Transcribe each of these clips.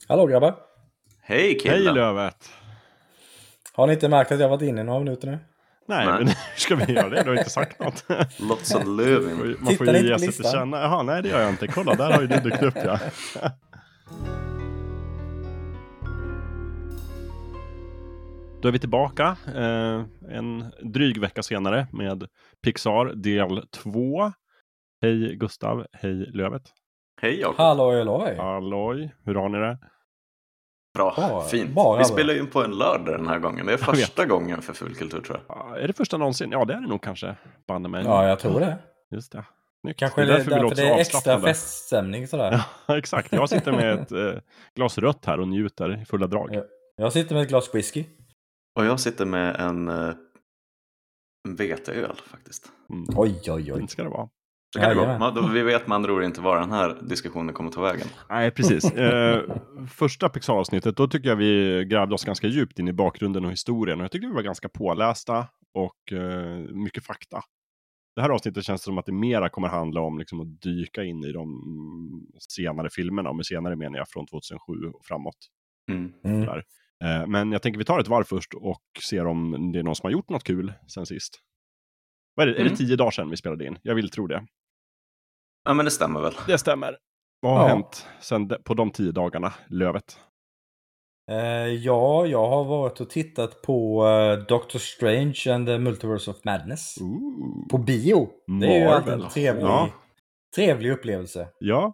Hallå grabbar. Hej killen. Hej Lövet. Har ni inte märkt att jag varit inne i några minuter nu? Nej, men hur ska vi göra det? Du har inte sagt något. Lots of living. Man får Tittar ni ju inte ge på sig till listan? känna. Jaha, nej det gör jag inte. Kolla, där har ju du dykt upp ja. Då är vi tillbaka en dryg vecka senare med Pixar del 2. Hej Gustav, hej Lövet. Hej Jakob. Halloj. Halloj, hur har ni det? Bra, fint. bra. Vi spelar ju in på en lördag den här gången. Det är första gången för Fullkultur tror jag. Är det första någonsin? Ja, det är det nog kanske. Banne mig. Ja, jag tror det. Just det. Snyggt. Kanske det är därför vi därför låter det är så extra avslappnade. feststämning sådär. Ja, exakt. Jag sitter med ett glas rött här och njuter i fulla drag. Ja. Jag sitter med ett glas whisky. Och jag sitter med en veteöl faktiskt. Mm. Oj. Det ska det vara. Så kan det gå. Jajamän. Vi vet med andra ord inte var den här diskussionen kommer ta vägen. Nej, precis. Första Pixar-avsnittet, då tycker jag vi grävde oss ganska djupt in i bakgrunden och historien. Och jag tycker vi var ganska pålästa och mycket fakta. Det här avsnittet känns som att det mera kommer handla om liksom, att dyka in i de senare filmerna. Och med senare menar jag från 2007 och framåt. Där. Men jag tänker vi tar ett varv först och ser om det är någon som har gjort något kul sen sist. Vad är det? Är det 10 dagar sedan vi spelade in? Jag vill tro det. Ja, men det stämmer väl. Det stämmer. Vad har hänt sen på de 10 dagarna, Lövet? Ja, jag har varit och tittat på Doctor Strange and the Multiverse of Madness. På bio. Det är ju alltid en trevlig upplevelse. Ja.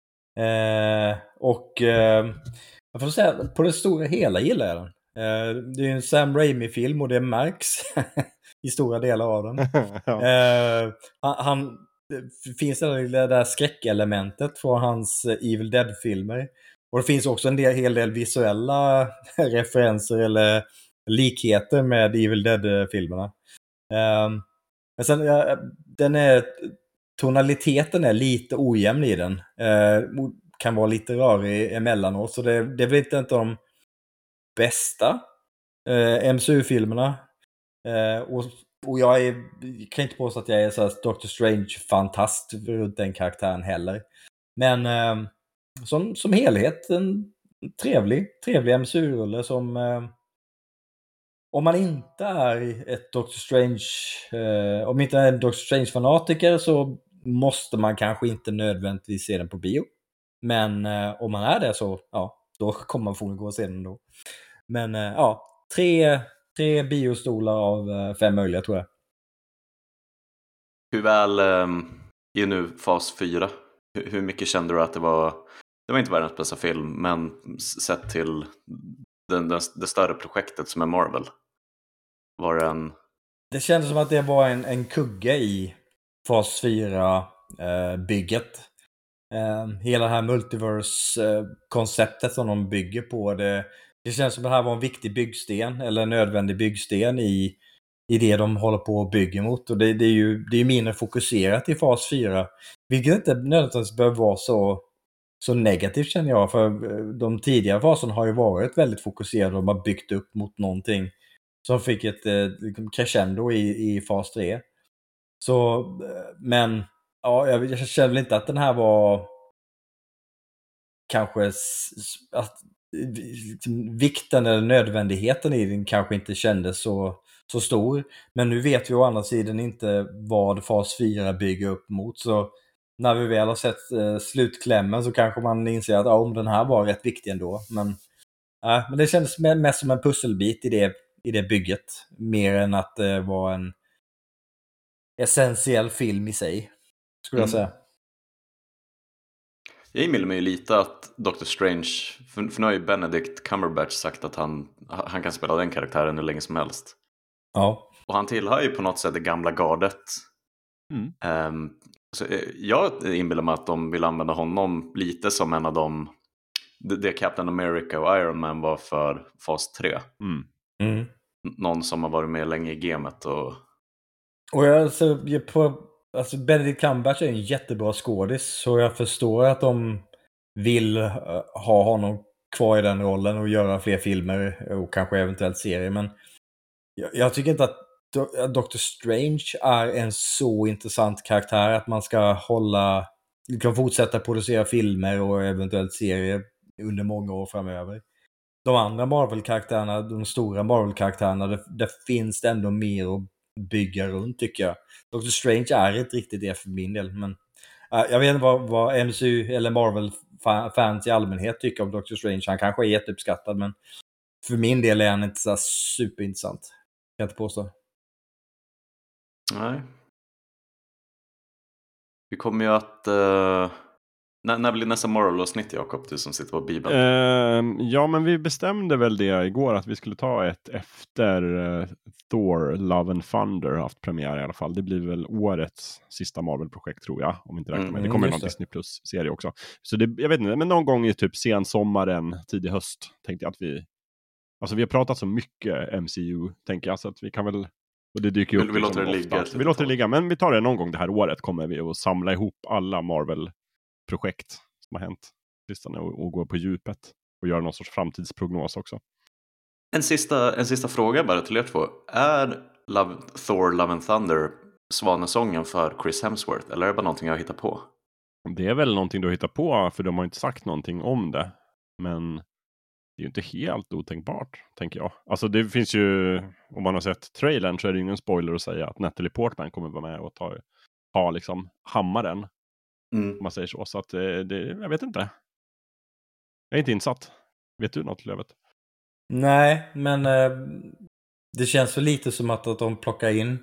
Jag får säga, på det stora hela gillar jag den. Det är en Sam Raimi-film och det märks i stora delar av den. Det finns det där skräckelementet från hans Evil Dead-filmer. Och det finns också en hel del visuella referenser eller likheter med Evil Dead-filmerna. Men sen, tonaliteten är lite ojämn i den. Kan vara lite rörig emellanåt. Så det är väl inte de bästa MCU-filmerna. Och jag kan inte påstå att jag är så här Doctor Strange-fantast runt den karaktären heller. Men som helhet en trevlig MCU-rulle som om man inte är ett Doctor Strange om inte är en Doctor Strange-fanatiker så måste man kanske inte nödvändigtvis se den på bio. Men om man är det så då kommer man få gå och se den då. Men tre biostolar av 5 möjliga tror jag. Hur väl är nu fas 4? Hur mycket kände du att det var inte världens bästa film, men sett till det större projektet som är Marvel? Var det en... Det kändes som att det var en kugge i fas 4-bygget. Hela det här multiverse-konceptet som de bygger på, det känns som att det här var en viktig byggsten, eller en nödvändig byggsten i det de håller på att bygga mot. Och det är ju mindre fokuserat i fas 4, vilket inte nödvändigtvis behöver vara så negativt känner jag, för de tidigare faserna har ju varit väldigt fokuserade och de har byggt upp mot någonting som fick ett crescendo i fas 3. Så, men jag känner väl inte att den här var kanske att vikten eller nödvändigheten i den kanske inte kändes så stor. Men nu vet vi å andra sidan inte vad fas 4 bygger upp mot. Så när vi väl har sett slutklämmen så kanske man inser att om den här var rätt viktig ändå. Men det kändes mest som en pusselbit i det bygget. Mer än att det var en essentiell film i sig, skulle jag säga. Jag inbillar mig lite att Doctor Strange, för nu har ju Benedict Cumberbatch sagt att han kan spela den karaktären hur länge som helst. Ja. Och han tillhör ju på något sätt det gamla gardet. Så jag inbillar mig att de vill använda honom lite som en av dem, det Captain America och Iron Man var för fas 3. Någon som har varit med länge i gamet. Och Benedict Cumberbatch är en jättebra skådis, så jag förstår att de vill ha honom kvar i den rollen och göra fler filmer och kanske eventuellt serier. Men jag tycker inte att Doctor Strange är en så intressant karaktär att man ska fortsätta producera filmer och eventuellt serier under många år framöver. De andra Marvel-karaktärerna, de stora Marvel-karaktärerna, det finns det ändå mer att bygga runt tycker jag. Doctor Strange är ett riktigt det för min del, men jag vet inte vad MCU eller Marvel-fans i allmänhet tycker om Doctor Strange. Han kanske är jätteuppskattad, men för min del är han inte så superintressant. Kan jag inte påstå. Nej. Vi kommer ju att... När blir nästa Marvel-avsnitt, Jakob, du som sitter på Bibeln? Ja, men vi bestämde väl det igår att vi skulle ta ett efter Thor, Love and Thunder haft premiär i alla fall. Det blir väl årets sista Marvel-projekt tror jag, om inte räknar med. Det kommer någon Disney Plus-serie också. Så det, jag vet inte, men någon gång i typ sen sommaren, tidig höst tänkte jag att vi... Alltså vi har pratat så mycket MCU, tänker jag, så att vi kan väl... Och det dyker upp vi låter det ligga. Vi låter det ligga, men vi tar det någon gång det här året kommer vi att samla ihop alla Marvel-projekt som har hänt sistone och gå på djupet och göra någon sorts framtidsprognos också. En sista fråga bara till er två. Är Thor, Love and Thunder svanesången för Chris Hemsworth, eller är det bara någonting jag hittar på? Det är väl någonting du hittar på, för de har inte sagt någonting om det. Men det är ju inte helt otänkbart, tänker jag. Alltså det finns ju, om man har sett trailern så är det ingen spoiler att säga att Natalie Portman kommer vara med och ha liksom hammaren. Om man säger så. Så att jag vet inte. Jag är inte insatt. Vet du något, Lövet? Nej, men det känns så lite som att de plockar in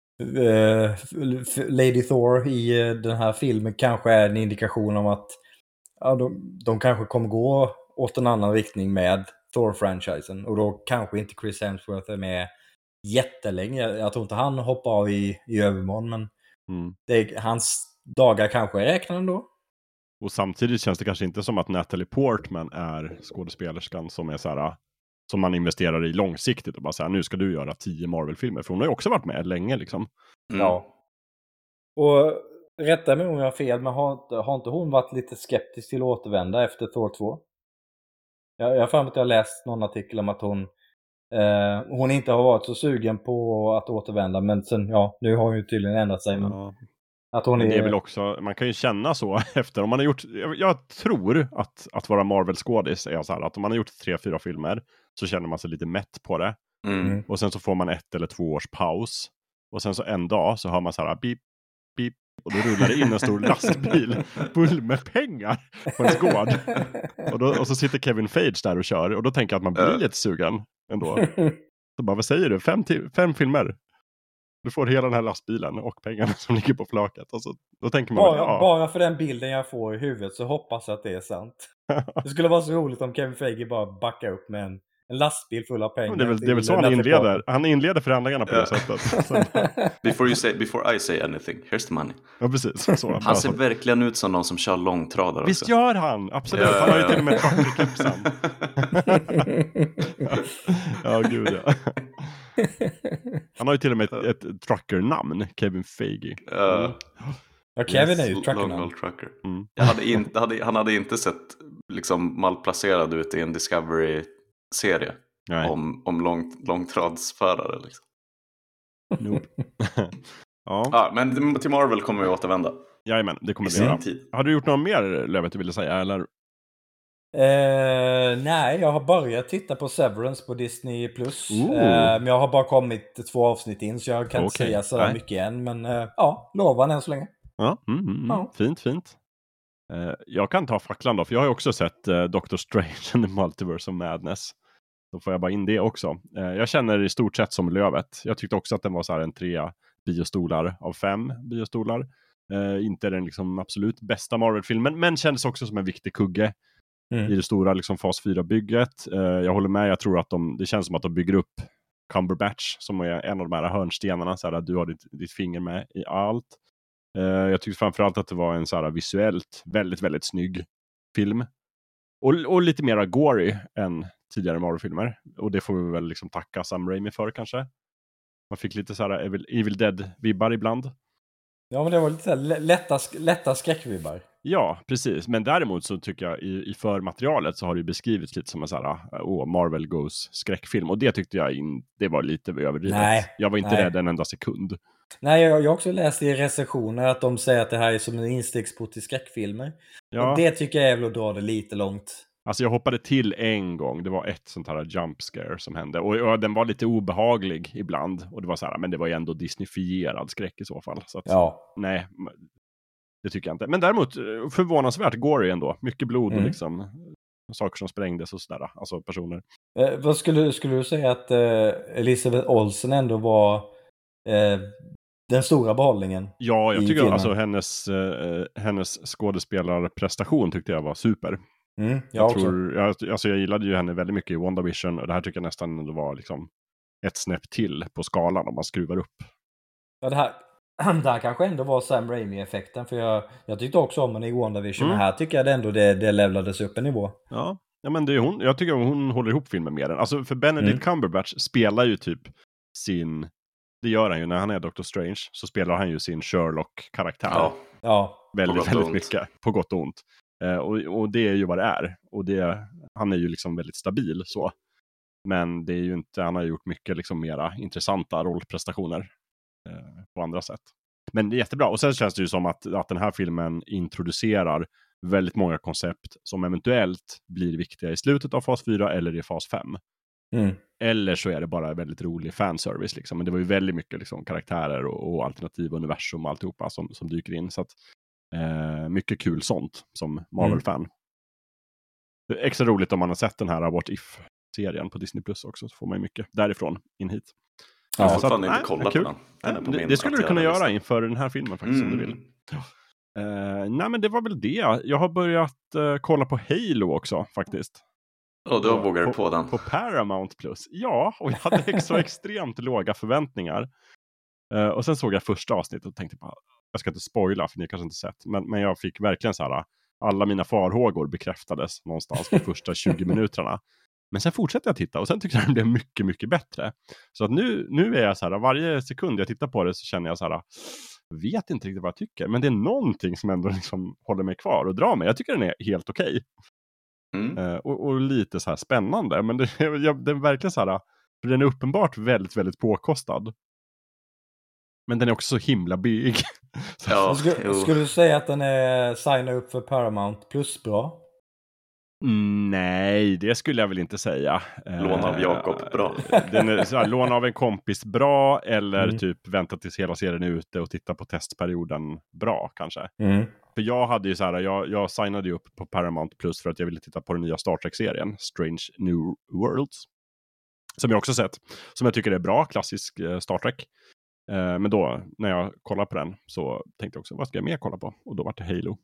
Lady Thor i den här filmen kanske är en indikation om att de kanske kommer gå åt en annan riktning med Thor-franchisen. Och då kanske inte Chris Hemsworth är med jättelänge. Jag tror inte han hoppar av i övermorgon, men hans dagar kanske är räknade ändå. Och samtidigt känns det kanske inte som att Natalie Portman är skådespelerskan som är så här, som man investerar i långsiktigt och bara säga nu ska du göra 10 Marvel-filmer. För hon har ju också varit med länge liksom. Ja. Och rätta mig om jag har fel, men har inte hon varit lite skeptisk till att återvända efter Thor 2? Jag har för mig att jag har läst någon artikel om att hon inte har varit så sugen på att återvända, men sen, nu har hon ju tydligen ändrat sig. Men att hon det är väl också, man kan ju känna så efter, om man har gjort, jag tror att vara Marvel-skådis är så här, att om man har gjort 3-4 filmer så känner man sig lite mätt på det. Och sen så får man 1 eller 2 års paus. Och sen så en dag så hör man så här, beep, beep, och då rullar det in en stor lastbil full med pengar på en gård. Och så sitter Kevin Feige där och kör, och då tänker jag att man blir lite sugen ändå. Så bara, vad säger du? 5 filmer. Du får hela den här lastbilen och pengarna som ligger på flaket. Och så, då tänker man bara för den bilden jag får i huvudet så hoppas jag att det är sant. Det skulle vara så roligt om Kevin Feige bara backar upp med en lastbil full av pengar. Det är väl så han inleder. Han inleder förhandlingarna på det sättet. Before I say anything, here's the money. Ja, precis. Så. Han ser verkligen ut som någon som kör långtradare. Visst gör han, absolut. Han har ju till och med trucker-kepsen. Ja, gud ja. Han har ju till och med ett trucker-namn, Kevin Feige. Ja, Kevin är ju trucker-namn. Trucker. Han hade inte sett liksom malplacerad ut i en Discovery-serie om långtradsförare. Liksom. Nope. Men till Marvel kommer vi återvända. Jajamän, det kommer vi göra. Har du gjort något mer, Lövet, du ville säga, eller? Nej, jag har börjat titta på Severance på Disney Plus. Men jag har bara kommit 2 avsnitt in, så jag kan inte säga så mycket än. Men lovar än så länge. Fint. Jag kan ta facklan då, för jag har ju också sett Doctor Strange and the Multiverse of Madness. Då får jag bara in det också. Jag känner i stort sett som Lövet. Jag tyckte också att den var så här en 3 biostolar av 5 biostolar. Inte den liksom absolut bästa Marvel-filmen, men kändes också som en viktig kugge i det stora liksom fas 4-bygget. Jag håller med, jag tror att det känns som att de bygger upp Cumberbatch som är en av de här hörnstenarna, så här, att du har ditt finger med i allt. Jag tyckte framförallt att det var en så här visuellt väldigt, väldigt snygg film. Och lite mer gory än tidigare Marvel-filmer. Och det får vi väl liksom tacka Sam Raimi för kanske. Man fick lite så här Evil Dead-vibbar ibland. Ja, men det var lite så här lätta skräckvibbar. Ja, precis. Men däremot så tycker jag i förmaterialet så har det beskrivits lite som en så här Marvel Goes skräckfilm. Och det tyckte jag det var lite överdrivet. Jag var inte rädd en enda sekund. Nej, jag har också läst i recensioner att de säger att det här är som en instegsport i skräckfilmer. Ja. Och det tycker jag är väl att dra det lite långt. Alltså jag hoppade till en gång. Det var ett sånt här jump scare som hände. Och den var lite obehaglig ibland. Och det var så här, men det var ju ändå Disneyfierad skräck i så fall. Så att, nej, det tycker jag inte. Men däremot förvånansvärt gory ändå. Mycket blod och liksom saker som sprängdes och sådär. Alltså personer. Vad skulle du säga att Elizabeth Olsen ändå var den stora behållningen? Ja, jag tycker alltså hennes skådespelarprestation tyckte jag var super. Jag gillade ju henne väldigt mycket i WandaVision, och det här tycker jag nästan ändå var liksom ett snäpp till på skalan om man skruvar upp. Ja, det här kanske ändå var Sam Raimi-effekten, för jag tyckte också om henne i WandaVision, men här tycker jag ändå det levlades upp en nivå. Ja, men det är hon. Jag tycker hon håller ihop filmen mer än. Alltså för Benedict Cumberbatch spelar ju typ sin... Det gör han ju när han är Doctor Strange, så spelar han ju sin Sherlock-karaktär. Ja. Väldigt mycket, på gott och ont. Och det är ju vad det är. Och han är ju liksom väldigt stabil så. Men det är ju inte, han har gjort mycket liksom mera intressanta rollprestationer på andra sätt. Men det är jättebra. Och sen känns det ju som att den här filmen introducerar väldigt många koncept som eventuellt blir viktiga i slutet av fas 4 eller i fas 5. Eller så är det bara väldigt rolig fanservice liksom. Men det var ju väldigt mycket liksom karaktärer och alternativa universum och alltihopa som dyker in. Så att mycket kul sånt som Marvel-fan. Det är extra roligt om man har sett den här What If-serien på Disney Plus också, så får man ju mycket därifrån in hit. Jag har fortfarande inte kollat på den. Det skulle du kunna göra inför den här filmen faktiskt, om du vill. Nej, men det var väl det. Jag har börjat kolla på Halo också faktiskt. Då vågar du på den. På Paramount Plus. Ja, och jag hade så extremt låga förväntningar. Och sen såg jag första avsnittet och tänkte bara, jag ska inte spoila för ni kanske inte sett. Men jag fick verkligen så här, alla mina farhågor bekräftades någonstans på första 20 minuterna. Men sen fortsatte jag titta och sen tyckte jag det blev mycket, mycket bättre. Så att nu är jag så här, varje sekund jag tittar på det så känner jag så här, vet inte riktigt vad jag tycker. Men det är någonting som ändå liksom håller mig kvar och drar mig. Jag tycker den är helt okej. Och lite så här spännande. Men det är verkligen så här, för den är uppenbart väldigt, väldigt påkostad. Men den är också så himla big. Skulle du säga att den är signa upp för Paramount Plus bra? Nej, det skulle jag väl inte säga. Låna av Jakob bra. Den är så här, låna av en kompis bra, eller typ vänta tills hela serien är ute och titta på testperioden bra kanske. För jag hade ju så här, jag signade ju upp på Paramount Plus för att jag ville titta på den nya Star Trek-serien Strange New Worlds. Som jag också sett. Som jag tycker är bra, klassisk Star Trek. Men då, när jag kollade på den så tänkte jag också, vad ska jag mer kolla på? Och då var det Halo.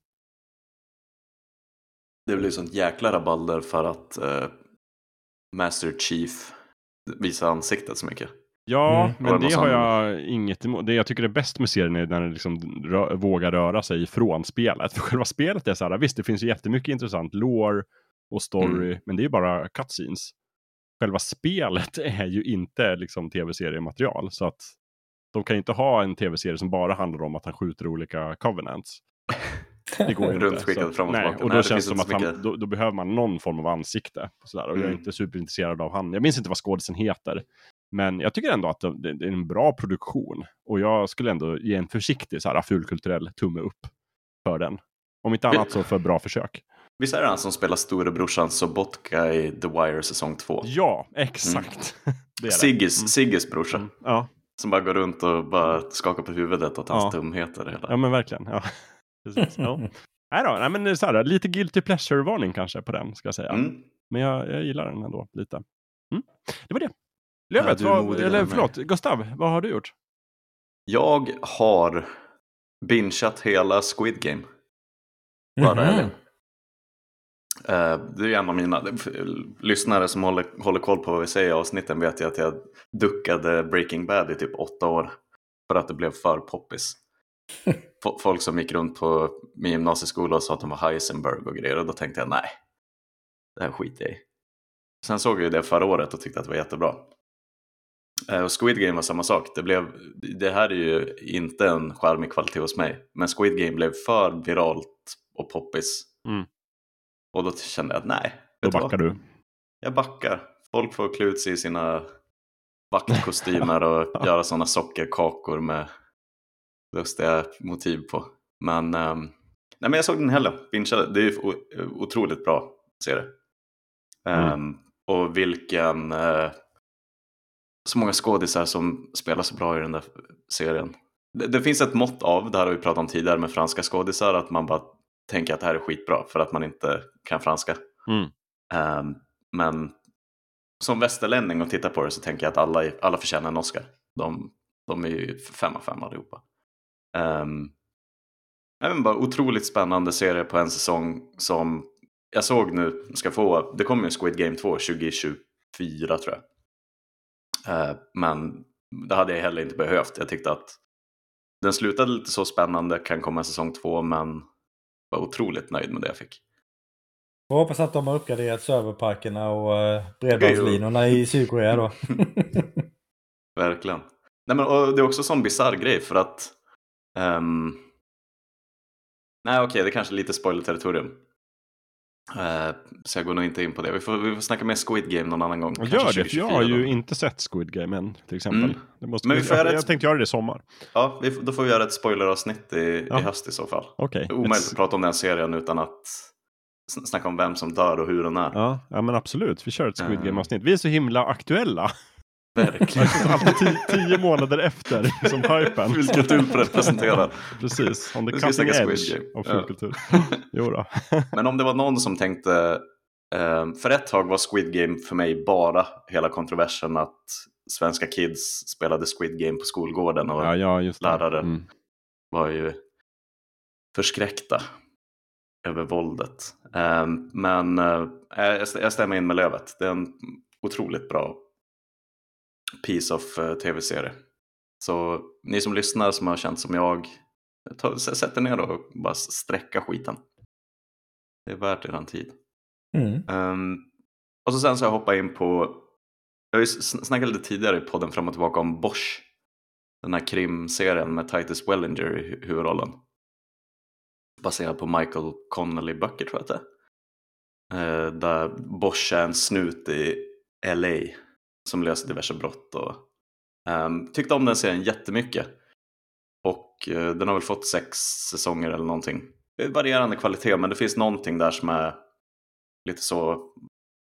Det blir sånt jäkla rabalder för att Master Chief visar ansiktet så mycket. Ja, men det har jag inget emot. Det jag tycker är bäst med serien är när den liksom vågar röra sig ifrån spelet. För själva spelet är så här, visst det finns ju jättemycket intressant lore och story, men det är ju bara cutscenes. Själva spelet är ju inte liksom tv-seriematerial, så att de kan ju inte ha en tv-serie som bara handlar om att han skjuter olika covenants. Det går ju inte. Fram och tillbaka. Och då känns det som att då behöver man någon form av ansikte. Sådär. Och jag är inte superintresserad av han. Jag minns inte vad skådisen heter. Men jag tycker ändå att det är en bra produktion. Och jag skulle ändå ge en försiktig så här, fulkulturell tumme upp för den. Om inte annat så för bra försök. Visst är det han som spelar storebrorsan Sobotka i The Wire säsong 2? Ja, exakt. Det är Sigges brorsa. Ja. Som bara går runt och bara skakar på huvudet åt hans dumheter. Hela. Ja, men verkligen. Ja. Precis. Ja. Nej, men så här, lite guilty pleasure-varning kanske på den, ska jag säga. Men jag gillar den ändå lite. Det var det. Lövet, Gustav, vad har du gjort? Jag har bingeat hela Squid Game. Det är en av mina lyssnare som håller koll på vad vi säger i avsnitten, vet jag att jag duckade Breaking Bad i typ 8 år för att det blev för poppis. Folk som gick runt på min gymnasieskola och sa att de var Heisenberg och grejer, och då tänkte jag nej, det här skiter jag i. Sen såg jag ju det förra året och tyckte att det var jättebra. Och Squid Game var samma sak. Det här är ju inte en charmig kvalitet hos mig, men Squid Game blev för viralt och poppis. Och då kände jag att nej. Då backar du. Jag backar. Folk får klä ut sig i sina vaktkostymer och göra sådana sockerkakor med lustiga motiv på. Men jag såg den heller. Det är ju otroligt bra serie. Och vilken så många skådisar som spelar så bra i den där serien. Det finns ett mått av, det här har vi pratat om tidigare med franska skådisar, att man bara tänker att det här är skitbra för att man inte kan franska. Men som västerlänning och tittar på det så tänker jag att alla förtjänar en Oscar. De är ju 5 av 5 allihopa. Även bara otroligt spännande serie på en säsong som jag såg nu ska få. Det kommer ju Squid Game 2 2024 tror jag. Men det hade jag heller inte behövt. Jag tyckte att den slutade lite så spännande, kan komma säsong 2, men var otroligt nöjd med det jag fick. Jag hoppas att de har uppgraderat serverparkerna och bredbandslinorna i Sydkorea då. Verkligen. Nej, men, och det är också en sån bizarr grej för att nej okej, det är kanske lite spoiler-territorium. Så jag går nog inte in på det. Vi får snacka med Squid Game någon annan gång. Gör det, för jag har ju inte sett Squid Game än, till exempel. Jag tänkte göra det i sommar. Ja, då får vi göra ett spoileravsnitt i höst i så fall. Okay. Omöjligt att prata om den serien utan att snacka om vem som dör och hur den är. Ja men absolut, vi kör ett Squid Game-avsnitt. Vi är så himla aktuella. Verkligen. Alltid 10 månader efter som hypen. Fulkultur representerar. Precis, on the cutting edge av fulkultur. Jo. Men om det var någon som tänkte, för ett tag var Squid Game för mig bara hela kontroversen att svenska kids spelade Squid Game på skolgården och lärare var ju förskräckta över våldet. Men jag stämmer in med Lövet. Det är en otroligt bra piece of tv-serie. Så ni som lyssnar som har känt som jag, sätt er ner och bara sträcka skiten. Det är värt er tid. Och så sen så jag hoppar in på, jag har ju snackat lite tidigare i podden fram och tillbaka om Bosch, den här krimserien med Titus Wellinger i huvudrollen, baserad på Michael Connelly-böcker tror jag att det är. Där Bosch är en snut i LA som löser diverse brott och tyckte om den serien jättemycket. Och den har väl fått 6 säsonger eller någonting. Det är varierande kvalitet, men det finns någonting där som är lite så,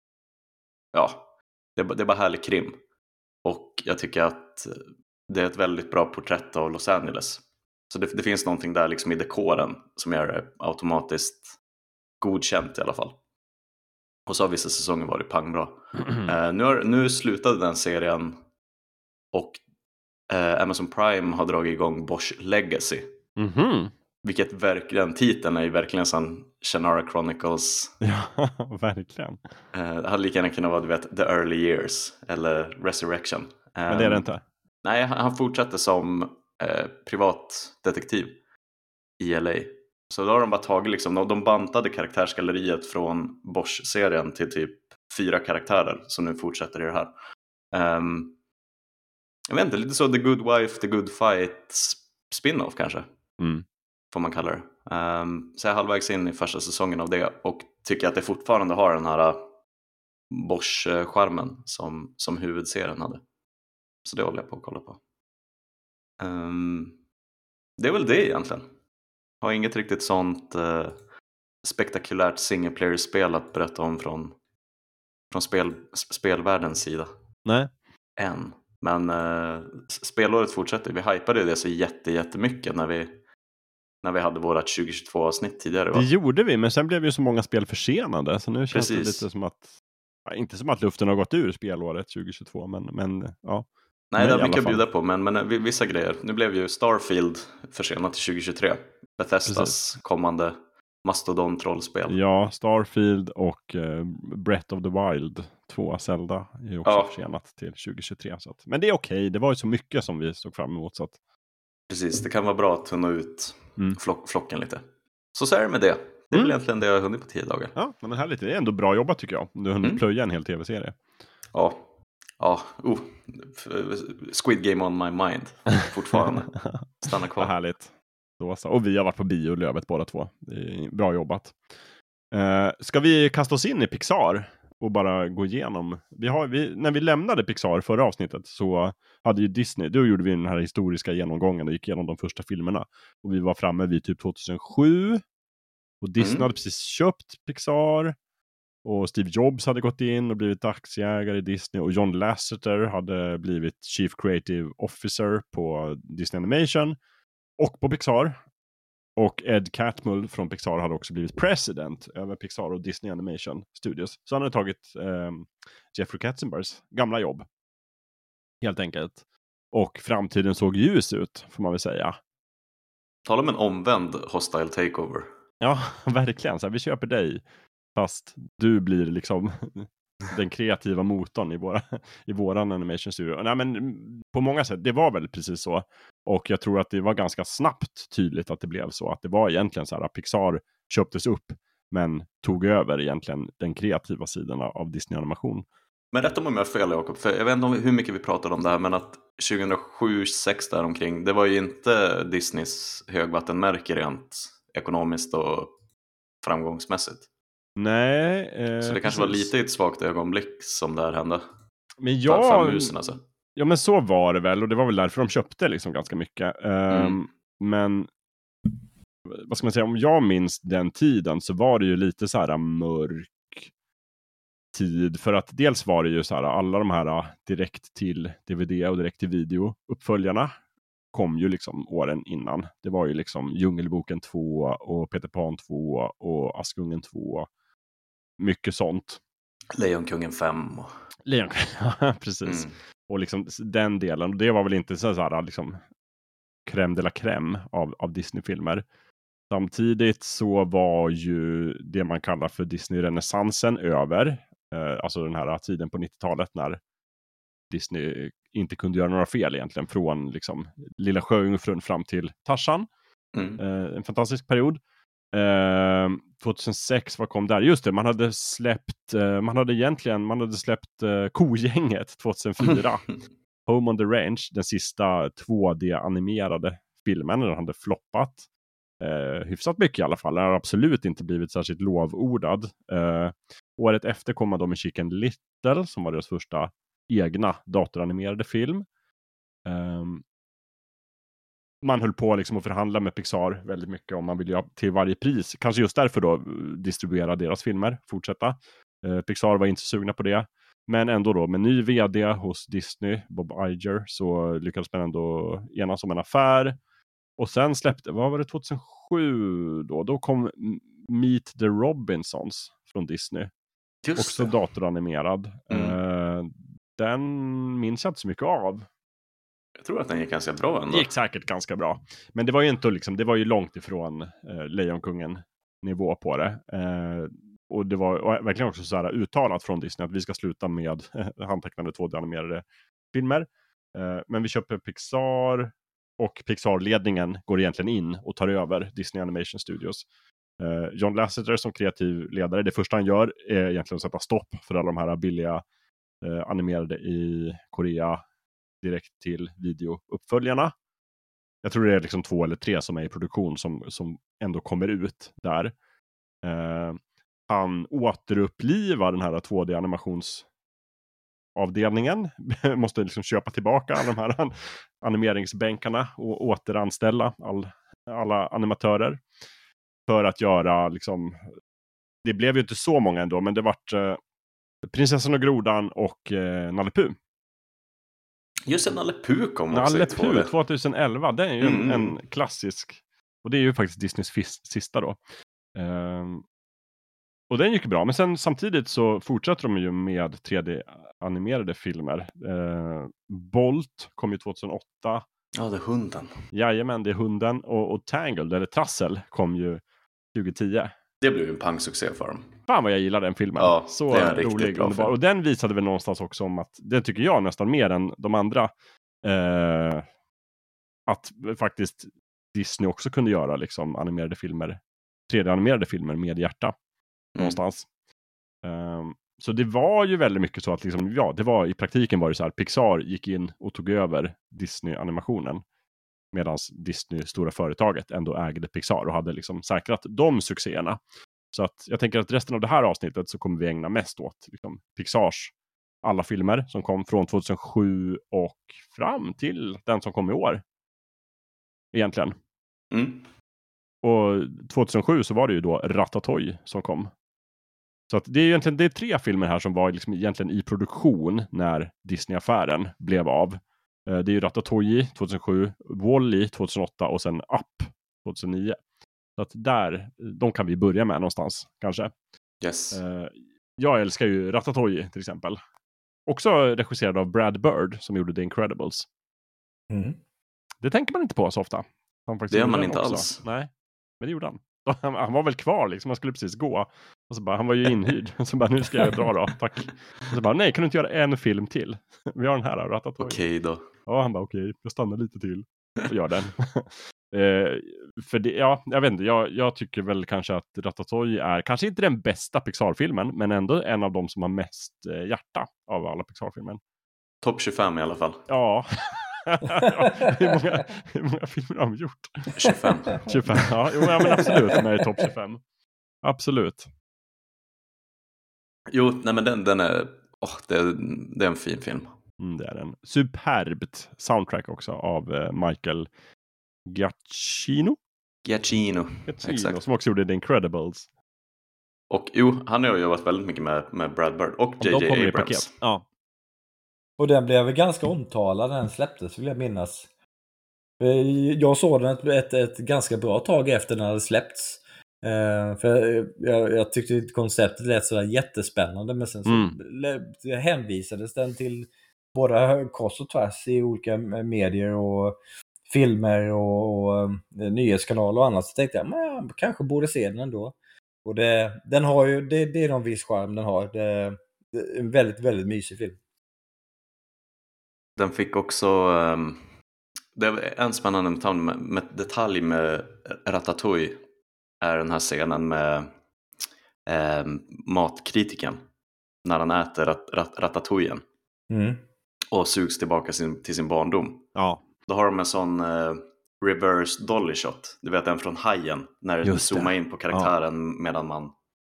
ja, det är bara härlig krim. Och jag tycker att det är ett väldigt bra porträtt av Los Angeles. Så det finns någonting där liksom i dekoren som gör det automatiskt godkänt i alla fall. Och så har vissa säsonger varit pangbra. Nu slutade den serien och Amazon Prime har dragit igång Bosch Legacy. Vilket verkligen, titeln är ju verkligen sån Shannara Chronicles. Ja, verkligen. Det hade lika gärna kunnat vara, du vet, The Early Years eller Resurrection. Men det är det inte. Nej, han fortsätter som privatdetektiv i LA. Så då har de bara tagit liksom, de bantade karaktärsgalleriet från Bosch-serien till typ 4 karaktärer som nu fortsätter i det här. Jag vet inte, lite så The Good Wife, The Good Fight spin-off kanske. Får man kalla det. Så jag är halvvägs in i första säsongen av det och tycker att det fortfarande har den här Bosch-charmen som huvudserien hade. Så det håller jag på att kolla på. Det är väl det egentligen. Har inget riktigt sånt spektakulärt single player-spel att berätta om från spelvärldens sida. Nej. Än. Men spelåret fortsätter. Vi hypade det så jättemycket när vi hade vårat 2022-avsnitt tidigare. Va? Det gjorde vi, men sen blev ju så många spel försenade. Så nu känns det lite som att, inte som att luften har gått ur spelåret 2022, men ja. Nej, det har mycket att bjuda på, men vissa grejer. Nu blev ju Starfield försenat till 2023. Bethesdas kommande mastodon-trollspel. Ja, Starfield och Breath of the Wild 2 Zelda är ju också försenat till 2023. Så att, men det är okej, det var ju så mycket som vi såg fram emot. Så att... Precis, det kan vara bra att tunna ut flocken lite. Så är det med det. Det är väl egentligen det jag har hunnit på 10 dagar. Ja, men det här det är ändå bra jobbat tycker jag. Du har hunnit plöja en hel tv-serie. Ja, Squid Game on my mind fortfarande. Stanna kvar. Vad härligt. Och vi har varit på bio Lövet båda två. Det är bra jobbat. Ska vi kasta oss in i Pixar och bara gå igenom? När vi lämnade Pixar förra avsnittet så hade ju Disney, då gjorde vi den här historiska genomgången och gick igenom de första filmerna. Och vi var framme vid typ 2007. Och Disney hade precis köpt Pixar. Och Steve Jobs hade gått in och blivit aktieägare i Disney. Och John Lasseter hade blivit Chief Creative Officer på Disney Animation och på Pixar. Och Ed Catmull från Pixar hade också blivit president över Pixar och Disney Animation Studios. Så han hade tagit Jeffrey Katzenbergs gamla jobb. Helt enkelt. Och framtiden såg ljus ut, får man väl säga. Tala om en omvänd hostile takeover. Ja, verkligen. Så här, vi köper dig. Fast du blir liksom den kreativa motorn i våran animation studio. Nej, men på många sätt, det var väl precis så. Och jag tror att det var ganska snabbt tydligt att det blev så. Att det var egentligen så här att Pixar köptes upp, men tog över egentligen den kreativa sidan av Disney-animation. Men rätt om jag har fel, Jakob, för jag vet inte hur mycket vi pratade om det här, men att 2007-2006 däromkring, det var ju inte Disneys högvattenmärke rent ekonomiskt och framgångsmässigt. Nej. Så det kanske var lite i ett svagt ögonblick som det här hände. Men alltså. Ja, men så var det väl. Och det var väl därför de köpte liksom ganska mycket. Men vad ska man säga, om jag minns den tiden så var det ju lite så här mörk tid. För att dels var det ju så här, alla de här direkt till DVD och direkt till video uppföljarna kom ju liksom åren innan. Det var ju liksom Djungelboken 2 och Peter Pan 2 och Askungen 2. Mycket sånt. Lejonkungen 5. Lejonkungen, precis. Och liksom den delen, det var väl inte så här liksom crème de la crème av Disney-filmer. Samtidigt så var ju det man kallar för Disney-renässansen över. Alltså den här tiden på 90-talet när Disney inte kunde göra några fel egentligen. Från liksom Lilla Sjöjungfrun fram till Tarzan. En fantastisk period. 2006, vad kom där? Just det, man hade släppt Kogänget 2004. Home on the Range, den sista 2D-animerade filmen. Den hade floppat hyfsat mycket i alla fall. Den har absolut inte blivit särskilt lovordad. Året efter kom man då med Chicken Little, som var deras första egna datoranimerade film. Man höll på liksom att förhandla med Pixar väldigt mycket om man ville till varje pris. Kanske just därför då distribuera deras filmer, fortsätta. Pixar var inte sugna på det. Men ändå då med ny vd hos Disney, Bob Iger, så lyckades man ändå enas om en affär. Och sen släppte, vad var det, 2007 då? Då kom Meet the Robinsons från Disney. Just också det. datoranimerad. Den minns jag inte så mycket av. Jag tror att den gick ganska bra ändå. Det gick säkert ganska bra. Men det var ju inte liksom, det var ju långt ifrån Lejonkungen nivå på det. Och det var verkligen också så här uttalat från Disney att vi ska sluta med handtecknade 2D-animerade filmer. Men vi köper Pixar och Pixar-ledningen går egentligen in och tar över Disney Animation Studios. John Lasseter som kreativ ledare, det första han gör är egentligen att sätta stopp för alla de här billiga animerade i Korea direkt till videouppföljarna. Jag tror det är liksom 2 eller 3 som är i produktion som ändå kommer ut där. Han återupplivar den här 2D-animationsavdelningen. Måste liksom köpa tillbaka alla de här animeringsbänkarna och återanställa alla animatörer. För att göra liksom, det blev ju inte så många ändå, men det vart Prinsessan och Grodan och Nalle Puh. Just det, Nalle Puh kom också. Nalle Puh 2011, det är ju en klassisk. Och det är ju faktiskt Disneys sista då. Och den gick bra, men sen samtidigt så fortsätter de ju med 3D-animerade filmer. Bolt kom ju 2008. Ja, det är hunden. Jajamän, det är hunden. Och Tangled, eller Trassel, kom ju 2010. Det blev ju en pangsuccé för dem. Fan vad jag gillar den filmen. Ja, så det är en riktigt rolig, bra underbar. film. Och den visade väl någonstans också om att, den tycker jag nästan mer än de andra, att faktiskt Disney också kunde göra liksom animerade filmer, 3D-animerade filmer med hjärta någonstans. Så det var ju väldigt mycket så att liksom, ja, det var i praktiken var det så här, Pixar gick in och tog över Disney-animationen. Medan Disney, stora företaget, ändå ägde Pixar och hade liksom säkrat de succéerna. Så att jag tänker att resten av det här avsnittet så kommer vi ägna mest åt liksom, Pixars alla filmer som kom från 2007 och fram till den som kom i år. Egentligen. Och 2007 så var det ju då Ratatouille som kom. Så att det är 3 filmer här som var liksom egentligen i produktion när Disney-affären blev av. Det är ju Ratatouille 2007, Wall-E 2008 och sen Up 2009. Så att de kan vi börja med någonstans kanske. Yes. Jag älskar ju Ratatouille till exempel. Också regisserad av Brad Bird som gjorde The Incredibles. Mm. Det tänker man inte på så ofta. Det gör man inte alls. Nej, men det gjorde han. Han var väl kvar liksom, han skulle precis gå. Och så bara, han var ju inhyrd. Så bara, nu ska jag dra då, tack. Och så bara, nej, kan du inte göra en film till? Vi har den här, Ratatouille. Okej då. Ja, han bara, okej, jag stannar lite till. Och gör den. För det, ja, jag vet inte, jag tycker väl kanske att Ratatouille är kanske inte den bästa Pixar-filmen, men ändå en av de som har mest hjärta av alla Pixar-filmer. Topp 25 i alla fall. Ja. hur många filmer har de gjort? 25. 25, ja, men absolut, den är i topp 25. Absolut. Jo, nej men den är, det är en fin film. Det är en superbt soundtrack också av Michael Giacchino, Exakt. som också gjorde The Incredibles. Och han har ju jobbat väldigt mycket med Brad Bird och J.J. Abrams. Ja. Och den blev väl ganska omtalad när den släpptes, vill jag minnas. Jag såg den ett ganska bra tag efter den hade släppts. För jag tyckte konceptet lät sådär jättespännande, men sen så hänvisades den till både kors och tvärs i olika medier och filmer och nyhetskanaler och annat. Så tänkte jag kanske borde se den ändå. Och den har ju, det är någon viss charm den har. Det är en väldigt, väldigt mysig film. Den fick också det är en spännande detalj med Ratatouille är den här scenen med matkritiken när han äter ratatouillen och sugs tillbaka till sin barndom. Ja. Då har de en sån reverse dolly shot. Du vet, den från Hajen när du zoomar in på karaktären medan man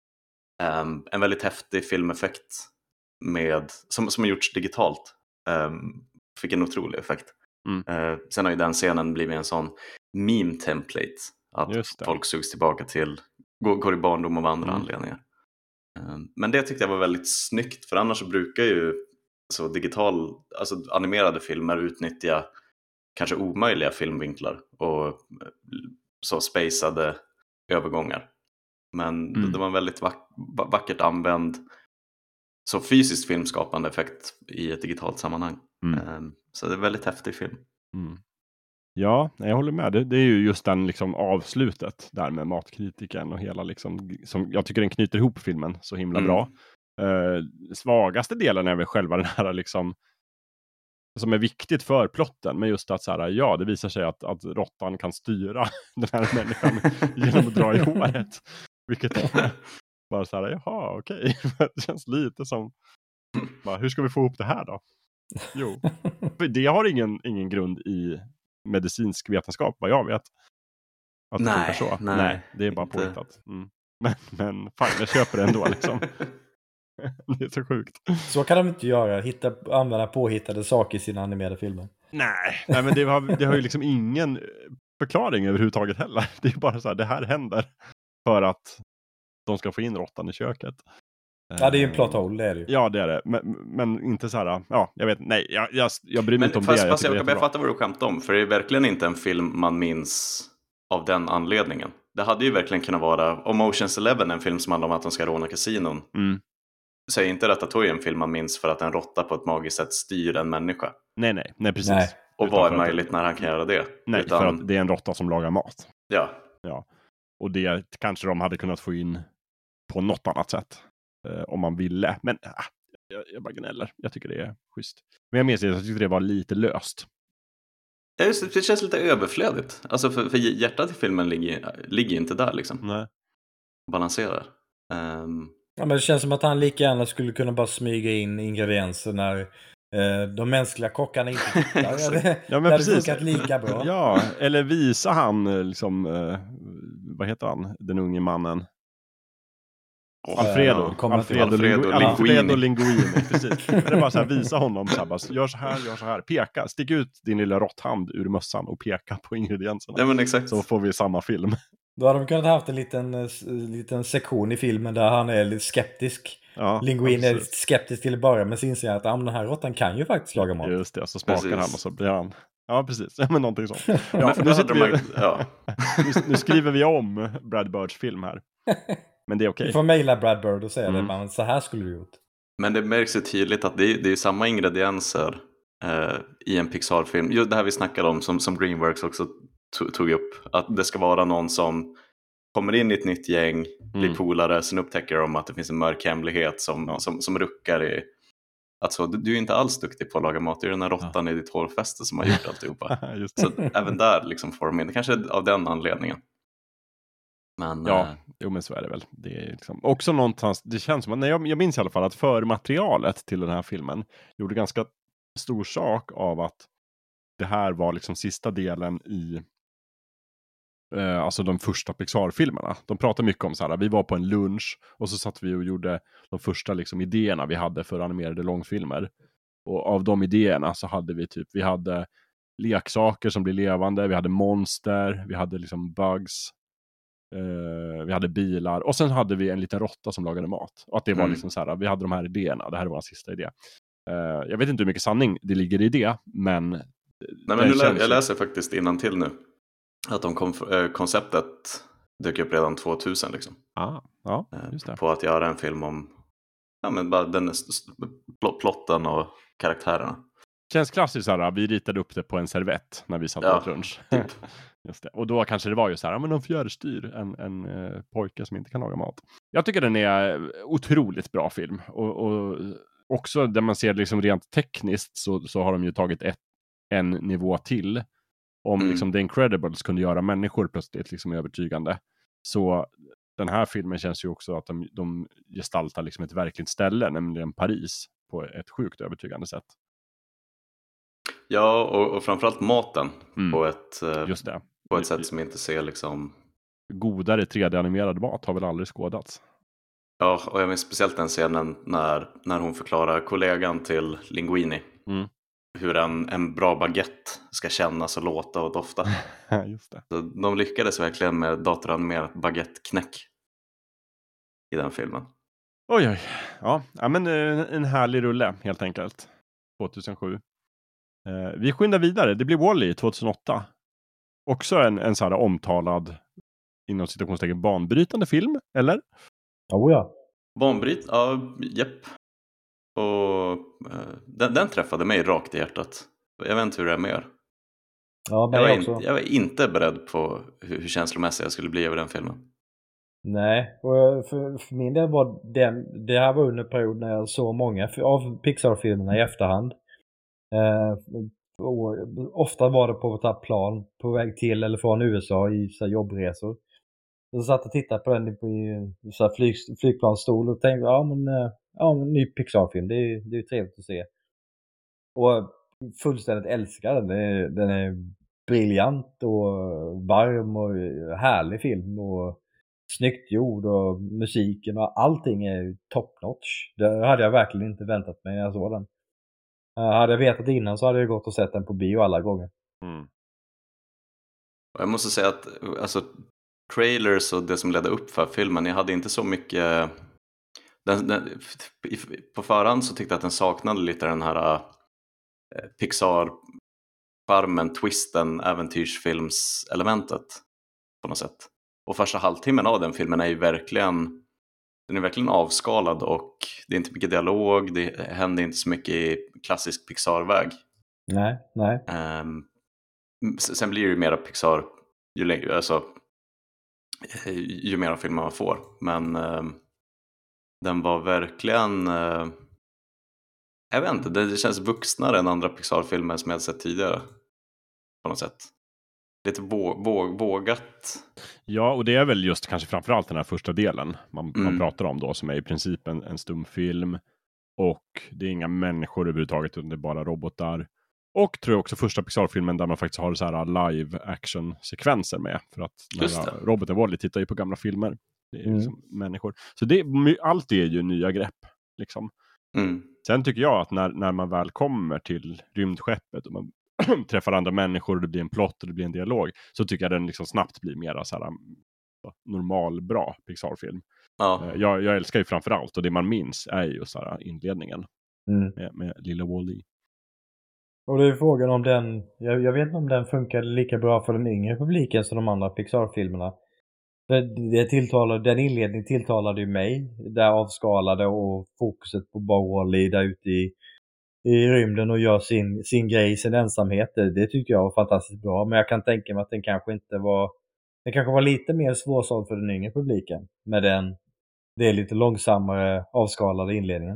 en väldigt häftig filmeffekt som har gjorts digitalt. Fick en otrolig effekt. Sen har ju den scenen blivit en sån meme template att folk sugs tillbaka till går i barndom av andra anledningar. Men det tyckte jag var väldigt snyggt, för annars så brukar ju så animerade filmer utnyttja kanske omöjliga filmvinklar och så spacade övergångar. Men det var en väldigt vackert använd så fysiskt filmskapande effekt i ett digitalt sammanhang. Så det är en väldigt häftig film. Ja, jag håller med. Det är ju just den liksom avslutet där med matkritiken och hela liksom, som jag tycker den knyter ihop filmen så himla bra. Svagaste delen är väl själva den här liksom som är viktigt för plotten, men just att så här, det visar sig att råttan kan styra den här människan genom att dra i håret. Vilket bara så här, jaha, okej. Det känns lite som bara, hur ska vi få ihop det här då? Jo, för det har ingen grund i medicinsk vetenskap, vad jag vet. Att det funkar så. Nej, det är bara påhittat. Men fan, jag köper det ändå liksom. Det är så sjukt. Så kan de inte göra, använda påhittade saker i sina animerade filmer. Nej, men det har ju liksom ingen förklaring överhuvudtaget heller. Det är bara så här, det här händer för att de ska få in råttan i köket. Ja, det är ju en plot hole, det är det ju. Ja, det är det. Men inte så här, jag vet, nej, jag bryr mig inte om det. Fast jag fattar vad du skämtar om, för det är verkligen inte en film man minns av den anledningen. Det hade ju verkligen kunnat vara, om Ocean's 11 en film som handlar om att de ska råna kasinon. Så är inte Ratatouille en film man minns för att en råtta på ett magiskt sätt styr en människa. Nej, precis. Nej. Och vad är möjligt när han kan göra det? Nej, för att det är en råtta som lagar mat. Ja. Och det kanske de hade kunnat få in på något annat sätt. Om man ville. Men jag bara gnäller. Jag tycker det är schysst. Men jag minns att jag tyckte det var lite löst. Ja, just det känns lite överflödigt. Alltså för hjärtat i filmen ligger inte där liksom. Nej. Balanserar. Ja, men det känns som att han lika gärna skulle kunna bara smyga in ingredienser när de mänskliga kockarna inte tittar. Ja, men precis. Det funkat lika bra. Ja, eller visa han liksom, vad heter han? Den unge mannen. Alfredo Linguini, precis. Det är bara så här, visa honom så här, bara, gör så här, peka, stick ut din lilla råtthand ur mössan och peka på ingredienserna. Ja, men exakt. Så får vi samma film. Då hade de kunnat haft en liten sektion i filmen där han är lite skeptisk. Ja, Linguini är precis. skeptisk till att börja med, så inser jag att den här råttan kan ju faktiskt laga mat. Just det, så smakar Precis. han och så blir han... Ja, precis. Ja, men någonting sånt. Ja, Men nu, då sitter hade vi... ja. nu skriver vi om Brad Birds film här. Men det är okej. Du får mejla Brad Bird och säga det, men så här skulle du gjort. Men det märks ju tydligt att det är samma ingredienser i en Pixar-film. Just det här vi snackade om som Dreamworks också tog upp. Att det ska vara någon som kommer in i ett nytt gäng, blir polare, sen upptäcker de att det finns en mörk hemlighet som ruckar i... Alltså, du är inte alls duktig på att laga mat. Det är den här råttan i ditt hårfäste som har gjort alltihopa. Just Så även där liksom får de in. Kanske av den anledningen. Men, ja, jo men så är det väl. Det är liksom också någonstans, det känns som att, jag minns i alla fall att förmaterialet till den här filmen gjorde ganska stor sak av att det här var liksom sista delen i alltså de första Pixar-filmerna. De pratade mycket om så här, vi var på en lunch och så satt vi och gjorde de första liksom idéerna vi hade för animerade långfilmer. Och av de idéerna så hade vi hade leksaker som blir levande, vi hade monster, vi hade liksom bugs, vi hade bilar och sen hade vi en liten råtta som lagade mat. Och att det var liksom så här, vi hade de här idéerna, det här var vår sista idé. Jag vet inte hur mycket sanning det ligger i det, men... Nej, men jag läser faktiskt innantill nu att konceptet dök upp redan 2000 liksom. Ja, just det. På att göra en film om bara den plotten och karaktärerna. Känns klassiskt så här, vi ritade upp det på en servett när vi satt åt lunch. Typ. Just det. Och då kanske det var ju så här, men de fjärrstyr en pojke som inte kan laga mat. Jag tycker den är otroligt bra film. Och också där man ser liksom rent tekniskt så har de ju tagit en nivå till. Om liksom The Incredibles kunde göra människor plötsligt liksom övertygande. Så den här filmen känns ju också att de gestaltar liksom ett verkligt ställe, nämligen Paris, på ett sjukt övertygande sätt. Ja, och framförallt maten på ett sätt som inte ser liksom... Godare 3D-animerad mat har väl aldrig skådats. Ja, och jag minns speciellt den scenen när hon förklarar kollegan till Linguini hur en bra baguette ska kännas och låta och dofta. Just det. Så de lyckades verkligen med datoranimerat baguetteknäck i den filmen. Oj. Ja, men en härlig rulle helt enkelt. 2007. Vi skyndar vidare. Det blir Wall-E 2008. Också en så här omtalad, inom citationstecken, banbrytande film, eller? Ja. Japp. Och den träffade mig rakt i hjärtat. Jag vet inte hur det är mer. Ja, jag var inte beredd på hur känslomässig jag skulle bli över den filmen. Nej, och för min del var det här var under en period när jag såg många av Pixar-filmerna i efterhand. Och ofta var det på ett plan på väg till eller från USA i så här jobbresor. Så satt och tittade på den i så här flygplansstol och tänkte en ny Pixar-film, det är ju trevligt att se. Och fullständigt älskar den. Den är briljant och varm och härlig film och snyggt gjord och musiken och allting är top notch. Det hade jag verkligen inte väntat mig när jag såg den. Hade jag vetat innan så hade jag gått och sett den på bio alla gånger. Jag måste säga att alltså, trailers och det som ledde upp för filmen, jag hade inte så mycket... På förhand så tyckte jag att den saknade lite den här Pixar-charmen, twisten, äventyrsfilms-elementet på något sätt. Och första halvtimmen av den filmen är ju verkligen avskalad och det är inte mycket dialog, det händer inte så mycket i klassisk Pixar-väg. Nej. Sen blir det ju mera Pixar ju mer filmer man får. Men den var verkligen... jag vet inte, det känns vuxnare än andra Pixar-filmer som jag sett tidigare. På något sätt. Lite vågat. Ja, och det är väl just kanske framförallt den här första delen man pratar om då, som är i princip en stumfilm. Och det är inga människor överhuvudtaget, utan det är bara robotar. Och tror jag också första Pixar-filmen där man faktiskt har så här live action-sekvenser med. För att roboten Wall-E tittar ju på gamla filmer. Det är liksom människor. Så allt det är ju nya grepp. Liksom. Sen tycker jag att när man väl kommer till rymdskeppet och man träffar andra människor och det blir en plott och det blir en dialog, så tycker jag den liksom snabbt blir mera så här normal bra Pixar-film. Ja. Jag älskar ju framförallt, och det man minns är ju så här inledningen med lilla Wall-E. Och det är frågan om den, jag vet inte om den funkar lika bra för den yngre publiken som de andra Pixar-filmerna. Den inledningen tilltalade ju mig, där avskalade och fokuset på bara Wall-E där ute i rymden och gör sin grej i sin ensamhet. Det tyckte jag var fantastiskt bra, men jag kan tänka mig att den kanske var lite mer svårsåld för den yngre publiken med det är lite långsammare avskalade inledningen.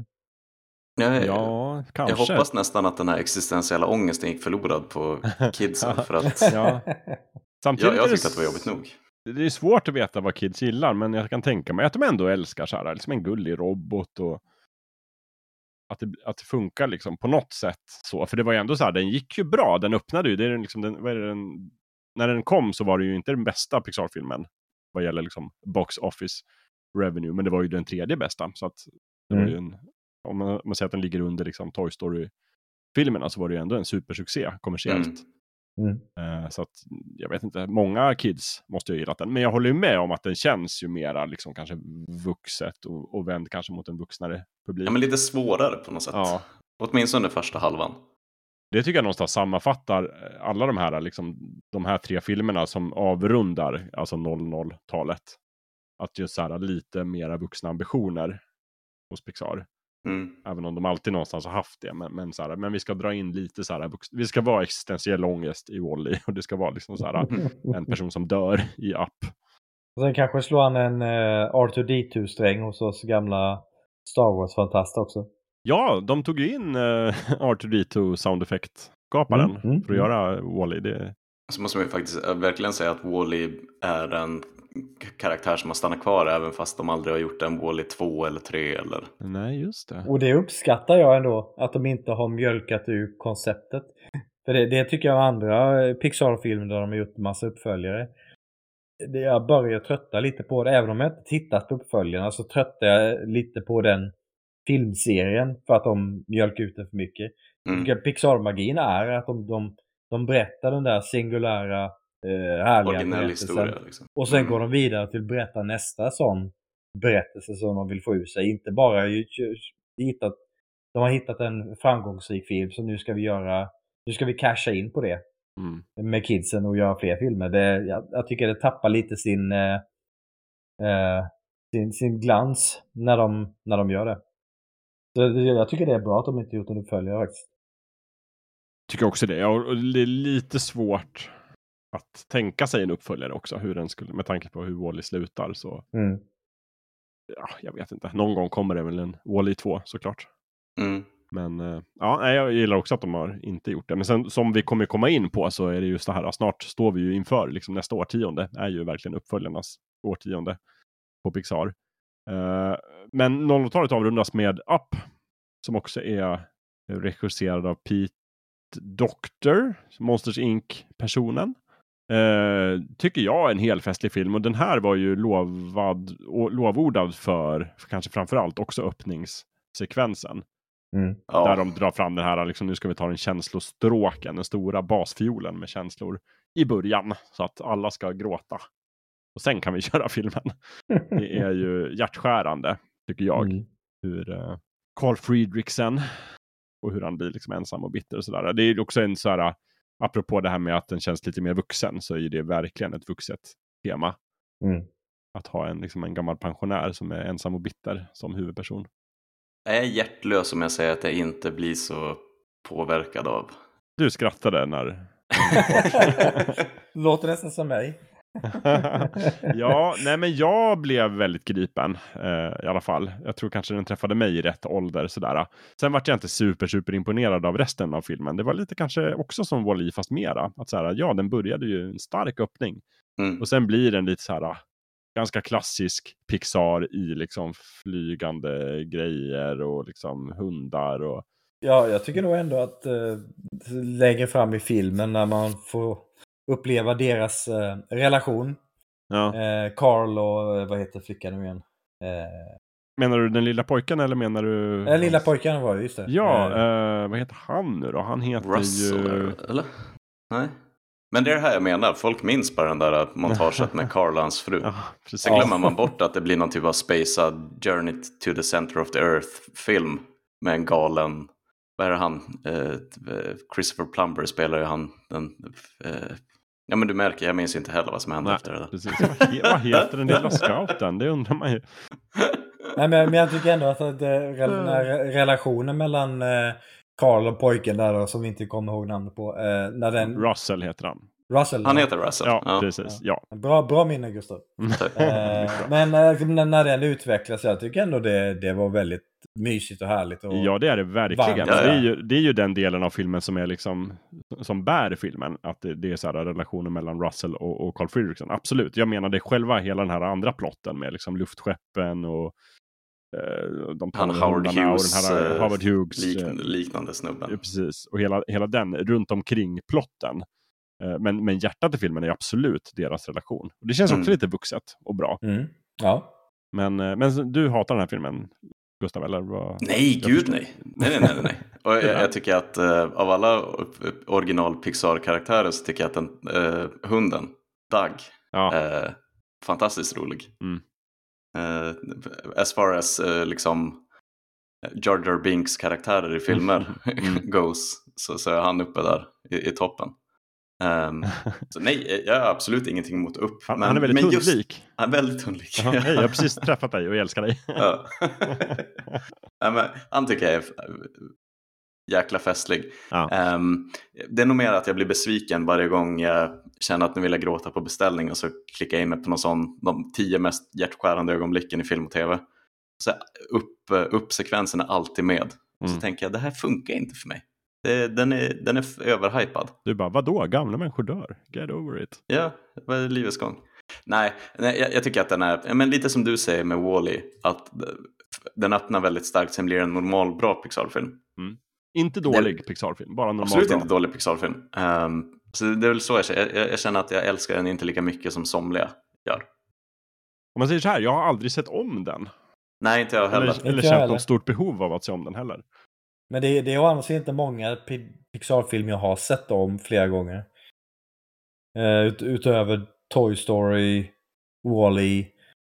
Ja, kanske. Jag hoppas nästan att den här existentiella ångesten gick förlorad på kidsen. För att Samtidigt jag tyckte att det var jobbigt nog. Det är svårt att veta vad kids gillar, men jag kan tänka mig att de ändå älskar så här, liksom en gullig robot, och att det funkar liksom på något sätt så. För det var ju ändå så här, den gick ju bra, den öppnade ju, det är liksom när den kom så var det ju inte den bästa Pixar-filmen vad gäller liksom box office revenue, men det var ju den tredje bästa, så att det var ju om man säger att den ligger under liksom Toy Story-filmerna, så var det ju ändå en supersuccé kommersiellt. Så att jag vet inte, många kids måste ju gilla den, men jag håller ju med om att den känns ju mera liksom kanske vuxet och vänd kanske mot en vuxnare publik. Ja, men lite svårare på något sätt. Ja. Åtminstone första halvan. Det tycker jag någonstans sammanfattar alla de här liksom, de här 3 filmerna som avrundar alltså 00-talet. Att just så här lite mera vuxna ambitioner hos Pixar. Även om de alltid någonstans har haft det. Men vi ska dra in lite så här. Vi ska vara existentiell ångest i Wall-E. Och det ska vara liksom så här en person som dör i app. Och sen kanske slår han en R2D2-sträng hos oss gamla Star Wars-fantaster också. Ja, de tog ju in R2D2 sound effect-skaparen för att göra Wall-E. Så måste man ju faktiskt verkligen säga att Wall-E är en karaktär som har stannat kvar även fast de aldrig har gjort en Wall-E 2 eller 3 eller... Nej, just det. Och det uppskattar jag ändå, att de inte har mjölkat ur konceptet. För det tycker jag andra Pixar-filmer där de har gjort en massa uppföljare. Jag börjar trötta lite på det, även om jag inte tittat på uppföljarna så tröttar jag lite på den filmserien för att de mjölkar ut den för mycket. Jag tycker att Pixar-magin är att de berättar den där singulära härliga berättelsen. Liksom. Och sen går de vidare till att berätta nästa sån berättelse som de vill få ur sig. Inte bara de har hittat en framgångsrik film, så nu ska vi casha in på det med kidsen och göra fler filmer. Jag tycker det tappar lite sin glans när de gör det. Så jag tycker det är bra att de inte gjort en uppföljare faktiskt. Tycker också det. Och det är lite svårt att tänka sig en uppföljare också, hur den skulle, med tanke på hur Wall-E slutar så. Ja, jag vet inte. Någon gång kommer det väl en Wall-E 2 såklart. Men jag gillar också att de har inte gjort det. Men sen som vi kommer komma in på så är det just det här, snart står vi ju inför liksom, nästa årtionde är ju verkligen uppföljarnas årtionde på Pixar. Men 00-talet avrundas med Up, som också är regisserad av Pete Docter, Monsters Inc-personen. Tycker jag är en helt festlig film, och den här var ju lovordad för kanske framförallt också öppningssekvensen. Där de drar fram den här liksom, nu ska vi ta den känslostråken, den stora basfiolen med känslor i början så att alla ska gråta. Och sen kan vi köra filmen. Det är ju hjärtskärande, tycker jag. Hur Carl Fredricksen och hur han blir liksom ensam och bitter och sådär. Det är också en så här, apropå det här med att den känns lite mer vuxen, så är det verkligen ett vuxet tema. Att ha en gammal pensionär som är ensam och bitter som huvudperson. Jag är hjärtlös om jag säger att jag inte blir så påverkad av. Du skrattade när... Låter nästan som mig. Ja, nej men jag blev väldigt gripen i alla fall. Jag tror kanske den träffade mig i rätt ålder sådär. Sen var jag inte super imponerad av resten av filmen. Det var lite kanske också som Wall-E fast mera. Att såhär, ja, den började ju en stark öppning. Och sen blir den lite såhär ganska klassisk Pixar i liksom flygande grejer och liksom hundar och... Ja, jag tycker nog ändå att lägger fram i filmen när man får uppleva deras relation. Ja. Carl och vad heter flickan nu igen? Menar du den lilla pojken eller menar du... Den lilla pojken var ju just det. Ja, vad heter han nu då? Han heter Russell, ju... eller? Nej. Men det är det här jag menar. Folk minns bara den där montaget med Carl och hans fru. Ja, precis. Sen glömmer man bort att det blir någon typ av spacad Journey to the Center of the Earth-film med en galen... Vad är det han? Christopher Plummer spelar ju han. Ja, men du märker, jag minns inte heller vad som hände efter det där. Precis. Vad heter den lilla scouten? Det undrar man ju. Nej, men jag tycker ändå att den här relationen mellan Carl och pojken där då, som vi inte kommer ihåg namnet på. När den... Russell heter han. Russell. Han heter Russell. Ja, precis. Ja. Bra minne, Gustav. Men när den utvecklas, jag tycker ändå det var väldigt mysigt och härligt. Och ja, det är det verkligen. Varmt. Det är ju den delen av filmen som är liksom som bär filmen. Att det är så här relationer mellan Russell och Carl Fredricksen. Absolut. Jag menar det själva hela den här andra plotten med liksom luftskeppen och de han Howard Hughes, och den här Howard Hughes liknande snubben. Ja, precis. Och hela den runt omkring plotten. Men hjärtat i filmen är absolut deras relation. Och det känns också lite vuxet och bra. Ja. Men du hatar den här filmen, Gustav, eller vad? Nej, nej. Och jag tycker att av alla original Pixar-karaktärer så tycker jag att den hunden, Doug, fantastiskt rolig. As far as liksom Jar Jar Binks karaktärer i filmer goes, så är han uppe där i toppen. Så nej, jag har absolut ingenting emot upp. Han är väldigt hundlik. Han är väldigt hundlik. Hej, jag har precis träffat dig och jag älskar dig. Ja, men han tycker jag är jäkla festlig. Ja. Det är nog mer att jag blir besviken varje gång jag känner att nu vill jag gråta på beställning, och så klickar jag in mig på någon sån, de 10 mest hjärtskärande ögonblicken i film och tv. Så upp-sekvensen är alltid med. Och så tänker jag, det här funkar inte för mig. Den är överhypad. Du bara, vadå? Gamla människor dör. Get over it. Ja, vad är livets gång? Nej, jag tycker att den är, men lite som du säger med Wall-E, att den öppnar väldigt starkt, sen blir det en normal bra Pixar-film. Inte dålig Pixar-film, bara normal. Absolut bra. inte dålig Pixar-film. Så det är väl så jag känner att jag älskar den inte lika mycket som somliga gör. Om man säger så här, jag har aldrig sett om den. Nej, inte jag heller. Eller känt något stort behov av att se om den heller. Men det är å andra sidan inte många Pixar-filmer jag har sett om flera gånger. Utöver Toy Story, Wall-E.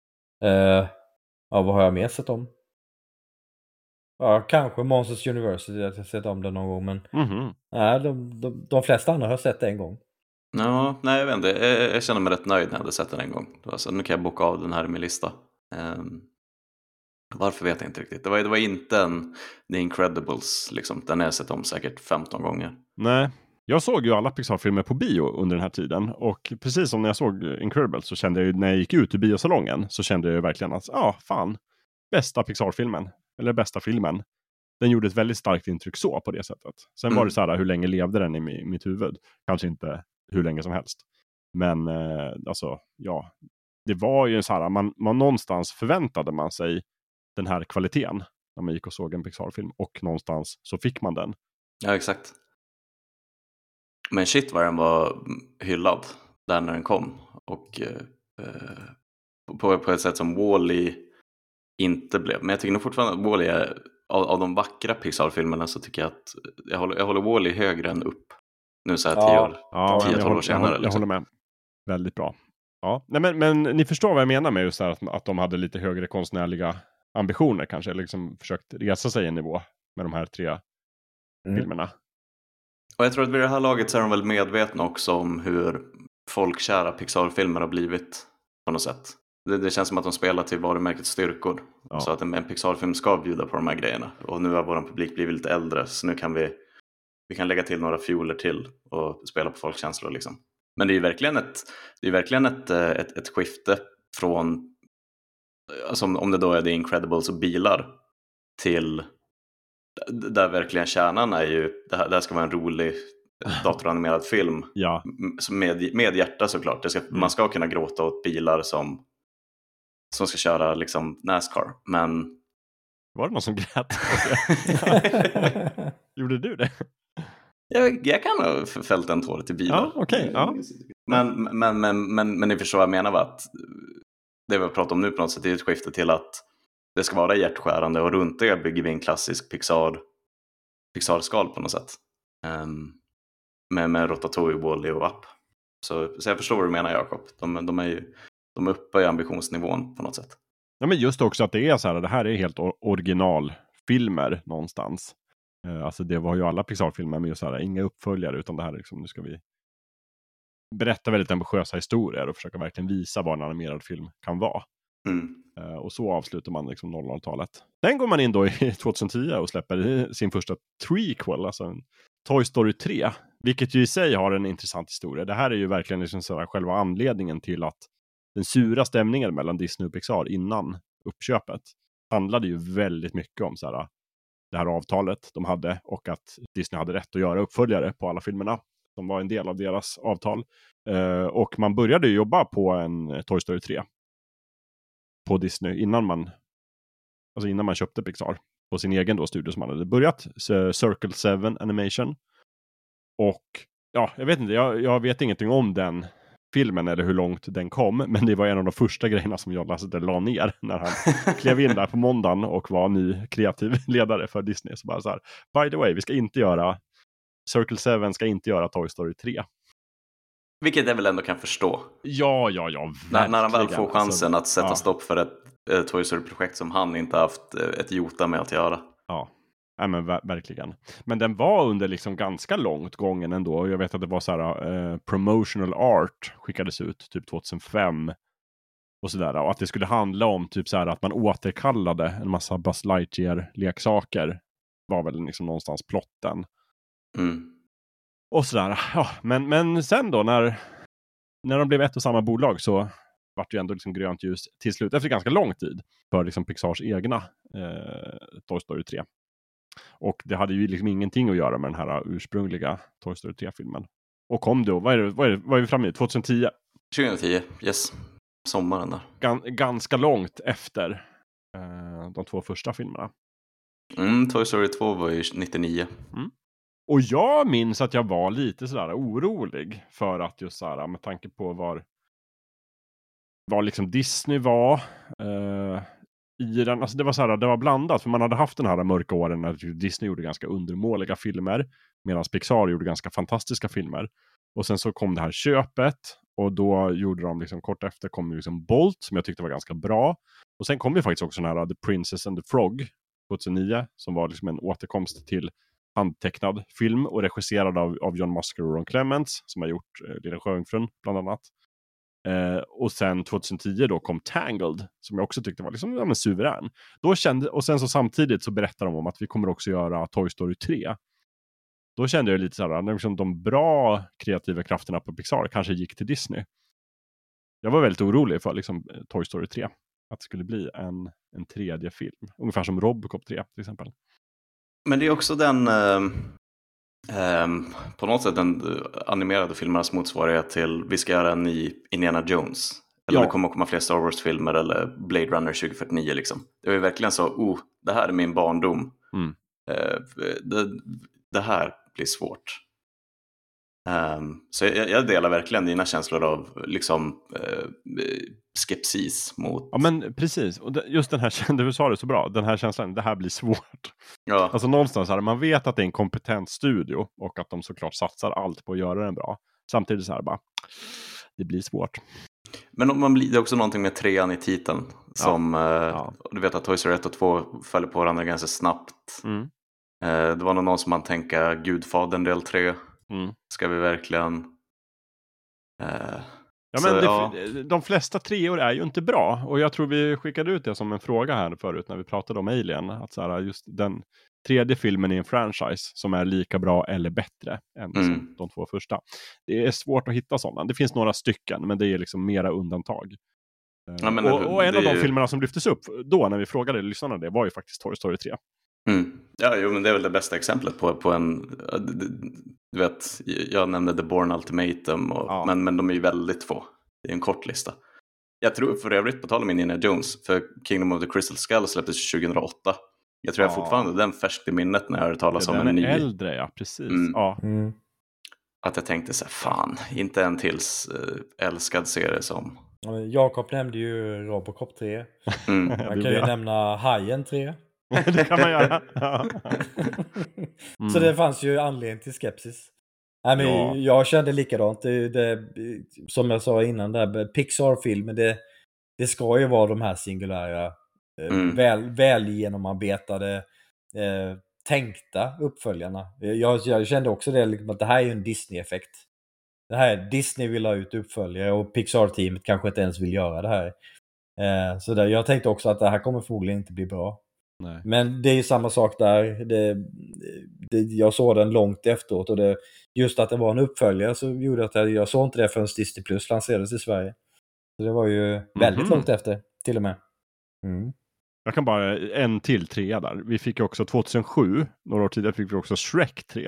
Vad har jag mer sett om? Ja, kanske Monsters University, jag har sett om det någon gång. Men nej, de flesta andra har sett det en gång. Ja, nej, jag vet inte. Jag känner mig rätt nöjd när jag hade sett den en gång. Alltså, nu kan jag boka av den här i min lista. Varför vet jag inte riktigt. Det var inte The Incredibles liksom. Den har jag sett om säkert 15 gånger. Nej, jag såg ju alla Pixar-filmer på bio under den här tiden. Och precis som när jag såg Incredibles så kände jag ju, när jag gick ut ur biosalongen så kände jag ju verkligen att fan, bästa Pixar-filmen. Eller bästa filmen. Den gjorde ett väldigt starkt intryck så på det sättet. Sen var det så här, hur länge levde den i mitt huvud? Kanske inte hur länge som helst. Men alltså, ja. Det var ju så här, man någonstans förväntade man sig den här kvaliteten när man gick och såg en Pixar-film, och någonstans så fick man den. Ja, exakt. Men shit vad den var hyllad där när den kom, och på ett sätt som Wall-E inte blev. Men jag tycker nog fortfarande att Wall-E är, av de vackra Pixar-filmerna, så tycker jag att jag håller Wall-E högre än upp nu så här 10-12 år senare. Jag håller med. Väldigt bra. Ja. Nej, men ni förstår vad jag menar med just det här, att de hade lite högre konstnärliga ambitioner kanske, liksom försökt resa sig en nivå med de här 3 filmerna. Och jag tror att vid det här laget så är de väl medvetna också om hur folkkära Pixar-filmer har blivit på något sätt. Det känns som att de spelar till varumärkets styrkor. Ja. Så att en Pixar-film ska bjuda på de här grejerna. Och nu har vår publik blivit lite äldre, så nu kan vi kan lägga till några fioler till och spela på folkkänslor liksom. Men det är ju verkligen ett skifte från, alltså om det då är The Incredibles och bilar, till där verkligen kärnan är ju det här ska vara en rolig datoranimerad film med hjärta såklart. Man ska kunna gråta åt bilar som ska köra liksom NASCAR, men var det någon som grät? Gjorde du det? Jag kan ha fällt en tår till bilar. Ja, okej. Ja. Men ni förstår vad jag menar, att det vi pratar om nu på något sätt är ett skifte till att det ska vara hjärtskärande, och runt det bygger vi en klassisk Pixar-skal på något sätt. Med Ratatouille, Wall-E och Up. Så jag förstår vad du menar, Jakob. De är uppe i ambitionsnivån på något sätt. Ja, men just också att det är så här, det här är helt originalfilmer någonstans. Alltså det var ju alla Pixar-filmer med så här, inga uppföljare, utan det här är liksom, nu ska vi berätta väldigt ambitiösa historier och försöka verkligen visa vad en animerad film kan vara. Och så avslutar man liksom 00-talet. Sen går man in då i 2010 och släpper sin första trequel, alltså en Toy Story 3, vilket ju i sig har en intressant historia. Det här är ju verkligen liksom så här, själva anledningen till att den sura stämningen mellan Disney och Pixar innan uppköpet handlade ju väldigt mycket om så här, det här avtalet de hade och att Disney hade rätt att göra uppföljare på alla filmerna som var en del av deras avtal. Och man började ju jobba på en Toy Story 3 på Disney innan man köpte Pixar på sin egen då studio som man hade börjat, Circle 7 Animation. Och ja, jag vet inte, jag vet ingenting om den filmen eller hur långt den kom, men det var en av de första grejerna som John Lasseter la ner när han klev in där på måndagen och var ny kreativ ledare för Disney. Så bara så här, by the way, Circle 7 ska inte göra Toy Story 3. Vilket jag väl ändå kan förstå. Ja, när han väl får chansen att sätta stopp för ett Toy Story-projekt som han inte haft ett jota med att göra. Ja, men verkligen. Men den var under liksom ganska långt gången ändå. Jag vet att det var så här promotional art skickades ut typ 2005 och sådär. Och att det skulle handla om typ så här att man återkallade en massa Buzz Lightyear-leksaker var väl liksom någonstans plotten. Och sådär. Ja, men sen då när de blev ett och samma bolag så var det ju ändå liksom grönt ljus till slut efter ganska lång tid för liksom Pixars egna Toy Story 3. Och det hade ju liksom ingenting att göra med den här ursprungliga Toy Story 3-filmen. Och kom då, vad är vi framme i? 2010? 2010, yes. Sommaren där. Ganska långt efter de två första filmerna. Toy Story 2 var ju 99. Och jag minns att jag var lite sådär orolig för att just såhär, med tanke på var liksom Disney var i den, alltså det var såhär, det var blandat, för man hade haft den här mörka åren när Disney gjorde ganska undermåliga filmer medan Pixar gjorde ganska fantastiska filmer. Och sen så kom det här köpet och då gjorde de liksom, kort efter kom liksom Bolt som jag tyckte var ganska bra. Och sen kom ju faktiskt också den här The Princess and the Frog 2009 som var liksom en återkomst till handtecknad film och regisserad av John Musker och Ron Clements som har gjort Lilla Sjöjungfrun bland annat. Och sen 2010 då kom Tangled som jag också tyckte var liksom suverän. Och sen så samtidigt så berättar de om att vi kommer också göra Toy Story 3. Då kände jag lite så här, när liksom de bra kreativa krafterna på Pixar kanske gick till Disney. Jag var väldigt orolig för liksom Toy Story 3. Att det skulle bli en tredje film. Ungefär som Robocop 3 till exempel. Men det är också den på något sätt den animerade filmernas motsvarighet till vi ska göra en ny Indiana Jones. Eller det kommer att komma fler Star Wars-filmer eller Blade Runner 2049 liksom. Det var ju verkligen så, det här är min barndom. Det här blir svårt. Så jag delar verkligen dina känslor av liksom skepsis mot... Ja men precis, och just den här, du sa det så bra, den här känslan, det här blir svårt. Ja. Alltså någonstans här, man vet att det är en kompetent studio och att de såklart satsar allt på att göra den bra. Samtidigt så här bara, det blir svårt. Men om man blir, det är också någonting med 3:an i titeln som, du vet att Toy Story 1 och 2 följer på varandra ganska snabbt. Det var någon som man tänker Gudfadern del 3. Ska vi verkligen... De flesta 3-år är ju inte bra. Och jag tror vi skickade ut det som en fråga här förut när vi pratade om Alien. Att så här, just den tredje filmen i en franchise som är lika bra eller bättre än som de två första. Det är svårt att hitta sådana. Det finns några stycken, men det är liksom mera undantag. Ja, men och en av de filmerna som lyftes upp då när vi frågade lyssnarna det var ju faktiskt Toy Story 3. Ja, men det är väl det bästa exemplet på en... Du vet, jag nämnde The Bourne Ultimatum, men de är ju väldigt få. Det är en kort lista. Jag tror för övrigt, på tal om Indiana Jones, för Kingdom of the Crystal Skull släpptes 2008. Jag tror jag fortfarande den färskt i minnet när jag hörde talas om en ny. Äldre, ja, precis. Att jag tänkte så här, fan, inte en tills älskad serie som... Jakob nämnde ju Robocop 3. Man kan ju nämna Hajen 3. Det kan man göra. Så det fanns ju anledning till skepsis. Nej, men jag kände likadant. Som jag sa innan, där Pixar-filmer, det ska ju vara de här singulära, väl genomarbetade, tänkta uppföljarna. Jag kände också det, liksom, att det här är en Disney-effekt. Det här är Disney vill ha ut uppföljare och Pixar-teamet kanske inte ens vill göra det här. Så där, jag tänkte också att det här kommer förmodligen inte bli bra. Nej. Men det är ju samma sak där. Jag såg den långt efteråt, och just att det var en uppföljare så gjorde att jag såg inte det förrän Disney Plus lanserades i Sverige. Så det var ju väldigt långt efter till och med. Jag kan bara en till 3 där. Vi fick ju också 2007, några år tidigare fick vi också Shrek 3.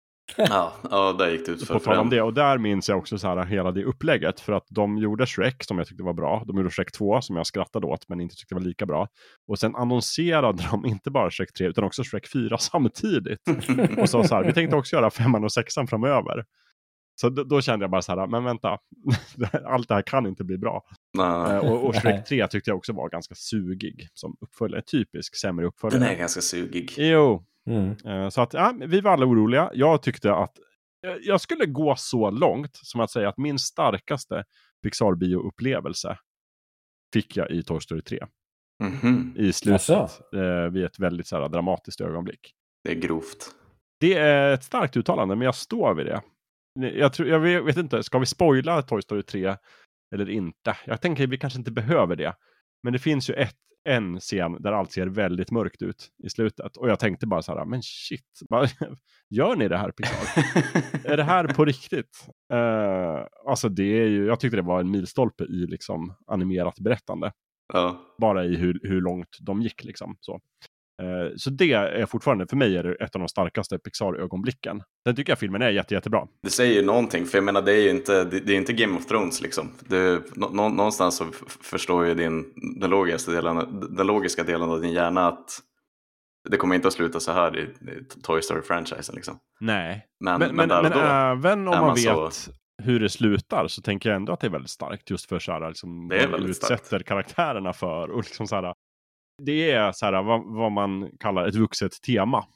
Ja, där gick det ut på tal om det. Och där minns jag också så här hela det upplägget. För att de gjorde Shrek som jag tyckte var bra. De gjorde Shrek 2 som jag skrattade åt men inte tyckte var lika bra. Och sen annonserade de inte bara Shrek 3 utan också Shrek 4 samtidigt. Och så här, vi tänkte också göra 5 och 6 framöver. Så då kände jag bara så här, men vänta, allt det här kan inte bli bra. Och Shrek 3 tyckte jag också var ganska sugig som uppföljare, typisk sämre uppföljare. Den är ganska sugig. Jo. Så att vi var alla oroliga. Jag tyckte att jag skulle gå så långt som att säga att min starkaste Pixar-bio-upplevelse fick jag i Toy Story 3. I slutet, vid ett väldigt så här, dramatiskt ögonblick. Det är grovt. Det är ett starkt uttalande, men jag står vid det. Jag vet inte, ska vi spoila Toy Story 3 eller inte? Jag tänker att vi kanske inte behöver det. Men det finns ju en scen där allt ser väldigt mörkt ut i slutet. Och jag tänkte bara så här, men shit, gör ni det här Pixar? Är det här på riktigt? Alltså det är ju, jag tyckte det var en milstolpe i liksom animerat berättande. Ja. Bara i hur långt de gick liksom. Så det är fortfarande, för mig är det ett av de starkaste Pixar-ögonblicken. Sen tycker jag filmen är jättebra. Det säger ju någonting, för jag menar det är ju inte Game of Thrones liksom. Någonstans så förstår ju den logiska delen av din hjärna att det kommer inte att sluta så här i Toy Story-franchisen liksom. Nej, men även om man vet hur det slutar så tänker jag ändå att det är väldigt starkt just för så här, liksom, det är vad utsätter karaktärerna för och liksom så här. Det är så här, vad man kallar ett vuxet tema.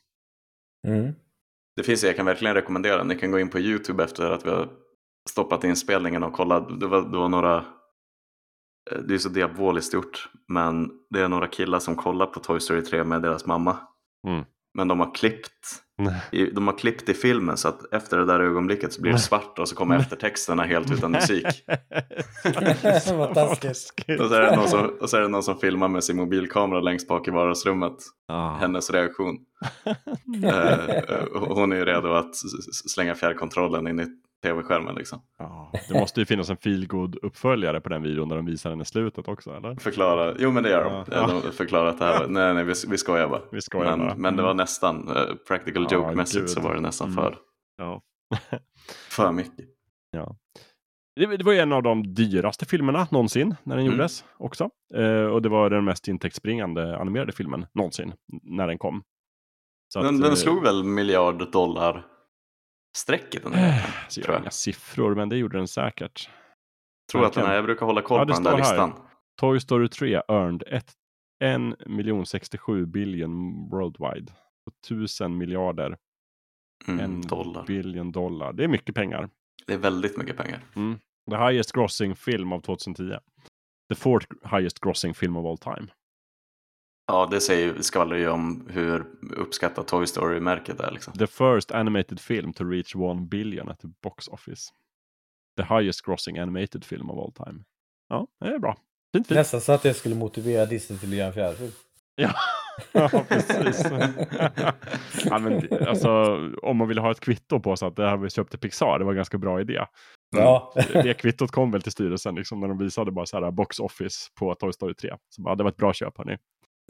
Det finns, jag kan verkligen rekommendera. Ni kan gå in på YouTube efter att vi har stoppat inspelningen och kolla. Det var några, det är så diaboliskt gjort, men det är några killar som kollar på Toy Story 3 med deras mamma. Men de har klippt i filmen så att efter det där ögonblicket så blir det svart och så kommer eftertexterna helt utan musik. Vad taskigt. Och så är det någon som filmar med sin mobilkamera längst bak i vardagsrummet. Hennes reaktion. Hon är ju redo att slänga fjärrkontrollen in i tv-skärmen liksom. Det måste ju finnas en feelgood uppföljare på den videon där de visar den i slutet också, eller? Förklara, jo men det gör de. De förklarar att det här, nej vi skojar bara. Men det var nästan practical joke-mässigt så var det nästan för mycket. Ja. Det var ju en av de dyraste filmerna någonsin när den gjordes också. Och det var den mest intäktsbringande animerade filmen någonsin när den kom. Så den slog väl $1 miljard strecket den här, så jag har inga siffror, men det gjorde den säkert. Tror att jag brukar hålla koll på den där listan. Toy Story 3 earned 1,067 billion worldwide. 1000 miljarder. $1 billion dollar. Det är mycket pengar. Det är väldigt mycket pengar. The highest grossing film av 2010. The fourth highest grossing film of all time. Ja, det skvallrar ju om hur uppskattat Toy Story-märket är liksom. The first animated film to reach 1 billion at the box office. The highest grossing animated film of all time. Ja, det är bra. Fint. Nästan så att det skulle motivera Disney till att göra en fjärde film. Ja, precis. Ja, men, alltså, om man vill ha ett kvitto på så att det här vi köpte Pixar, det var en ganska bra idé. Ja. Det kvittot kom väl till styrelsen liksom, när de visade bara så här box office på Toy Story 3. Så bara, det var ett bra köp, hörni.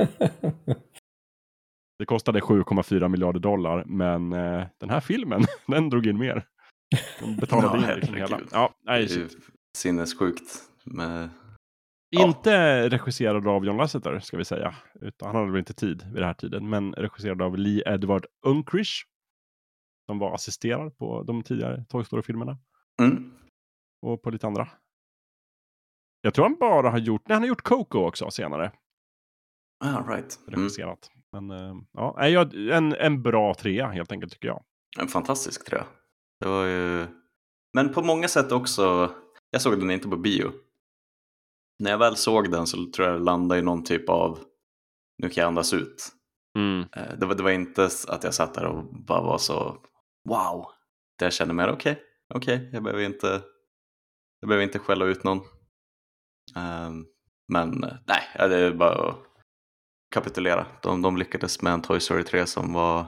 Det kostade 7,4 miljarder dollar, men den här filmen, den drog in mer. De betalade in liksom hela. Ja, nej, det är ju sinnessjukt med... Inte regisserad av John Lasseter, ska vi säga. Utan han hade väl inte tid vid den här tiden. Men regisserad av Lee Edward Unkrich. Som var assisterad på de tidigare Toy Story-filmerna. Och på lite andra. Jag tror han bara har gjort... Nej, han har gjort Coco också senare. Right. Regisserat. Men ja, en bra trea helt enkelt tycker jag. En fantastisk trea. Det var ju... Men på många sätt också, jag såg den inte på bio. När jag väl såg den så tror jag det landade i någon typ av, nu kan jag andas ut. Det var inte att jag satt där och bara var så, wow. Det jag kände mer, okej, jag behöver inte skälla ut någon. Men nej, det är bara att kapitulera. De lyckades med en Toy Story 3 som var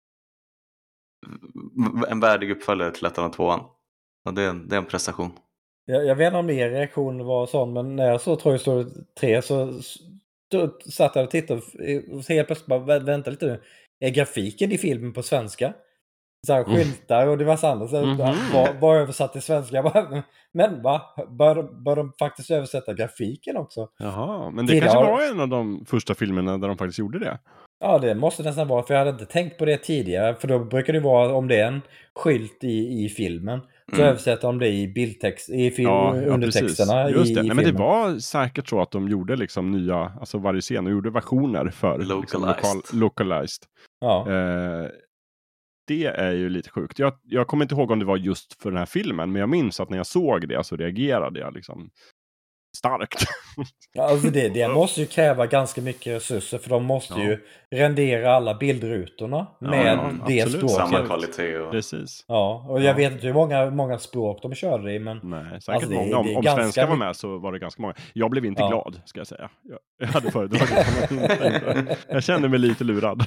en värdig uppföljare till 1 och 2. Och det är en prestation. Jag vet inte om min reaktion var sån, men när jag såg Toy Story 3 så satt jag och tittade och helt plötsligt bara, vänta lite nu. Är grafiken i filmen på svenska? Så här, skyltar och diverse andra. Så var översatt till svenska. Men va? Bör de faktiskt översätta grafiken också? Jaha, men det kanske var en av de första filmerna där de faktiskt gjorde det. Ja, det måste nästan vara, för jag hade inte tänkt på det tidigare. För då brukar det vara, om det är en skylt i filmen, så översätter de det i bildtext, undertexterna i Just det. filmen. Men det var säkert så att de gjorde liksom nya, alltså varje scen, och gjorde versioner för localized. Ja. Det är ju lite sjukt. Jag kommer inte ihåg om det var just för den här filmen, men jag minns att när jag såg det så reagerade jag liksom starkt. Ja, alltså det måste ju kräva ganska mycket resurser, för de måste ju rendera alla bildrutorna med det språket. Samma kvalitet. Precis. Ja, och jag vet inte hur många språk de körde det i, men... Nej, säkert många. Om svenska var med så var det ganska många. Jag blev inte glad, ska jag säga. Jag hade föredragit. Jag kände mig lite lurad.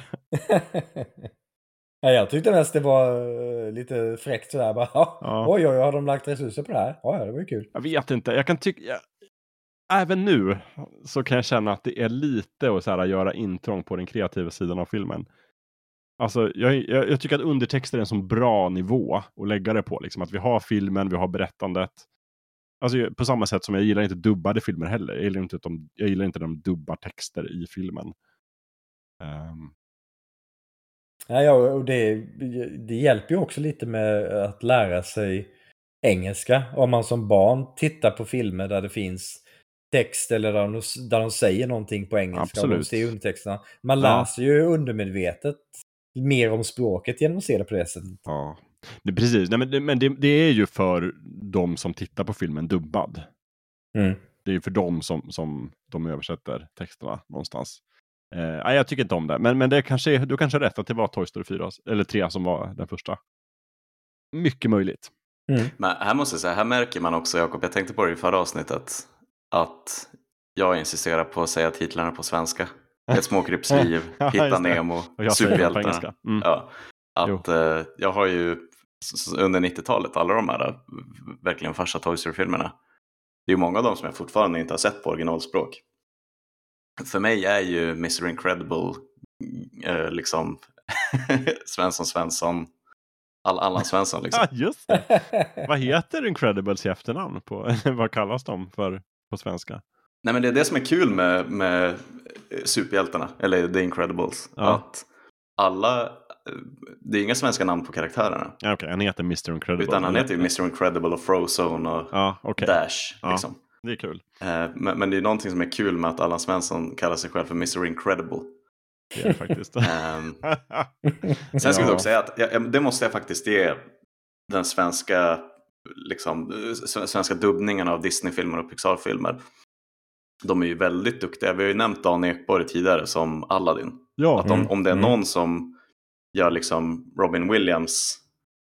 Ja, jag tyckte mest det var lite fräckt sådär. Bara, oj, har de lagt resurser på det här? Ja, det var ju kul. Jag vet inte, jag kan tycka... Även nu så kan jag känna att det är lite att så här, göra intrång på den kreativa sidan av filmen. Alltså, jag tycker att undertexter är en sån bra nivå att lägga det på. Liksom, att vi har filmen, vi har berättandet. Alltså, på samma sätt som jag gillar inte dubbade filmer heller. Jag gillar inte de dubbar texter i filmen. Ja, och det hjälper ju också lite med att lära sig engelska. Om man som barn tittar på filmer där det finns text eller där de säger någonting på engelska. Absolut. Och de ser undertexterna. Man lär sig ju undermedvetet mer om språket genom att se det på det sättet. Ja, precis. Nej, men det är ju för de som tittar på filmen dubbad. Det är ju för dem som de översätter texterna någonstans. Jag tycker inte om det. Men det kanske du kanske har rätt att det var Toy Story 4 eller 3 som var den första. Mycket möjligt. Men här måste jag säga, här märker man också, Jakob, jag tänkte på det i förra avsnittet, att jag insisterar på att säga titlarna på svenska. Ett småkrypsliv, Hitta Nemo, Superhjältarna. Jag har ju under 90-talet alla de här verkligen första Toy Story-filmerna. Det är ju många av dem som jag fortfarande inte har sett på originalspråk. För mig är ju Mr. Incredible liksom Svensson Allan Svensson liksom. Just det. Vad heter Incredibles i efternamn vad kallas de för på svenska? Nej, men det är det som är kul med superhjältarna eller The Incredibles, att det är inga svenska namn på karaktärerna. Okej, han heter Mr. Incredible. Utan han heter ju Mr. Incredible och Frozone och Dash liksom. Det är kul. Men det är någonting som är kul med att Allan Svensson kallar sig själv för Mr. Incredible. Det är faktiskt. Sen skulle jag också säga att det måste jag faktiskt ge den svenska dubbningen av Disney-filmer och Pixar-filmer. De är ju väldigt duktiga. Vi har ju nämnt Dan Ekborg tidigare som Aladdin. Ja. Att om det är någon som gör liksom Robin Williams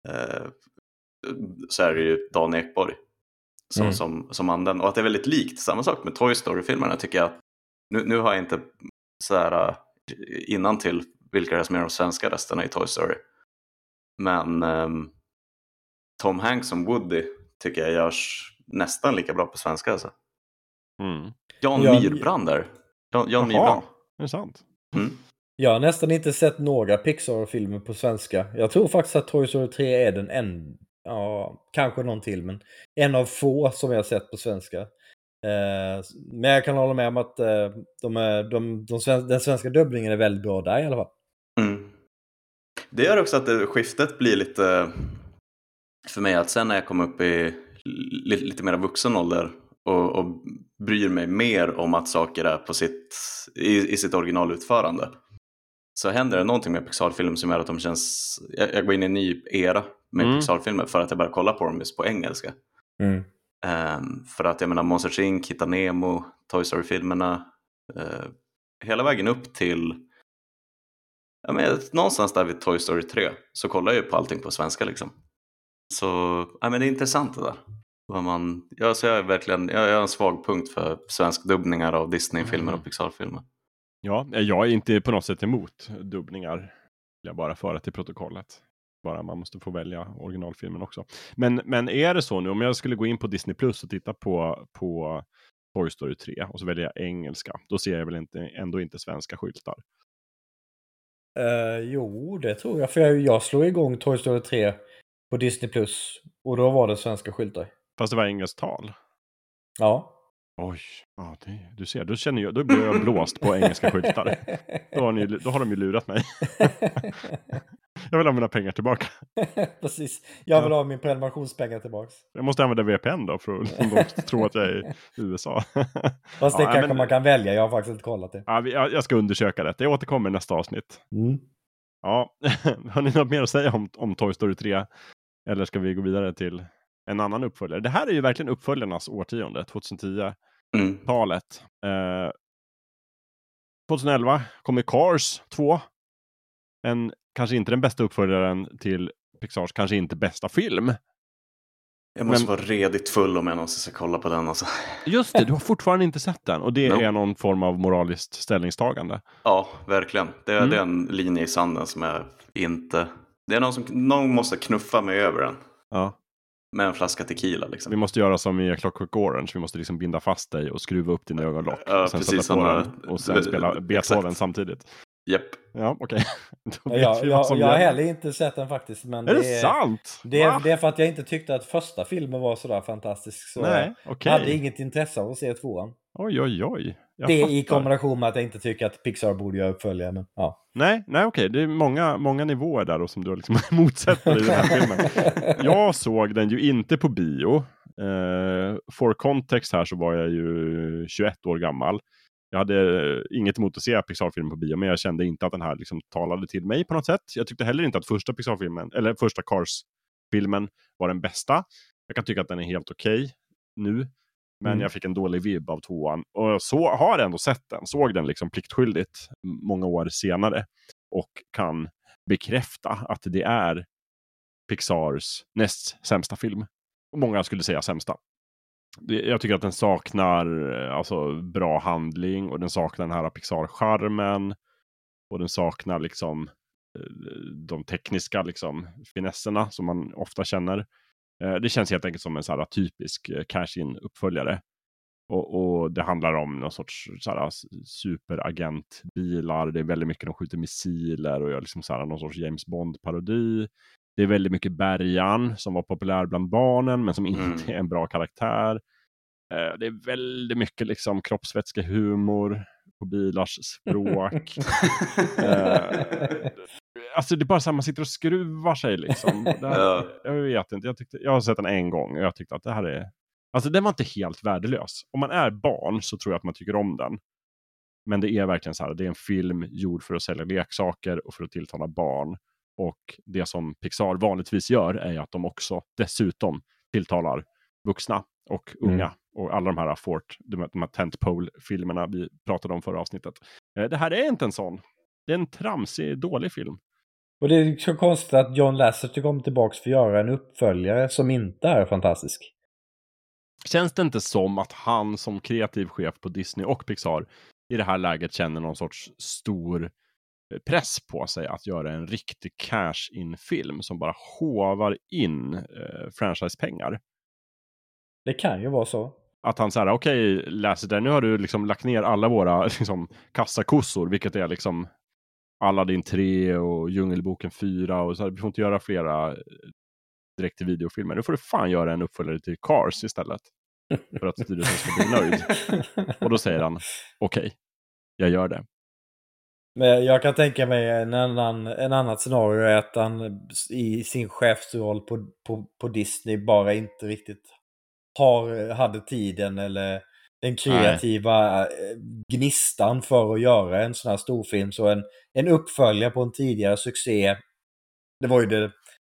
så är det ju Dan Ekborg som använder. Och att det är väldigt likt. Samma sak med Toy Story-filmerna tycker jag. Nu har jag inte så här innan till vilka det är som är de svenska rösterna i Toy Story. Men Tom Hanks som Woody tycker jag görs nästan lika bra på svenska alltså. Jan Myrbrand där. Jan Myrbrand. Det är sant. Jag har nästan inte sett några Pixar-filmer på svenska. Jag tror faktiskt att Toy Story 3 är den kanske någon till, men en av få som jag har sett på svenska. Men jag kan hålla med om att den svenska dubbningen är väldigt bra där i alla fall. Det gör också att skiftet blir lite för mig, att sen när jag kom upp i lite mer vuxen ålder och bryr mig mer om att saker är på i sitt originalutförande, så händer det någonting med Pixar-film som gör att de känns, jag går in i en ny era med Pixar-filmer för att jag bara kollar på dem just på engelska. För att jag menar Monsters Inc, Hitta Nemo, Toy Story-filmerna, hela vägen upp till någonstans där vid Toy Story 3 så kollar jag ju på allting på svenska liksom. Så men det är intressant det där. Jag har en svag punkt för svensk dubbningar av Disney-filmer och Pixar-filmer. Ja, jag är inte på något sätt emot dubbningar. Vill jag bara föra till protokollet. Bara man måste få välja originalfilmen också. Men är det så nu, om jag skulle gå in på Disney Plus och titta på Toy Story 3 och så väljer jag engelska, då ser jag väl ändå inte svenska skyltar. Jo, det tror jag. För jag slog igång Toy Story 3 på Disney Plus och då var det svenska skyltar. Fast det var engelskt tal. Ja. Oj, ja, du ser, då blir jag blåst på engelska skyltar. Då har de ju lurat mig. Jag vill ha mina pengar tillbaka. Precis, jag vill ha min prenumerationspengar tillbaka. Jag måste använda VPN då för att de tror att jag är i USA. Fast det kanske man kan välja, jag har faktiskt inte kollat det. Ja, jag ska undersöka det, jag återkommer i nästa avsnitt. Ja, har ni något mer att säga om Toy Story 3? Eller ska vi gå vidare till en annan uppföljare? Det här är ju verkligen uppföljarnas årtionde, 2010-talet. 2011 kommer Cars 2. Kanske inte den bästa uppföljaren till Pixars, kanske inte bästa film. Jag måste vara redigt full om jag någonsin ska kolla på den. Alltså. Just det, du har fortfarande inte sett den. Och det är någon form av moraliskt ställningstagande. Ja, verkligen. Det är en linje i sanden som jag inte... Det är någon måste knuffa mig över den. Ja. Med en flaska tequila liksom. Vi måste göra som i Clockwork Orange. Vi måste liksom binda fast dig och skruva upp dina ögonlock. Ja, och sen precis. sätta på den och sen spela Beethoven samtidigt. Japp. Ja, okej. Jag har heller inte sett den faktiskt. Men är det sant? Det är för att jag inte tyckte att första filmen var sådär fantastisk. Så jag hade inget intresse av att se tvåan. Oj. Det är i kombination med att jag inte tycker att Pixar borde göra uppföljare. Men, ja. Nej, okej. Det är många nivåer där som du liksom motsätter i den här filmen. Jag såg den ju inte på bio. For context här så var jag ju 21 år gammal. Jag hade inget emot att se Pixar-filmen på bio, men jag kände inte att den här liksom talade till mig på något sätt. Jag tyckte heller inte att första Pixar-filmen, eller första Cars-filmen var den bästa. Jag kan tycka att den är helt okej nu. Men jag fick en dålig vibb av tvåan. Och så har jag ändå sett den. Såg den liksom pliktskyldigt många år senare. Och kan bekräfta att det är Pixars näst sämsta film. Och många skulle säga sämsta. Jag tycker att den saknar bra handling. Och den saknar den här Pixar-charmen. Och den saknar liksom de tekniska liksom finesserna som man ofta känner. Det känns helt enkelt som en så här typisk cash-in-uppföljare. Och det handlar om någon sorts så här superagentbilar. Det är väldigt mycket de skjuter missiler och gör liksom så här någon sorts James Bond-parodi. Det är väldigt mycket Bergan som var populär bland barnen men som inte är en bra karaktär. Det är väldigt mycket liksom kroppsvätskehumor på bilars språk. Alltså det är bara så här, man sitter och skruvar sig liksom. Jag vet inte, jag har sett den en gång och jag tyckte att det här är... Alltså den var inte helt värdelös. Om man är barn så tror jag att man tycker om den. Men det är verkligen så här, det är en film gjord för att sälja leksaker och för att tilltala barn. Och det som Pixar vanligtvis gör är att de också dessutom tilltalar vuxna och unga. Och alla de här de här tentpole-filmerna vi pratade om förra avsnittet. Det här är inte en sån. Det är en tramsig, dålig film. Och det är så konstigt att John Lasseter kommer tillbaka för att göra en uppföljare som inte är fantastisk. Känns det inte som att han som kreativ chef på Disney och Pixar i det här läget känner någon sorts stor press på sig att göra en riktig cash-in-film som bara hovar in franchise-pengar? Det kan ju vara så. Att han säger, okej, Lasseter, nu har du liksom lagt ner alla våra liksom, kassakossor, vilket är liksom Aladdin 3 och Djungelboken 4 och så här, vi får inte göra flera direkt till videofilmer. Nu får du fan göra en uppföljare till Cars istället. För att styrelsen ska bli nöjd. Och då säger han, okej, jag gör det. Men jag kan tänka mig en annat scenario är att han i sin chefsroll på Disney bara inte riktigt hade tiden eller den kreativa gnistan för att göra en sån här storfilm. Så en uppföljare på en tidigare succé, det var ju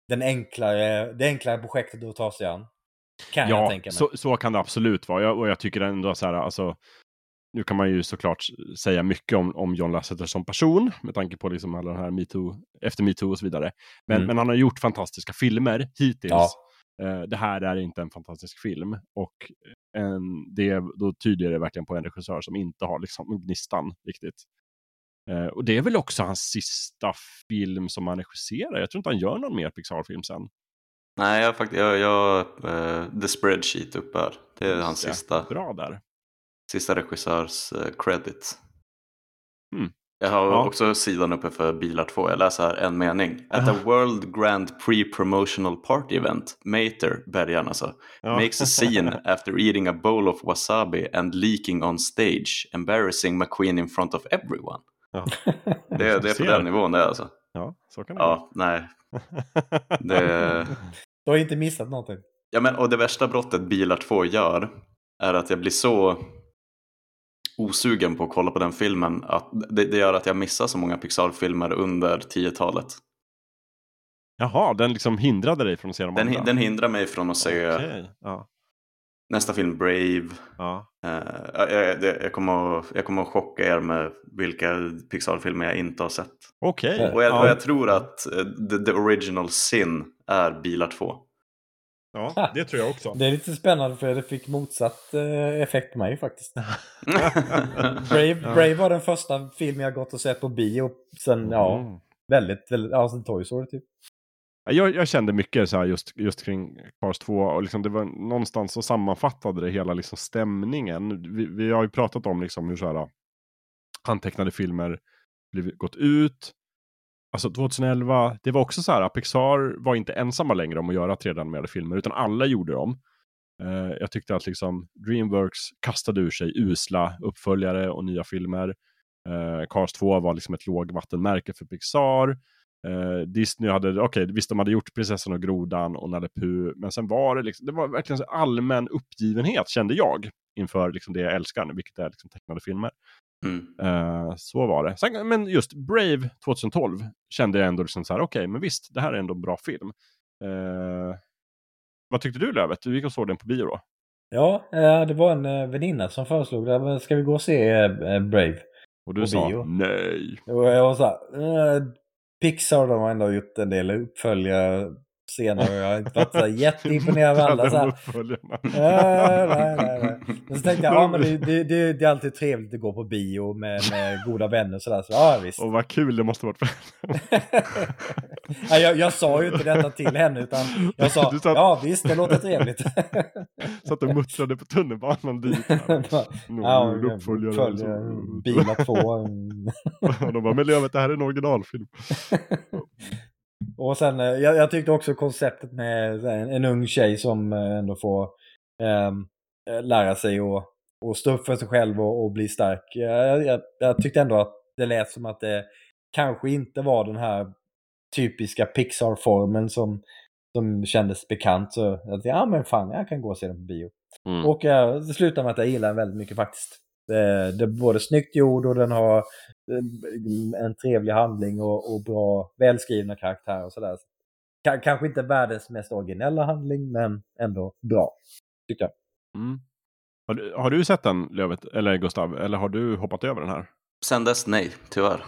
det enklare projektet att ta sig an. Kan jag tänka mig. Så kan det absolut vara. Och jag tycker ändå så här, alltså, nu kan man ju såklart säga mycket om John Lasseter som person, med tanke på liksom alla den här efter MeToo och så vidare. Men han har gjort fantastiska filmer hittills. Ja. Det här är inte en fantastisk film. Och då tyder det verkligen på en regissör som inte har liksom gnistan riktigt. Och det är väl också hans sista film som han regisserar. Jag tror inte han gör någon mer Pixar-film sen. Nej, jag The Spreadsheet uppe här. Det är hans Bra där. sista regissörs credit. Mm. Jag har också sidan uppe för Bilar 2. Jag läser här en mening. At a World Grand Pre-Promotional Party Event, Mater, Bergan alltså, makes a scene after eating a bowl of wasabi and leaking on stage, embarrassing McQueen in front of everyone. Ja. Det är på den nivån det alltså. Ja, så kan det vara. Nej. Du har inte missat någonting. Ja, men och det värsta brottet Bilar 2 gör är att jag blir så osugen på att kolla på den filmen att det gör att jag missar så många Pixar-filmer under 10-talet. Jaha, den liksom hindrade dig från att se dem andra? Den hindrar mig från att se nästa film, Brave. Ja. Jag kommer att chocka er med vilka Pixar-filmer jag inte har sett. Okej. Och jag tror att the original sin är Bilar 2. Ja, det tror jag också. Det är lite spännande för det fick motsatt effekt på mig faktiskt. Brave var den första film jag gått och sett på bio. Sen, väldigt, sen Toy Story typ. Jag kände mycket så här just kring Cars 2 och liksom det var någonstans så sammanfattade det hela liksom stämningen. Vi har ju pratat om liksom hur så här handtecknade filmer gått ut. Alltså 2011, det var också så här, Pixar var inte ensamma längre om att göra 3D-animerade filmer, utan alla gjorde dem. Jag tyckte att liksom DreamWorks kastade ur sig usla uppföljare och nya filmer. Cars 2 var liksom ett lågvattenmärke för Pixar. Disney visst de hade gjort Prinsessan och Grodan och Nalle Puh, men sen var det liksom, det var verkligen så allmän uppgivenhet kände jag inför liksom det jag älskar, vilket är liksom tecknade filmer. Så var det. Sen, men just Brave 2012 kände jag ändå liksom så här, okej, men visst, det här är ändå en bra film. Vad tyckte du, Lövet? Du gick och såg den på bio då? Ja, det var en väninna som föreslog det. Ska vi gå och se Brave? Och du sa bio? Nej. Och jag var så här, Pixar, de har ändå gjort en del uppföljare senare. Jag har inte varit så jätteimponerad av alla. Så nej. Men så tänkte jag, men det är alltid trevligt att gå på bio med goda vänner. Så visst. Och vad kul det måste varit för jag sa ju inte detta till henne, utan jag sa, visst, det låter trevligt. Så att du muttrade på tunnelbanan dit. Uppföljare, Bilar 2. Och de bara, men Lövet, det här är en originalfilm. Och sen, jag tyckte också konceptet med en ung tjej som ändå får lära sig och stå upp för sig själv och bli stark. Jag tyckte ändå att det lät som att det kanske inte var den här typiska Pixar-formen som kändes bekant. Så att, jag kan gå och se den på bio. Och det slutar med att jag gillar den väldigt mycket faktiskt. Det är både snyggt gjord och den har en trevlig handling och bra välskrivna karaktärer och sådär. Kanske inte världens mest originella handling, men ändå bra, tycker jag. Har du sett den, Lövet, eller Gustav? Eller har du hoppat över den här? Sen dess nej, tyvärr.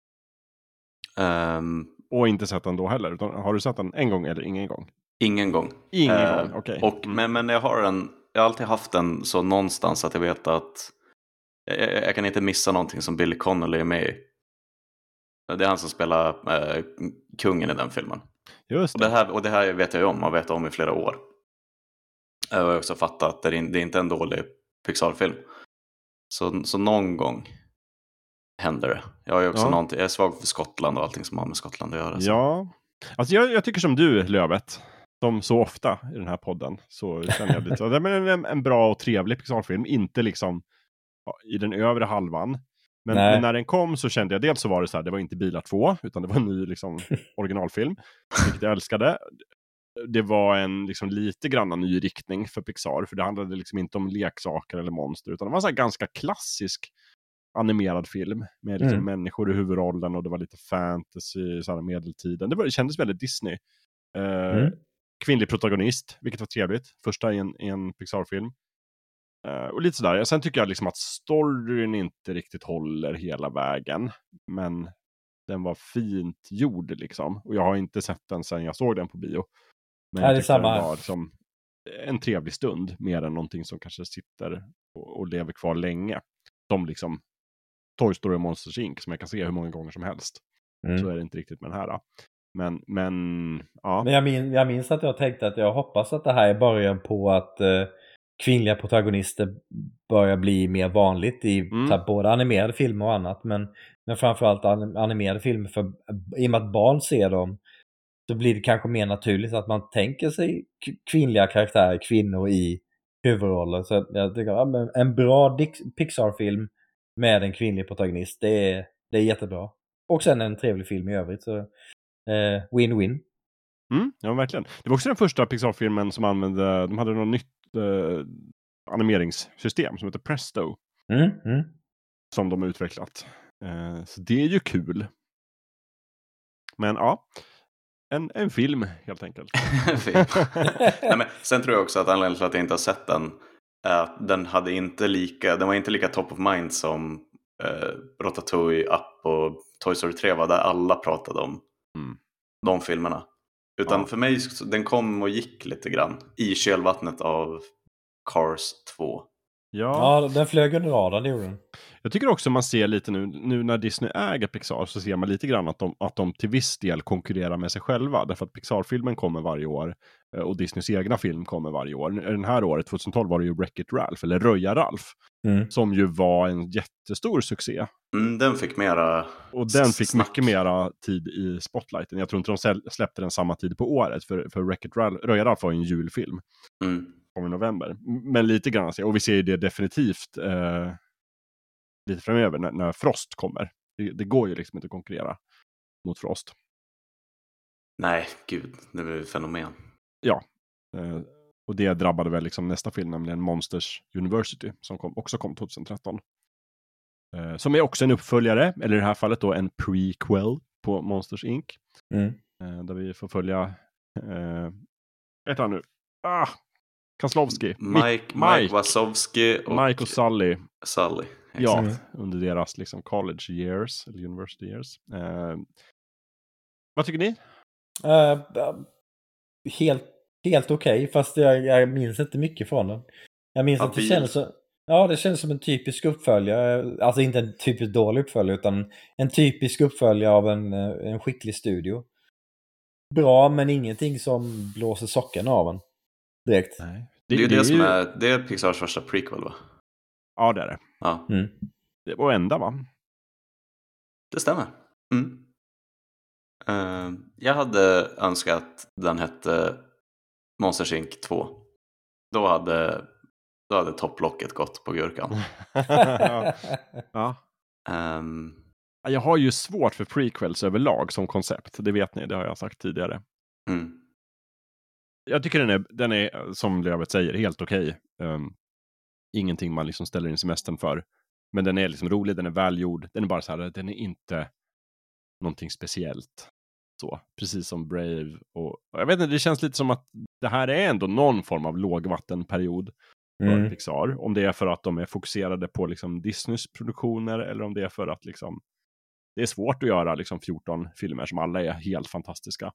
Och inte sett den då heller? Utan har du sett den en gång eller ingen gång? Ingen gång. Okej. Men jag har alltid haft den så någonstans att jag vet att jag kan inte missa någonting som Billy Connolly är med i. Det är han som spelar kungen i den filmen. Just det. Och det här vet jag ju om. Jag vet om i flera år. Jag har också fattat att det är inte en dålig Pixar-film. Så någon gång händer det. Jag är också jag är svag för Skottland och allting som har med Skottland att göra. Så. Ja, alltså jag tycker som du, Lövet. Som så ofta i den här podden. Så känner jag lite. Det är en bra och trevlig Pixar-film. Inte liksom i den övre halvan. Men när den kom så kände jag, dels så var det så här, det var inte Bilar 2, utan det var en ny liksom originalfilm, vilket jag älskade. Det var en liksom lite grann ny riktning för Pixar, för det handlade liksom inte om leksaker eller monster, utan det var en så här ganska klassisk animerad film med liksom människor i huvudrollen, och det var lite fantasy, så här medeltiden. Det kändes väldigt Disney. Kvinnlig protagonist, vilket var trevligt. Första i en Pixar-film. Och lite sådär. Sen tycker jag liksom att storyn inte riktigt håller hela vägen. Men den var fint gjord liksom. Och jag har inte sett den sen jag såg den på bio. Men jag tyckte den var liksom en trevlig stund. Mer än någonting som kanske sitter och lever kvar länge. Som liksom Toy Story och Monsters Inc. Som jag kan se hur många gånger som helst. Så är det inte riktigt med den här. Men ja. Men jag minns att jag tänkte att jag hoppas att det här är början på att kvinnliga protagonister börjar bli mer vanligt i både animerade filmer och annat. Men framförallt animerade filmer, för i och med att barn ser dem så blir det kanske mer naturligt att man tänker sig kvinnliga karaktärer, kvinnor i huvudroller. Så jag tycker en bra Pixar-film med en kvinnlig protagonist, det är jättebra. Och sen en trevlig film i övrigt, så win-win. Ja, verkligen. Det var också den första Pixar-filmen som använde, de hade något nytt animeringssystem som heter Presto. Som de har utvecklat. Så det är ju kul. Men ja, en film helt enkelt. Film. Nej, men sen tror jag också att anledningen till att jag inte har sett den är att den var inte lika top of mind som Ratatouille, Up och Toy Story 3 var, där alla pratade om de filmerna. Utan för mig, den kom och gick lite grann i kölvattnet av Cars 2. Ja, den flög under radarn, det gjorde den. Jag tycker också man ser lite nu när Disney äger Pixar, så ser man lite grann att de till viss del konkurrerar med sig själva. Därför att Pixar-filmen kommer varje år och Disneys egna film kommer varje år. Den här året, 2012, var det ju Wreck-It Ralph, eller Röja Ralph. Som ju var en jättestor succé. Den fick mera... Och den fick mycket mera tid i spotlighten. Jag tror inte de släppte den samma tid på året. För Wreck-It Ralph, Röja Ralph var en julfilm. Kom i november. Men lite grann, och vi ser ju det definitivt lite framöver när Frost kommer. Det går ju liksom inte att konkurrera mot Frost. Nej, gud. Det var ju fenomen. Ja. Och det drabbade väl liksom nästa film, nämligen Monsters University, som också kom 2013. Som är också en uppföljare, eller i det här fallet då en prequel på Monsters Inc. Där vi får följa vad heter han nu? Kozlowski. Mike Wazowski och Mike och Sully. Sully. Ja, under deras liksom college years eller university years. Vad tycker ni? Helt okej, fast jag minns inte mycket från den. Jag minns att det känns så. Ja, det känns som en typisk uppföljare. Alltså inte en typiskt dålig uppföljare, utan en typisk uppföljare av en skicklig studio. Bra, men ingenting som blåser sockorna av en direkt. Nej. Det är Pixars första prequel, va? Ja, det är det. Ja. Det var enda, va? Det stämmer. Jag hade önskat att den hette Monsters Inc 2. Då hade topplocket gått på gurkan. Ja. Jag har ju svårt för prequels överlag som koncept. Det vet ni, det har jag sagt tidigare. Jag tycker den är som Lövet säger, helt okej. Ingenting man liksom ställer in semestern för. Men den är liksom rolig, den är välgjord. Den är bara så här, den är inte någonting speciellt. Så, precis som Brave. Och jag vet inte, det känns lite som att det här är ändå någon form av lågvattenperiod för Pixar. Om det är för att de är fokuserade på liksom Disneys produktioner, eller om det är för att liksom det är svårt att göra liksom 14 filmer som alla är helt fantastiska.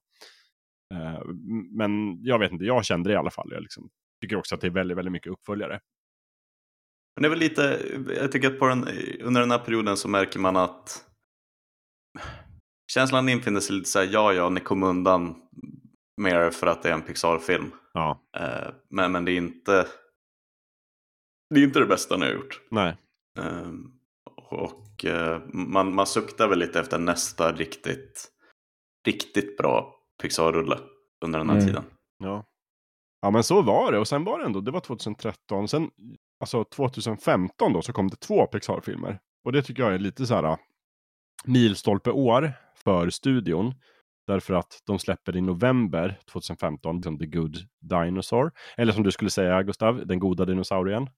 Men jag vet inte, jag kände det i alla fall. Jag liksom tycker också att det är väldigt, väldigt mycket uppföljare. Men det är väl lite, jag tycker att under den här perioden så märker man att känslan infinner sig lite så här, ja, ni kom undan mer för att det är en Pixar-film. Ja. Men det är inte det bästa ni har gjort. Nej. Och man suktar väl lite efter nästa riktigt bra Pixar-rulle under den här tiden. Ja, men så var det. Och sen var det ändå, det var 2013. Sen, alltså 2015 då, så kom det 2 Pixar-filmer. Och det tycker jag är lite så här milstolpe år för studion. Därför att de släpper i november 2015 The Good Dinosaur. Eller som du skulle säga, Gustav, Den goda dinosaurien.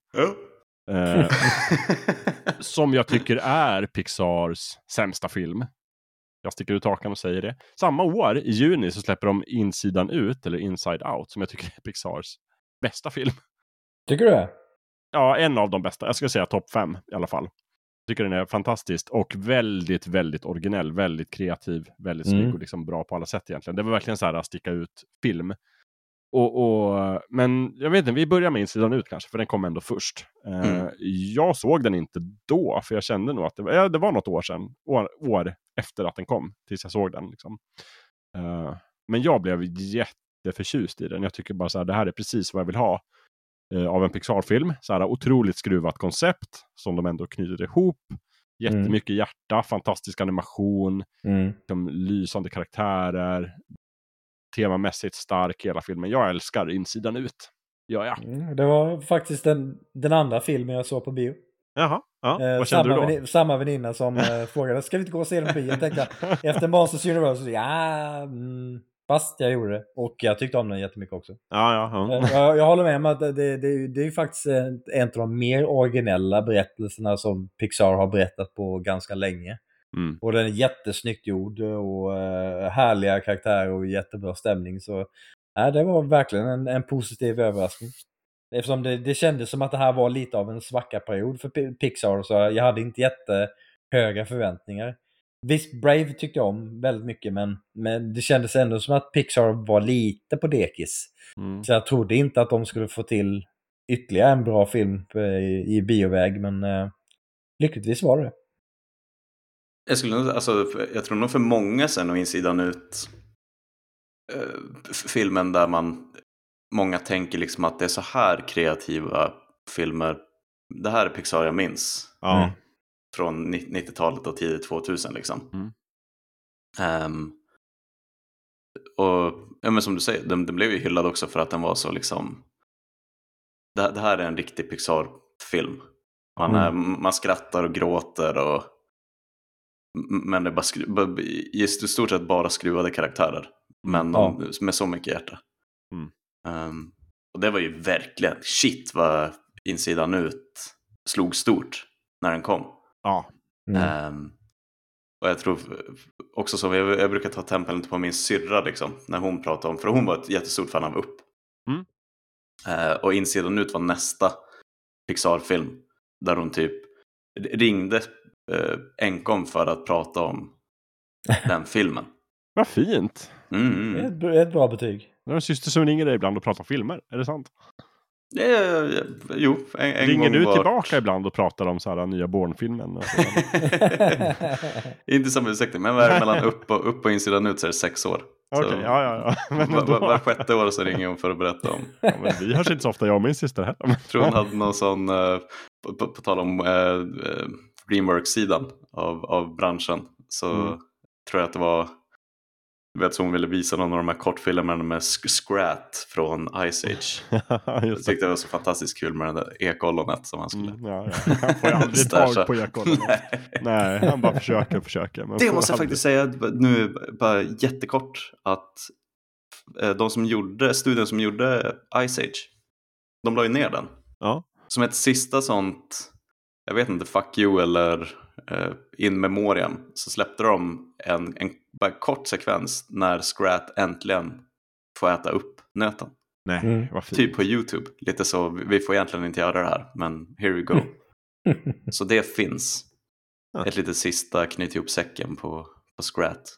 Som jag tycker är Pixars sämsta film. Jag sticker ut hakan och säger det. Samma år, i juni, så släpper de Insidan ut, eller Inside Out, som jag tycker är Pixars bästa film. Tycker du det? Ja, en av de bästa. Jag ska säga topp 5 i alla fall. Jag tycker den är fantastisk och väldigt, väldigt originell, väldigt kreativ, väldigt snygg och liksom bra på alla sätt egentligen. Det var verkligen så här att sticka ut film. Men jag vet inte, vi börjar med Insidan ut kanske, för den kom ändå först. Jag såg den inte då, för jag kände nog att det var något år sedan, år efter att den kom, tills jag såg den liksom. Men jag blev jätteförtjust i den. Jag tycker bara så här, det här är precis vad jag vill ha av en Pixar-film. Så här otroligt skruvat koncept som de ändå knyter ihop. Jättemycket hjärta, fantastisk animation, de lysande karaktärer, temamässigt stark hela filmen. Jag älskar Insidan ut. Ja. Det var faktiskt den andra filmen jag såg på bio. Jaha, ja. Vad kände du då? Samma väninna som frågade, ska vi inte gå och se den på bio? Jag tänkte, efter Monsters Universe, fast jag gjorde det. Och jag tyckte om den jättemycket också. Ja. Jag håller med om att det är faktiskt en av de mer originella berättelserna som Pixar har berättat på ganska länge. Och den är jättesnyggt gjord och härliga karaktärer och jättebra stämning. Så det var verkligen en positiv överraskning. Eftersom det kändes som att det här var lite av en svacka period för Pixar, så jag hade inte jättehöga förväntningar. Visst, Brave tyckte jag om väldigt mycket, men det kändes ändå som att Pixar var lite på dekis. Så jag trodde inte att de skulle få till ytterligare en bra film i bioväg, men lyckligtvis var det. Jag tror nog för många sen och Insidan ut filmen där många tänker liksom att det är så här kreativa filmer. Det här är Pixar jag minns. Från 90-talet och tidigt 2000 liksom. Men som du säger, den blev ju hyllad också för att den var så liksom, det här är en riktig Pixar-film. Man skrattar och gråter men det är bara i stort sett bara skruvade karaktärer. Men med så mycket hjärta. Och det var ju verkligen shit vad Insidan ut slog stort när den kom. Och jag tror också så, jag brukar ta tempeln på min syrra liksom, när hon pratade om, för hon var ett jättestort fan av Upp. Och Insidan ut var nästa Pixar-film där hon typ ringde enkom för att prata om den filmen. Vad fint. Det är ett bra betyg. Det är en syster som ringer dig ibland och pratar om filmer, är det sant? Jo, en ringer gång du tillbaka ibland och pratar om så här nya Bourne-filmen? Inte som ursäkt, men vad är det mellan upp och Insidan ut så är det 6 år. Okej, ja. Var sjätte år så ringer hon för att berätta om. Men vi hörs inte så ofta, jag och min syster här. Jag tror hon hade någon sån, på tal om Dreamworks-sidan av branschen, så tror jag att det var, så hon ville visa någon av de här kortfilmerna med Scrat från Ice Age. Jag tyckte det var så fantastiskt kul med den där ekollonet som han skulle. Han får ju aldrig tag på ekollonet. Nej, han bara försöker. Men det måste jag faktiskt säga nu, bara jättekort, att studion som gjorde Ice Age, de la ju ner den. Ja. Som ett sista sånt, jag vet inte, fuck you eller in memoriam, så släppte de en bara kort sekvens när Scrat äntligen får äta upp nöten. Nej, vad fint. Typ på YouTube. Lite så, vi får egentligen inte göra det här, men here we go. Så det finns. Ett litet sista knyt ihop säcken på Scrat.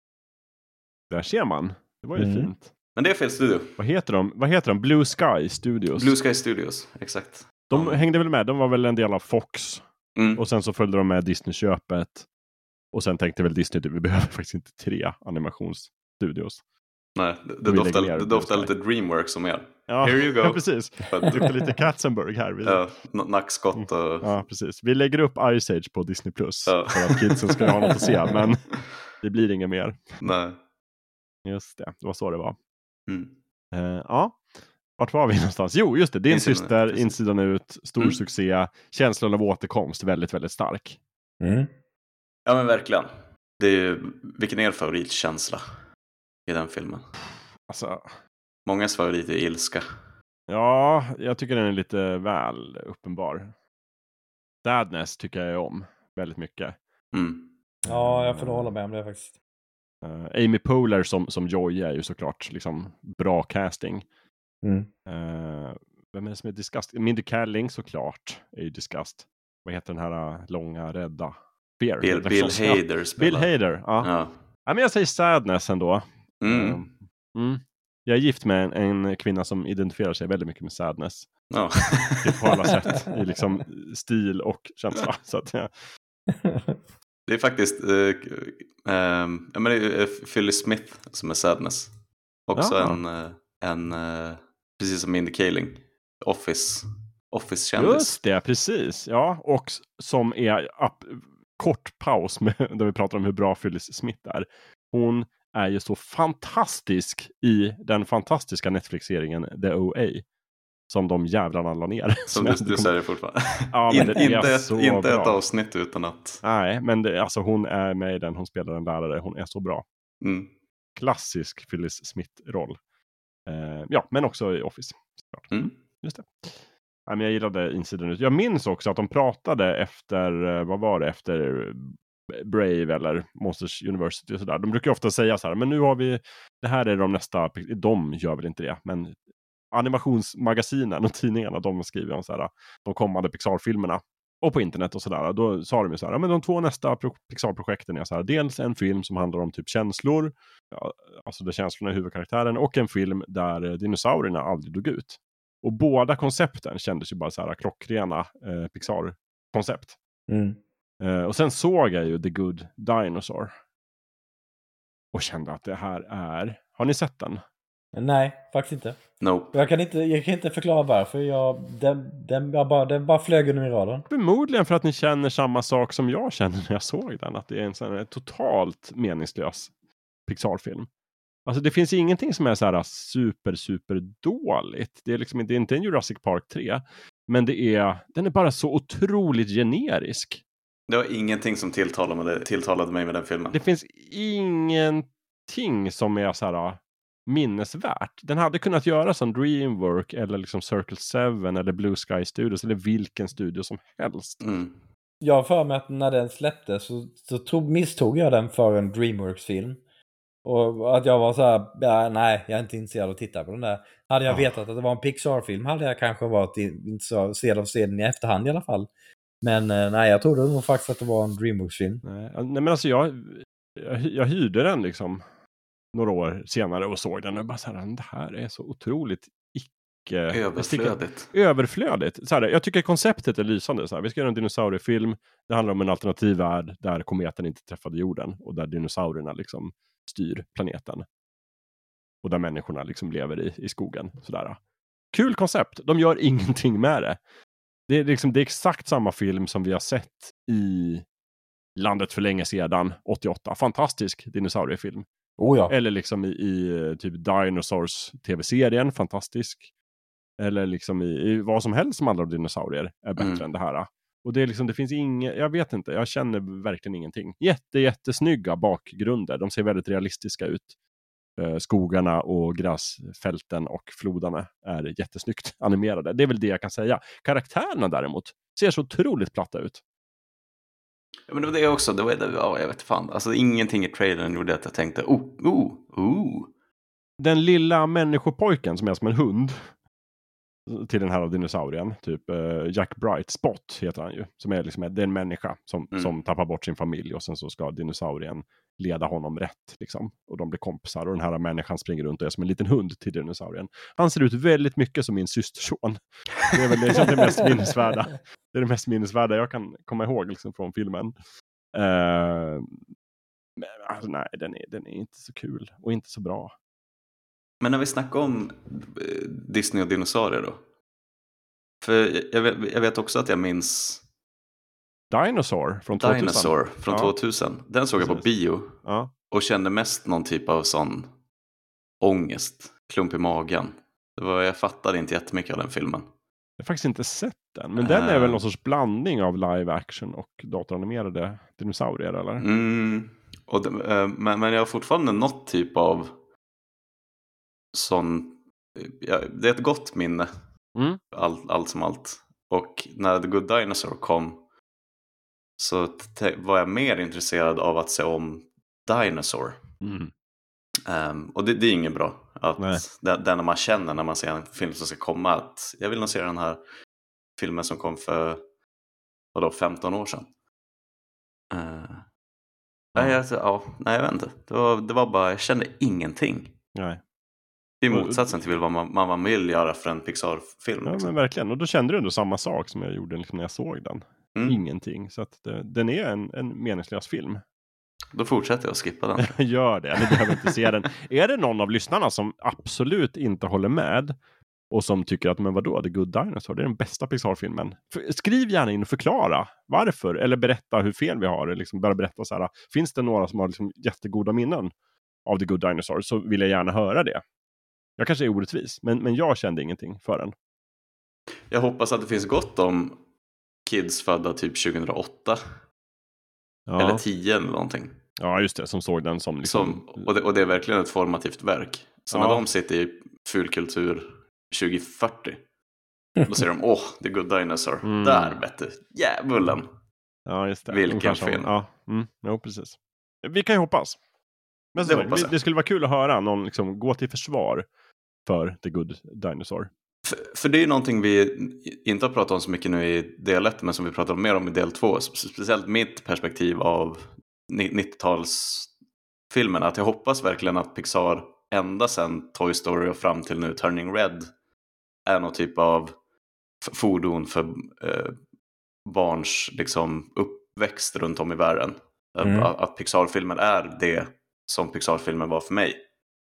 Där ser man. Det var ju fint. Men det är fel studio. Vad heter de? Blue Sky Studios. Blue Sky Studios, exakt. De hängde väl med. De var väl en del av Fox. Och sen så följde de med Disney-köpet. Och sen tänkte väl Disney att vi behöver faktiskt inte 3 animationsstudios. Nej, det doftar lite Dreamworks som är. Ja, here you go. Ja, precis. Det doftar lite Katzenberg här. Nackskott och... Ja, precis. Vi lägger upp Ice Age på Disney Plus för att kidsen ska ha något att se. Men det blir inget mer. Nej. Just det var så det var. Ja. Vart var vi någonstans? Jo, just det. Din syster, Insidan ut, stor succé. Känslan av återkomst, väldigt, väldigt stark. Ja, men verkligen. Det är ju, vilken är er favoritkänsla i den filmen? Alltså... Mångas favorit är ilska. Ja, jag tycker den är lite väl uppenbar. Sadness tycker jag om väldigt mycket. Ja, jag får hålla med om det faktiskt. Amy Poehler som Joy är ju såklart liksom bra casting. Mm. Vem är det som är Disgust? Mindy Kaling såklart är ju Disgust. Vad heter den här långa rädda? Fear. Bill Hader spelar. Bill Hader, ja. Ja, men jag säger Sadness ändå. Jag är gift med en kvinna som identifierar sig väldigt mycket med Sadness. Ja. På alla sätt. I liksom stil och känsla. Så att, ja. Det är faktiskt men det är Phyllis Smith som är Sadness. Också en precis som Mindy Kaling. Office-kändis. Just det, precis. Ja, och som är kort paus med, där vi pratar om hur bra Phyllis Smith är. Hon är ju så fantastisk i den fantastiska Netflix-serien The OA. Som de jävlarna la ner. Som du säger det fortfarande. Ja, men inte ett avsnitt utan att... Nej, men alltså hon är med i den. Hon spelar en lärare. Hon är så bra. Klassisk Phyllis Smith-roll. Ja, men också i Office. Just det. Ja, men jag gillade insidan ut. Jag minns också att de pratade efter, vad var det? Efter Brave eller Monsters University och sådär. De brukar ofta säga så här, men nu har vi, det här är de nästa, de gör väl inte det, men animationsmagasinen och tidningarna, de skriver om så här, de kommande Pixar-filmerna och på internet och sådär. Då sa de ju så här, men de 2 nästa Pixar-projekten är så här, dels en film som handlar om typ känslor, alltså där känslorna är huvudkaraktären, och en film där dinosaurierna aldrig dog ut. Och båda koncepten kändes ju bara så här klockrena Pixar-koncept. Och sen såg jag ju The Good Dinosaur. Och kände att det här är... Har ni sett den? Nej, faktiskt inte. Nope. Jag kan inte förklara varför. Den bara flög under min radar. Förmodligen för att ni känner samma sak som jag känner när jag såg den. Att det är en sån här totalt meningslös Pixar-film. Alltså det finns ingenting som är så här super dåligt. Det är liksom det är inte en Jurassic Park 3. Men den är bara så otroligt generisk. Det var ingenting som tilltalade mig med den filmen. Det finns ingenting som är så här minnesvärt. Den hade kunnat göra som Dreamwork eller liksom Circle 7 eller Blue Sky Studios eller vilken studio som helst. Jag har för mig att när den släpptes så misstog jag den för en Dreamworks-film. Och att jag var så här, nej, jag är inte intresserad av att titta på den där. Hade jag vetat att det var en Pixar-film hade jag kanske varit intresserad av att se den i efterhand i alla fall. Men nej, jag trodde nog faktiskt att det var en Dreamworks-film. Nej, men alltså jag hyrde den liksom några år senare och såg den och bara så här, det här är så otroligt överflödigt. Så här, jag tycker konceptet är lysande. Så här, vi ska göra en dinosauriefilm. Det handlar om en alternativ värld där kometen inte träffade jorden och där dinosaurierna liksom styr planeten. Och där människorna liksom lever i skogen. Sådär. Kul koncept. De gör ingenting med det. Det är exakt samma film som vi har sett i Landet för länge sedan, 88. Fantastisk dinosauriefilm. Oh ja. Eller liksom i typ Dinosaurs tv-serien, fantastisk. Eller liksom i vad som helst som handlar om dinosaurier är bättre än det här. Och det är liksom, det finns inget, jag vet inte, jag känner verkligen ingenting. Jättesnygga bakgrunder, de ser väldigt realistiska ut. Skogarna och gräsfälten och flodarna är jättesnyggt animerade. Det är väl det jag kan säga. Karaktärerna däremot ser så otroligt platta ut. Ja, men det var det också. Jag vet fan. Alltså ingenting i trailern gjorde att jag tänkte Den lilla människopojken som är som en hund till den här dinosaurien, typ Jack Bright Spot heter han ju, som är liksom det är en människa som tappar bort sin familj och sen så ska dinosaurien leda honom rätt liksom, och de blir kompisar och den här människan springer runt och är som en liten hund till dinosaurien. Han ser ut väldigt mycket som min systerson. Det är väl liksom det mest minnesvärda. Det är det mest minnesvärda jag kan komma ihåg liksom, från filmen. Men alltså, nej, den är inte så kul och inte så bra. Men när vi snackar om Disney och dinosaurier då. För jag vet också att jag minns Dinosaur från 2000. Den såg jag på bio. Ja. Och kände mest någon typ av sån ångest, klump i magen. Jag fattade inte jättemycket av den filmen. Jag har faktiskt inte sett den. Men den är väl någon sorts blandning av live action och datoranimerade dinosaurier, eller? Men jag har fortfarande något typ av sån... det är ett gott minne. Allt som allt. Och när The Good Dinosaur kom så var jag mer intresserad av att se om Dinosaur. Och det är inget bra att den man känner när man ser en film som ska komma, att jag vill nog se den här filmen som kom för 15 år sedan. Nej, jag vet inte. Det var bara, jag kände ingenting. Nej. I motsatsen till vad man vill göra för en Pixar-film. Ja, liksom. men verkligen. Och då kände du ändå samma sak som jag gjorde liksom när jag såg den. Ingenting. Så att den är en meningslös film. Då fortsätter jag att skippa den. Gör det, ni behöver inte se den. Är det någon av lyssnarna som absolut inte håller med och som tycker att, men vadå, The Good Dinosaur, det är den bästa Pixar-filmen. Skriv gärna in och förklara varför, eller berätta hur fel vi har. Liksom bara berätta så här, finns det några som har liksom jättegoda minnen av The Good Dinosaur, så vill jag gärna höra det. Jag kanske är orättvis, men jag kände ingenting för den. Jag hoppas att det finns gott om kids födda typ 2008. Ja. Eller 10 eller någonting. Ja, just det, som såg den som liksom... och det är verkligen ett formativt verk. Så när de sitter i fulkultur 2040, då säger de, The Good Dinosaur. Där, vet du, jävulen. Ja, just det. Vilken film. Ja, precis. Vi kan ju hoppas. Men det skulle vara kul att höra någon liksom gå till försvar för The Good Dinosaur. För det är ju någonting vi inte har pratat om så mycket nu i del 1, men som vi pratar mer om i del 2. Speciellt mitt perspektiv av 90-talsfilmerna. Att jag hoppas verkligen att Pixar ända sedan Toy Story och fram till nu Turning Red är någon typ av fordon för barns liksom uppväxt runt om i världen. Att Pixar-filmen är det som Pixar-filmen var för mig.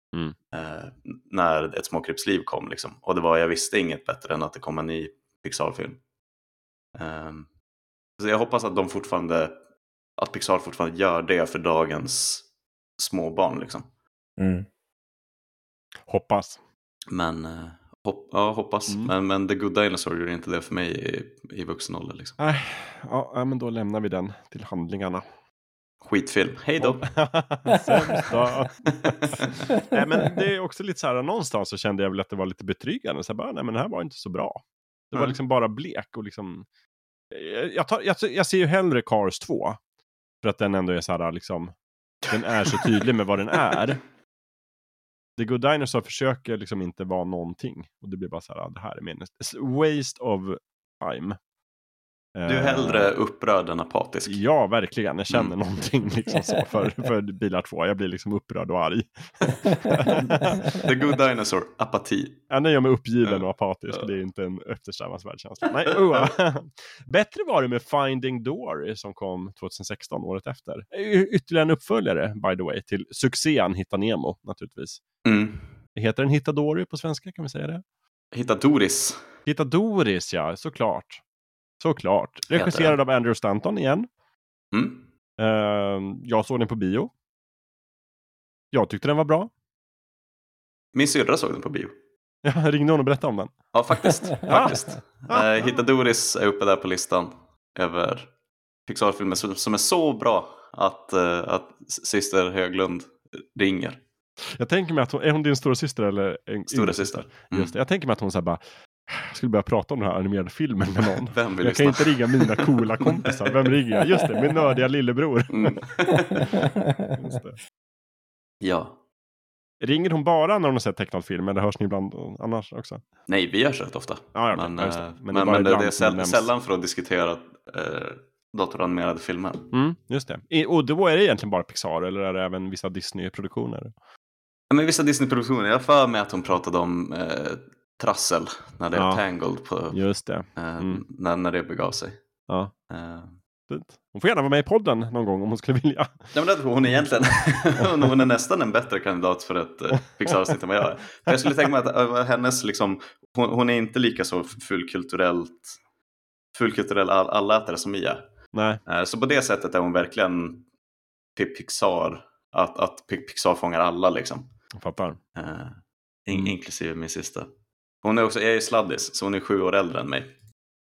När Ett småkrypsliv kom liksom. Och jag visste inget bättre än att det kom en ny Pixar-film. Så jag hoppas att att Pixar fortfarande gör det för dagens småbarn liksom. Hoppas. Men hoppas. Men The Good Dinosaur gör inte det för mig i vuxen ålder liksom. Nej, men då lämnar vi den till handlingarna. Skitfilm. Hej då. Sämsta. Nej, men det är också lite så här, någonstans så kände jag väl att det var lite betryggande. Så bara, nej, men det här var inte så bra. Det var liksom bara blek och liksom... Jag ser ju hellre Cars 2. För att den ändå är så här liksom... Den är så tydlig med vad den är. The Good Dinosaur försöker liksom inte vara någonting. Och det blir bara så här, det här är meningslöst. Waste of time. Du är hellre upprörd än apatisk. Ja, verkligen. Jag känner någonting liksom så för bilar 2. Jag blir liksom upprörd och arg. The Good Dinosaur, apati. Ja, när jag är mig uppgiven och apatisk. Det är inte en eftersträvansvärd känsla. Nej, bättre var det med Finding Dory som kom 2016, året efter. Ytterligare en uppföljare, by the way, till succén Hitta Nemo, naturligtvis. Heter den Hitta Dory på svenska, kan vi säga det? Hitta Doris. Hitta Doris, ja, såklart. Regisserad av Andrew Stanton igen. Jag såg den på bio. Jag tyckte den var bra. Min syrra såg den på bio. Jag ringde hon och berättade om den. Ja, faktiskt. Hitta Doris är uppe där på listan över Pixar-filmer som är så bra att syster Höglund ringer. Jag tänker mig att är hon din stora syster eller stora syster? Just det. Jag tänker mig att hon så här bara, jag skulle börja prata om den här animerade filmen med någon. Vem vill jag lyssna? Kan inte ringa mina coola kompisar. Vem ringer jag? Just det, min nördiga lillebror. Just det. Ja. Ringer hon bara när hon har sett tecknad film, eller hörs ni ibland annars också? Nej, vi hörs rätt ofta. Ja, men det är sällan för att diskutera datoranimerade filmer. Just det. Och då är det egentligen bara Pixar, eller är det även vissa Disney-produktioner? Ja, men vissa Disney-produktioner. Jag för mig att hon pratade om Trassel när det är Tangled på, just det. När det begav sig. Ja. Hon får gärna vara med i podden någon gång om hon skulle vilja. Nej, men hon är egentligen hon är nästan en bättre kandidat för ett Pixar-avsnitt än vad jag är. Jag skulle tänka mig att hennes liksom, hon är inte lika så fullkulturell allätare som Mia. Nej. Så på det sättet är hon verkligen Pixar, att Pixar fångar alla liksom. Jag fattar. Inklusive min syster. Hon är också, jag är sladdis, så hon är 7 år äldre än mig.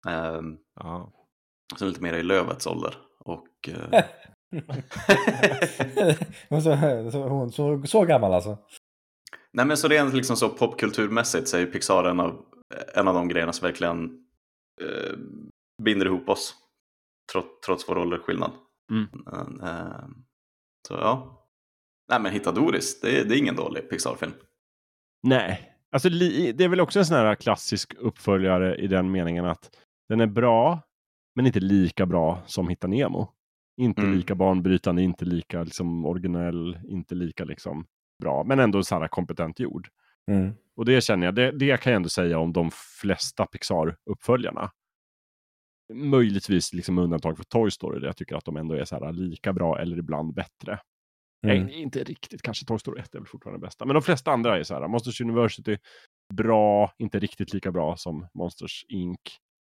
Så lite mer i Lövets ålder. Och hon så gammal alltså. Nej, men så rent liksom så popkulturmässigt så är Pixar en av de grejerna som verkligen binder ihop oss. trots vår åldersskillnad. Mm. Så ja. Nej, men Hitta Doris, det är ingen dålig Pixar-film. Nej, alltså det är väl också en sån här klassisk uppföljare i den meningen att den är bra, men inte lika bra som Hitta Nemo. Inte lika banbrytande, inte lika liksom originell, inte lika liksom bra, men ändå så här kompetent gjord. Och det känner jag, det kan jag ändå säga om de flesta Pixar-uppföljarna. Möjligtvis liksom undantag för Toy Story, där jag tycker att de ändå är så här lika bra eller ibland bättre. Inte riktigt, kanske Toy Story 1 är väl fortfarande bästa. Men de flesta andra är så här, Monsters University bra, inte riktigt lika bra som Monsters Inc.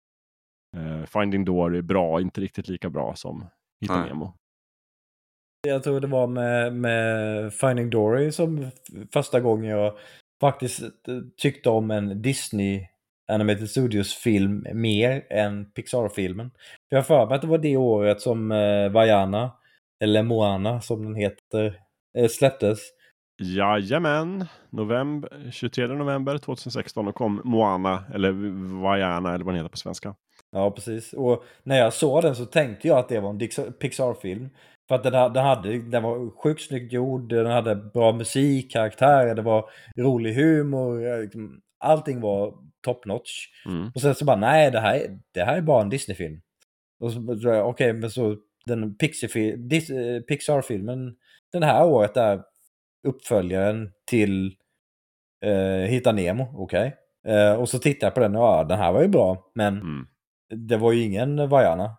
Finding Dory bra, inte riktigt lika bra som Hitta Nemo. Jag tror det var med Finding Dory som första gången jag faktiskt tyckte om en Disney Animated Studios-film mer än Pixar-filmen. Jag har för mig att det var det året som Vaiana, eller Moana som den heter, släpptes. Jajamän, 23 november 2016 och kom Moana, eller Vaiana, eller vad den heter på svenska. Ja, precis. Och när jag såg den så tänkte jag att det var en Pixar-film. För att den var sjukt snyggt gjord, den hade bra musik, karaktärer, det var rolig humor, allting var top notch. Och sen så bara, nej, det här är bara en Disney-film. Och så okej, men så den Pixar-filmen den här året där uppföljaren till Hitta Nemo, okej. Och så tittade jag på den och den här var ju bra, men det var ju ingen Vaiana.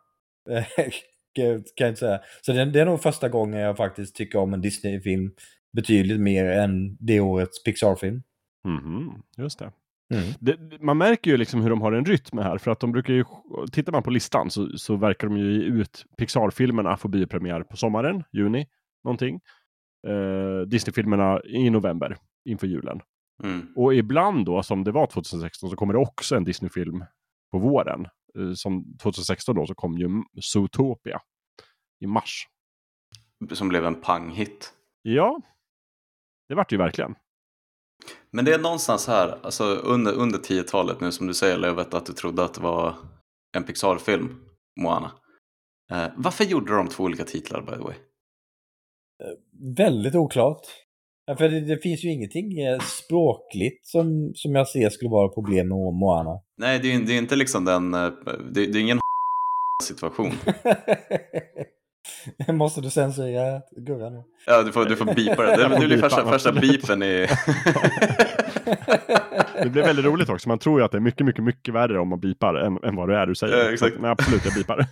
Kan jag inte säga. Så det är nog första gången jag faktiskt tycker om en Disney-film betydligt mer än det årets Pixar-film. Just det. Man märker ju liksom hur de har en rytm här, för att de brukar ju, tittar man på listan så verkar de ju ge ut Pixar-filmerna för biopremiär på sommaren, juni, någonting. Disney-filmerna i november, inför julen. Och ibland då, som det var 2016, så kommer det också en Disney-film på våren. Som 2016 då så kom ju Zootopia i mars. Som blev en panghit. Ja, det vart ju verkligen. Men det är någonstans här, alltså under 10-talet nu som du säger, jag vet att du trodde att det var en Pixar-film, Moana. Varför gjorde de 2 olika titlar, by the way? Väldigt oklart. För det finns ju ingenting språkligt som jag ser skulle vara problem med Moana. Nej, det är inte liksom den, det är ingen situation. Måste du censurera Gurra nu? Ja, du får bipa det. Det blir första bipen i... Det blir väldigt roligt också. Man tror ju att det är mycket, mycket, mycket värre om man bipar än vad det är du säger. Ja, exakt. Men absolut, jag bipar.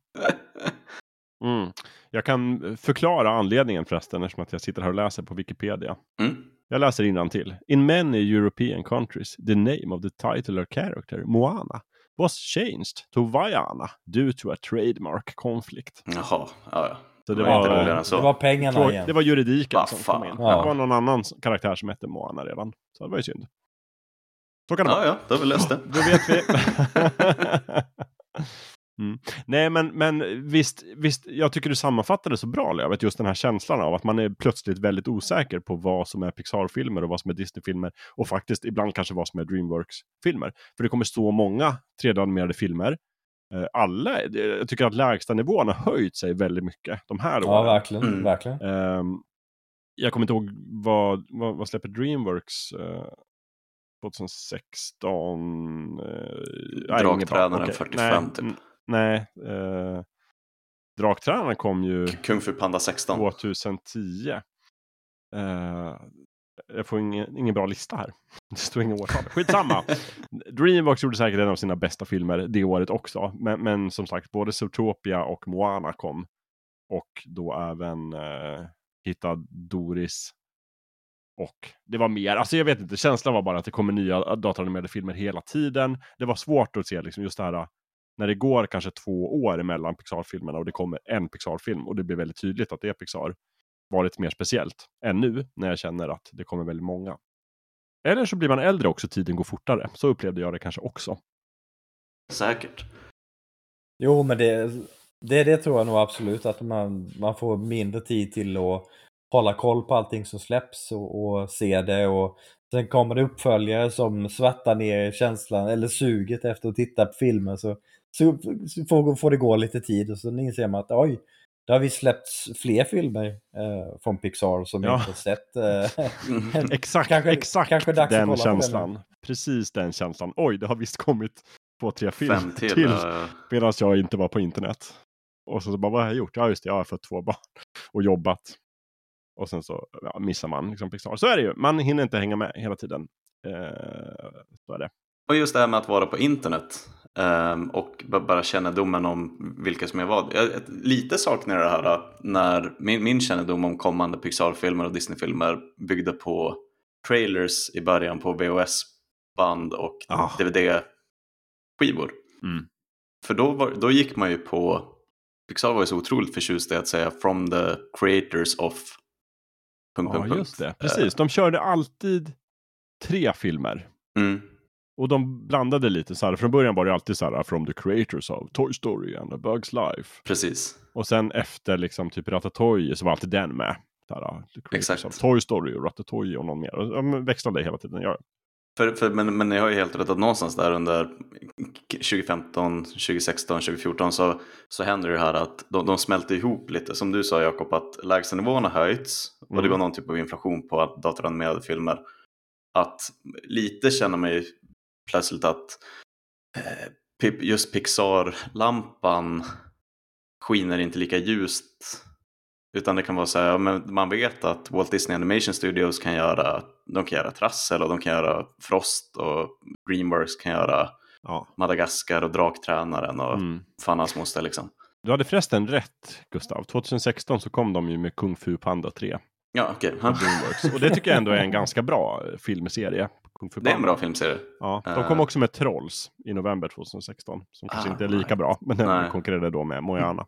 Jag kan förklara anledningen förresten, eftersom att jag sitter här och läser på Wikipedia. Jag läser innantill. In many European countries, the name of the title or character, Moana, was changed to Vaiana due to a trademark conflict. Jaha, ja. Så det var pengarna igen. Det var juridiken som kom in. Ja. Det var någon annan karaktär som hette Moana redan. Så det var ju synd. Så kan det vara. Ja, då har vi löst det. Då vet vi. Nej, men visst, jag tycker du sammanfattade så bra, Lövet, just den här känslan av att man är plötsligt väldigt osäker på vad som är Pixar-filmer och vad som är Disney-filmer och faktiskt ibland kanske vad som är DreamWorks-filmer. För det kommer så många 3D-animerade filmer. Jag tycker att lägsta nivån har höjt sig väldigt mycket de här åren. Ja, verkligen. verkligen. Jag kommer inte ihåg vad släpper DreamWorks 2016? Draktränaren 45 typ. Nej, Draktränaren kom ju Kung Fu Panda 16 2010. Jag får ingen bra lista här. Det står ingen årtal. Skitsamma. DreamWorks gjorde säkert en av sina bästa filmer det året också. Men som sagt, både Zootopia och Moana kom. Och då även Hitta Doris. Och det var mer, alltså jag vet inte, känslan var bara att det kommer nya datoranimerade filmer hela tiden. Det var svårt att se liksom just det här när det går kanske 2 år emellan Pixar-filmerna och det kommer en Pixar-film och det blir väldigt tydligt att det är Pixar, var lite mer speciellt än nu när jag känner att det kommer väldigt många. Eller så blir man äldre också, tiden går fortare. Så upplevde jag det kanske också. Säkert. Jo, men det tror jag nog absolut, att man får mindre tid till att hålla koll på allting som släpps och se det, och sen kommer det uppföljare som svärtar ner känslan eller suget efter att titta på filmer, så Så får det gå lite tid och så inser man att oj, det har vi släppts fler filmer från Pixar som jag inte har sett. Exakt kanske dags att den kolla känslan. på den. Precis den känslan. Oj, det har visst kommit 2-3 filmer 5 till. medan jag inte var på internet. Och så bara, vad har jag gjort? Ja just det, jag har fått 2 barn och jobbat. Och sen så missar man liksom Pixar. Så är det ju, man hinner inte hänga med hela tiden. Så är det. Och just det här med att vara på internet och bara kännedomen om vilka som är vad. Jag lite saknar det här när min kännedom om kommande Pixar-filmer och Disney-filmer byggde på trailers i början på VHS-band och DVD-skivor. För då gick man ju på, Pixar var ju så otroligt förtjust i att säga from the creators of ... Just det, precis. De körde alltid 3 filmer. Och de blandade lite så här. Från början var det alltid så här from the creators of Toy Story and A Bug's Life. Precis. Och sen efter liksom typ Ratatouille så var alltid den med. Så här, the creators Exakt. of Toy Story och Ratatouille och någon mer. Och de växlade hela tiden. Ja. Men jag har ju helt rätt att någonstans där under 2015, 2016, 2014 så händer det här att de smälter ihop lite. Som du sa Jakob, att lägstanivån har höjts och det var någon typ av inflation på datoranimerade filmer. Att lite känner mig plötsligt att just Pixar-lampan skiner inte lika ljust. Utan det kan vara så här, men man vet att Walt Disney Animation Studios kan göra Trassel och de kan göra Frost och DreamWorks kan göra Madagaskar och Draktränaren och fan hans moster liksom. Du hade förresten rätt, Gustav. 2016 så kom de ju med Kung Fu Panda 3. Ja, okej. Och det tycker jag ändå är en ganska bra filmserie. Kung Fu Panda. Det är en bra filmserie. Ja, de kom också med Trolls i november 2016. Som kanske inte är lika bra, men den konkurrerade då med Moana.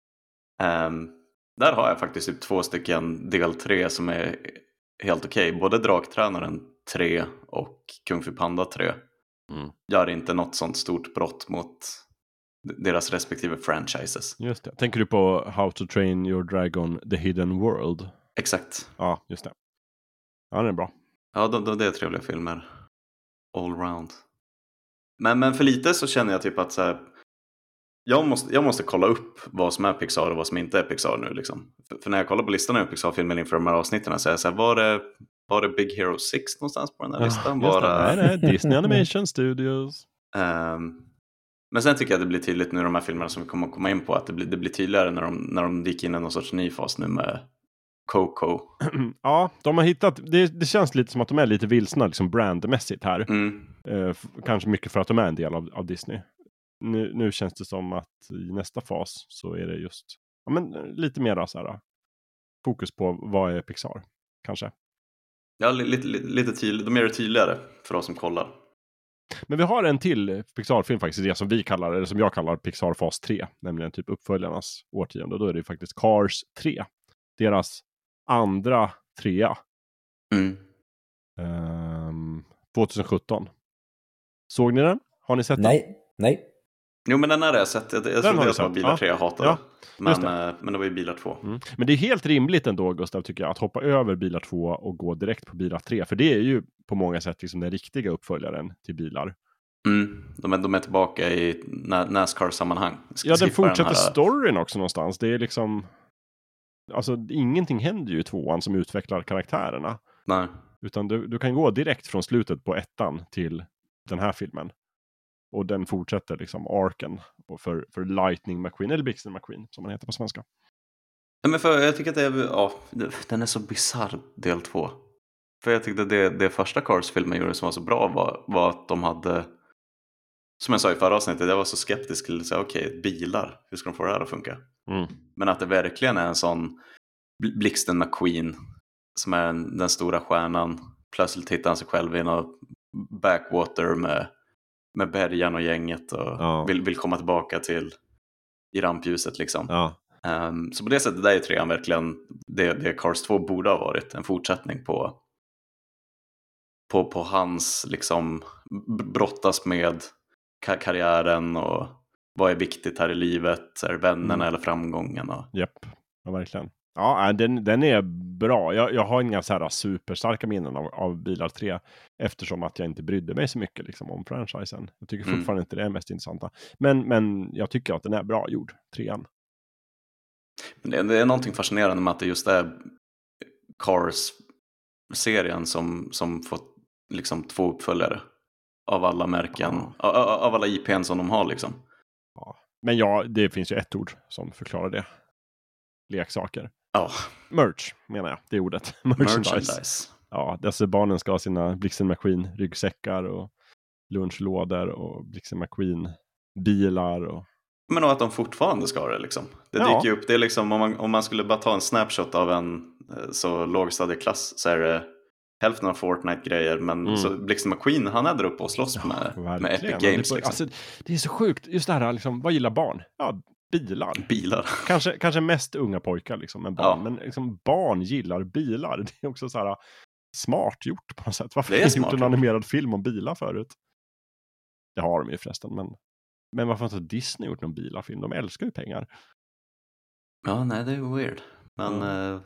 Där har jag faktiskt typ 2 stycken del 3 som är helt okej. Både Draktränaren 3 och Kung Fu Panda 3 gör inte något sånt stort brott mot deras respektive franchises. Just det. Tänker du på How to Train Your Dragon The Hidden World? Exakt. Ja, just det. Ja, det är bra. Ja, det är trevliga filmer. All round. Men för lite så känner jag typ att så här, jag måste kolla upp vad som är Pixar och vad som inte är Pixar nu liksom. För när jag kollar på listan över Pixar-filmer inför de här avsnitten så är jag så här, var det Big Hero 6 någonstans på den här listan? Nej, Disney Animation Studios. Men sen tycker jag att det blir tydligt nu de här filmerna som vi kommer att komma in på att det blir tydligare när de dyker in i någon sorts ny fas nu med Coco. Ja, de har hittat, det känns lite som att de är lite vilsna liksom brandmässigt här. Kanske mycket för att de är en del av Disney. Nu känns det som att i nästa fas så är det just lite mer så här fokus på vad är Pixar, kanske. Ja, lite tydligt. De gör det tydligare för oss som kollar. Men vi har en till Pixar-film faktiskt, det som vi kallar, eller som jag kallar Pixar fas 3, nämligen typ uppföljarnas årtionde. Och då är det faktiskt Cars 3. Deras andra 3. 2017. Såg ni den? Har ni sett den? Nej. Jo, men den har jag sett. Jag trodde att det var bilar 3 jag hatade. Ja, men det var ju bilar 2. Men det är helt rimligt ändå, Gustav, tycker jag, att hoppa över bilar 2 och gå direkt på bilar 3. För det är ju på många sätt liksom den riktiga uppföljaren till bilar. De är tillbaka i NASCAR-sammanhang. Ja, den fortsätter storyn också någonstans. Det är liksom... Alltså, ingenting händer ju i 2:an som utvecklar karaktärerna. Nej. Utan du kan gå direkt från slutet på 1:an till den här filmen. Och den fortsätter liksom arken för Lightning McQueen, eller Blixten McQueen som man heter på svenska. Ja, men jag tycker att den är så bizarr del 2. För jag tyckte det första Cars-filmen gjorde som var så bra var att de hade, som jag sa i förra avsnittet, jag var så skeptisk till att säga okej, bilar, hur ska de få det här att funka? Men att det verkligen är en sån Blixten McQueen som är den stora stjärnan. Plötsligt hittar han sig själv i någon backwater med bergen och gänget och vill komma tillbaka i rampljuset liksom. Så på det sättet där är 3 verkligen det Cars 2 borde ha varit, en fortsättning på hans liksom brottas med karriären och vad är viktigt här i livet, är vännerna eller framgången. Japp, ja, verkligen. Ja, den är bra. Jag har inga så här superstarka minnen av Bilar 3 eftersom att jag inte brydde mig så mycket liksom, om franchisen. Jag tycker fortfarande inte det är mest intressanta. Men jag tycker att den är bra gjord, 3:an. Det är någonting fascinerande med att det just är Cars-serien som fått liksom 2 uppföljare av alla märken, av alla IPn som de har liksom. Ja. Men det finns ju ett ord som förklarar det. Leksaker. Ja. Merch menar jag, det är ordet. Merchandise. Ja, dessa barnen ska ha sina Blixten McQueen-ryggsäckar och lunchlådor och Blixten McQueen-bilar och... Men att de fortfarande ska ha det liksom. Det dyker ju upp, det är liksom om man skulle bara ta en snapshot av en så lågstadieklass så är det hälften av Fortnite-grejer, men så Blixten McQueen, han är där uppe och slåss med Epic Games liksom. Alltså, det är så sjukt, just det här liksom, vad gillar barn? Ja, bilar. Kanske mest unga pojkar liksom, än barn. Men liksom, barn gillar bilar. Det är också så här smart gjort på något sätt. Varför har de gjort en animerad film om bilar förut? Det har de ju förresten, men varför har inte Disney gjort någon bilarfilm? De älskar ju pengar. Ja, nej, det är weird. Men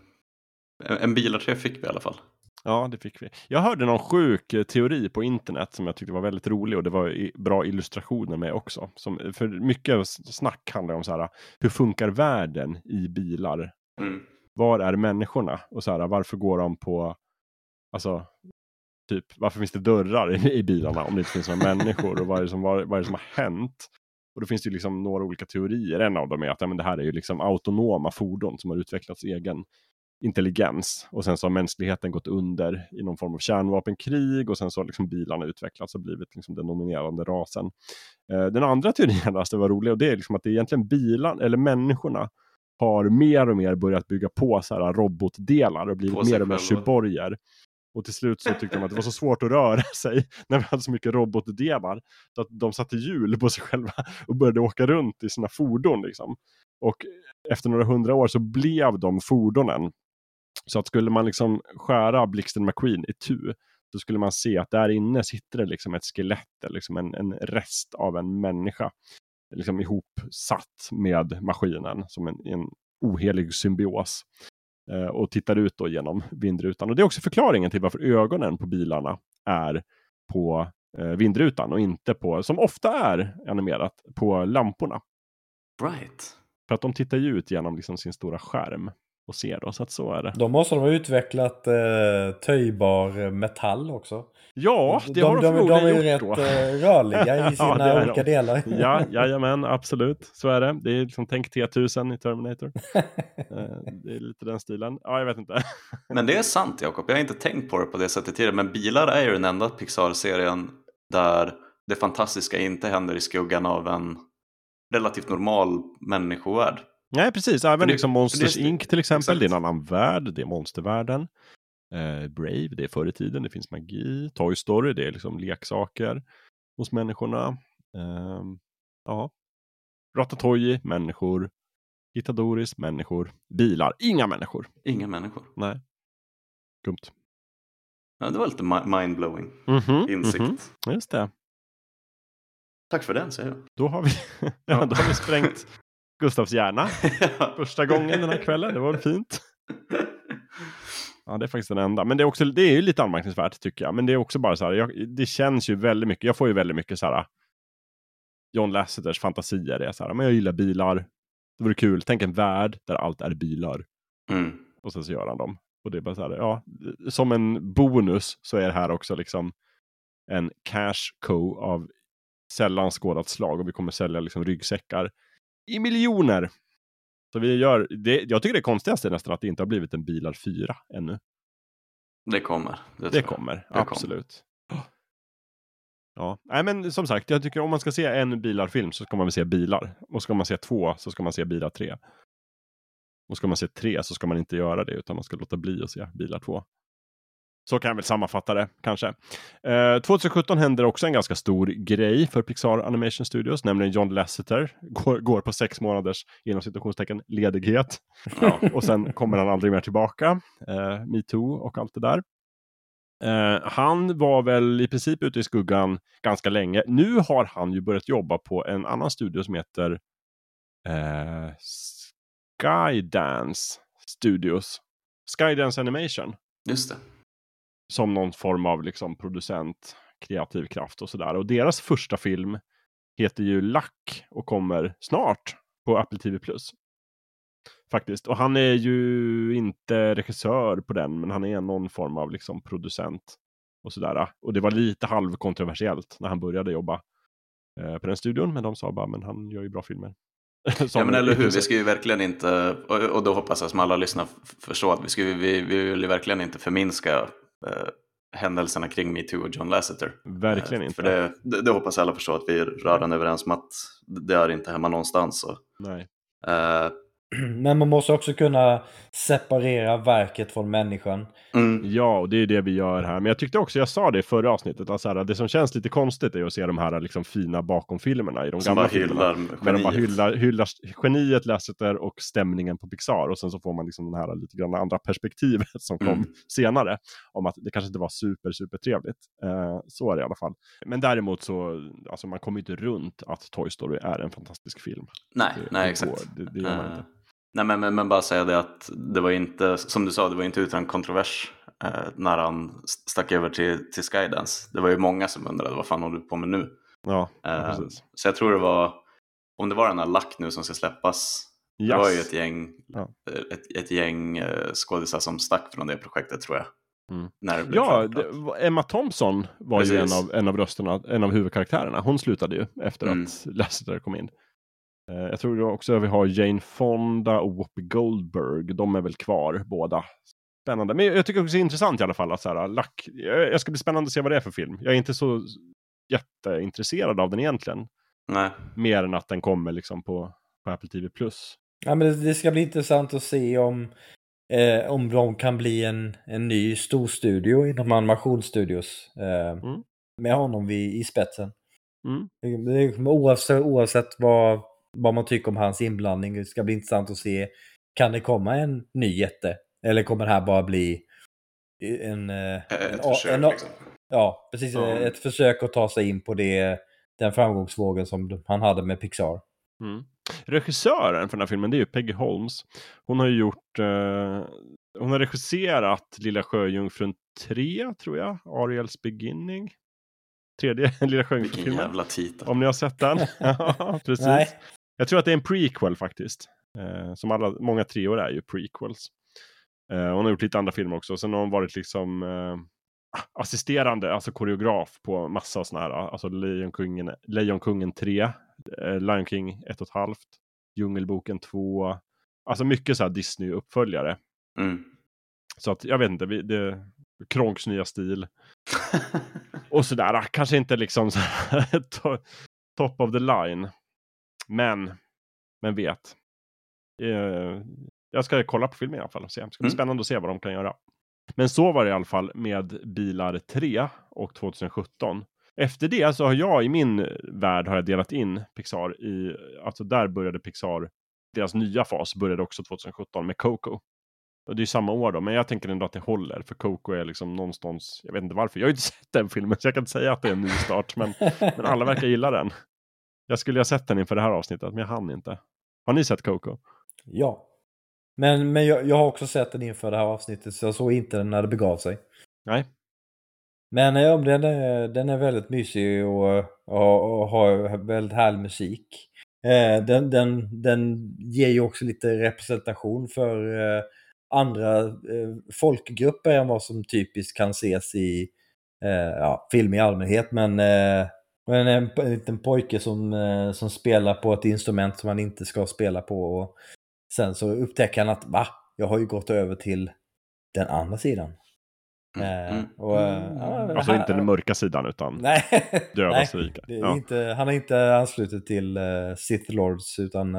en Bilar 3 fick vi i alla fall. Ja, det fick vi. Jag hörde någon sjuk teori på internet som jag tyckte var väldigt rolig, och det var bra illustrationer med också. För mycket snack handlar om så här, hur funkar världen i bilar? Var är människorna? Och så här, varför går de på, alltså typ, varför finns det dörrar i bilarna om det inte finns några människor? Och vad är det som har hänt? Och då finns det ju liksom några olika teorier. En av dem är att det här är ju liksom autonoma fordon som har utvecklats egen intelligens, och sen så har mänskligheten gått under i någon form av kärnvapenkrig, och sen så har liksom bilarna utvecklats och blivit liksom den dominerande rasen. Den andra teorin det var rolig, och det är liksom att det är egentligen bilarna eller människorna har mer och mer börjat bygga på så här robotdelar och blivit mer och mer cyborger. Och till slut så tyckte de att det var så svårt att röra sig när vi hade så mycket robotdelar, så att de satte hjul på sig själva och började åka runt i sina fordon liksom. Och efter några 100 år så blev de fordonen. Så att skulle man liksom skära Blixten McQueen i tu, så skulle man se att där inne sitter det liksom ett skelett, liksom en rest av en människa liksom ihopsatt med maskinen som en ohelig symbios, och tittar ut då genom vindrutan. Och det är också förklaringen till varför ögonen på bilarna är på vindrutan och inte på, som ofta är animerat, på lamporna. Right. För att de tittar ju ut genom liksom sin stora skärm och ser då, så att så är det. De måste ha utvecklat töjbar metall också. Ja, det har de förmodligen gjort. De är ju rätt rörliga i sina olika delar. Ja, jajamän, absolut. Så är det. Det är liksom, tänk T-1000 i Terminator. Det är lite den stilen. Ja, jag vet inte. Men det är sant, Jakob. Jag har inte tänkt på det på det sättet tidigare. Men bilar är ju den enda Pixar-serien där det fantastiska inte händer i skuggan av en relativt normal människovärld. Nej, precis. Även liksom Monsters Inc. till exempel. Exakt. Det är en annan värld. Det är monstervärlden. Brave, det är förr i tiden. Det finns magi. Toy Story, det är liksom leksaker hos människorna. Ja. Ratatouille, människor. Itadoris, människor. Bilar, inga människor. Inga människor. Nej. Dumt. Ja, det var lite mindblowing insikt. Just det. Tack för den, säger jag. Då har vi sprängt Gustavs hjärna första gången den här kvällen. Det var fint. Ja, det är faktiskt den enda. Men det är ju lite anmärkningsvärt, tycker jag. Men det är också bara så här, det känns ju väldigt mycket. Jag får ju väldigt mycket så här John Lasseters fantasier. Det är så här, men jag gillar bilar. Det vore kul. Tänk en värld där allt är bilar. Och sen så gör han dem. Och det är bara så här, ja, som en bonus så är det här också liksom en cash cow av sällan skådat slag, och vi kommer sälja liksom ryggsäckar i miljoner. Så vi gör det. Jag tycker det konstigaste är nästan att det inte har blivit en Bilar 4 ännu. Det kommer. Det kommer, absolut. Ja, nej, men som sagt, jag tycker om man ska se en Bilar-film så ska man väl se bilar. Och ska man se 2 så ska man se Bilar 3. Och ska man se 3 så ska man inte göra det, utan man ska låta bli att se Bilar 2. Så kan jag väl sammanfatta det, kanske. 2017 händer också en ganska stor grej för Pixar Animation Studios, nämligen John Lasseter går på 6 månaders inom citationstecken ledighet. Ja, och sen kommer han aldrig mer tillbaka. Me Too och allt det där. Han var väl i princip ute i skuggan ganska länge. Nu har han ju börjat jobba på en annan studio som heter Skydance. Studios. Skydance Animation. Just det. Som någon form av liksom producent, kreativ kraft och sådär. Och deras första film heter ju Luck och kommer snart på Apple TV+. Faktiskt. Och han är ju inte regissör på den, men han är någon form av liksom producent och sådär. Och det var lite halvkontroversiellt när han började jobba på den studion, men de sa bara, men han gör ju bra filmer. Ja, men eller hur, vi ska ju verkligen inte, och då hoppas jag som alla lyssnar förstår att vi vill ju verkligen inte förminska händelserna kring MeToo och John Lasseter. Verkligen inte. För det hoppas alla förstår att vi är rörande överens om att det är inte hemma någonstans. Så. Nej. Men man måste också kunna separera verket från människan. Ja, och det är det vi gör här. Men jag tyckte också, jag sa det i förra avsnittet, att så här, det som känns lite konstigt är att se de här liksom fina bakom-filmerna i de som gamla filmerna. Men de bara hyllar geniet, Lasseter och stämningen på Pixar. Och sen så får man liksom den här lite grann andra perspektivet som kom senare. Om att det kanske inte var super trevligt. Så är det i alla fall. Men däremot så, alltså man kommer inte runt att Toy Story är en fantastisk film. Nej, exakt. Det gör man inte. Nej, men bara säga det att det var inte, som du sa, det var inte utan kontrovers när han stack över till Skydance. Det var ju många som undrade, vad fan håller du på med nu? Ja, precis. Så jag tror det var, om det var den här Luck nu som ska släppas, det var ju ett gäng skådespelare som stack från det projektet, tror jag. När det blev Emma Thompson var ju en av rösterna, en av huvudkaraktärerna. Hon slutade ju efter att Lasseter kom in. Jag tror också att vi har Jane Fonda och Whoopi Goldberg. De är väl kvar båda. Spännande. Men jag tycker också det är intressant i alla fall att så här, Luck, jag ska bli spännande att se vad det är för film. Jag är inte så jätteintresserad av den egentligen. Nej. Mer än att den kommer liksom på Apple TV+. Ja, men det ska bli intressant att se om de kan bli en ny storstudio inom animationsstudios. Med honom i spetsen. Oavsett vad man tycker om hans inblandning. Det ska bli intressant att se, kan det komma en ny jätte? Eller kommer det här bara bli ett försök liksom. Ja, precis. Ett försök att ta sig in på den framgångsvågen som han hade med Pixar. Regissören för den här filmen, det är ju Peggy Holmes. Hon har ju gjort hon har regisserat Lilla Sjöjungfrun 3, tror jag. Ariels Beginning. Tredje Lilla Sjöjungfrun. Vilken jävla titel. Om ni har sett den. Ja, precis. Nej. Jag tror att det är en prequel faktiskt. Som många treor är ju prequels. Hon har gjort lite andra filmer också. Sen har hon varit liksom assisterande, alltså koreograf på massa såna här. Alltså Lejonkungen 3, Lion King 1,5, Djungelboken 2. Alltså mycket så här Disney-uppföljare. Så att jag vet inte, Kronks nya stil. Och sådär, kanske inte liksom så här, top of the line. Men vet. Jag ska kolla på filmen i alla fall och se. Det ska bli spännande att se vad de kan göra. Men så var det i alla fall med Bilar 3 och 2017. Efter det så har jag i min värld har jag delat in Pixar i, alltså där började Pixar, deras nya fas började också 2017 med Coco. Och det är samma år då, men jag tänker ändå att det håller. För Coco är liksom någonstans, jag vet inte varför, jag har inte sett den filmen så jag kan inte säga att det är en ny start. Men alla verkar gilla den. Jag skulle ha sett den inför det här avsnittet, men jag hann inte. Har ni sett Coco? Ja. Men jag har också sett den inför det här avsnittet, så jag såg inte den när det begav sig. Nej. Men den är väldigt mysig och har väldigt härlig musik. Den ger ju också lite representation för andra folkgrupper än vad som typiskt kan ses i film i allmänhet. Men en liten pojke som spelar på ett instrument som han inte ska spela på, och sen så upptäcker han att jag har ju gått över till den andra sidan. Alltså inte den mörka sidan utan döda rika. Han har inte anslutit till Sith Lords, utan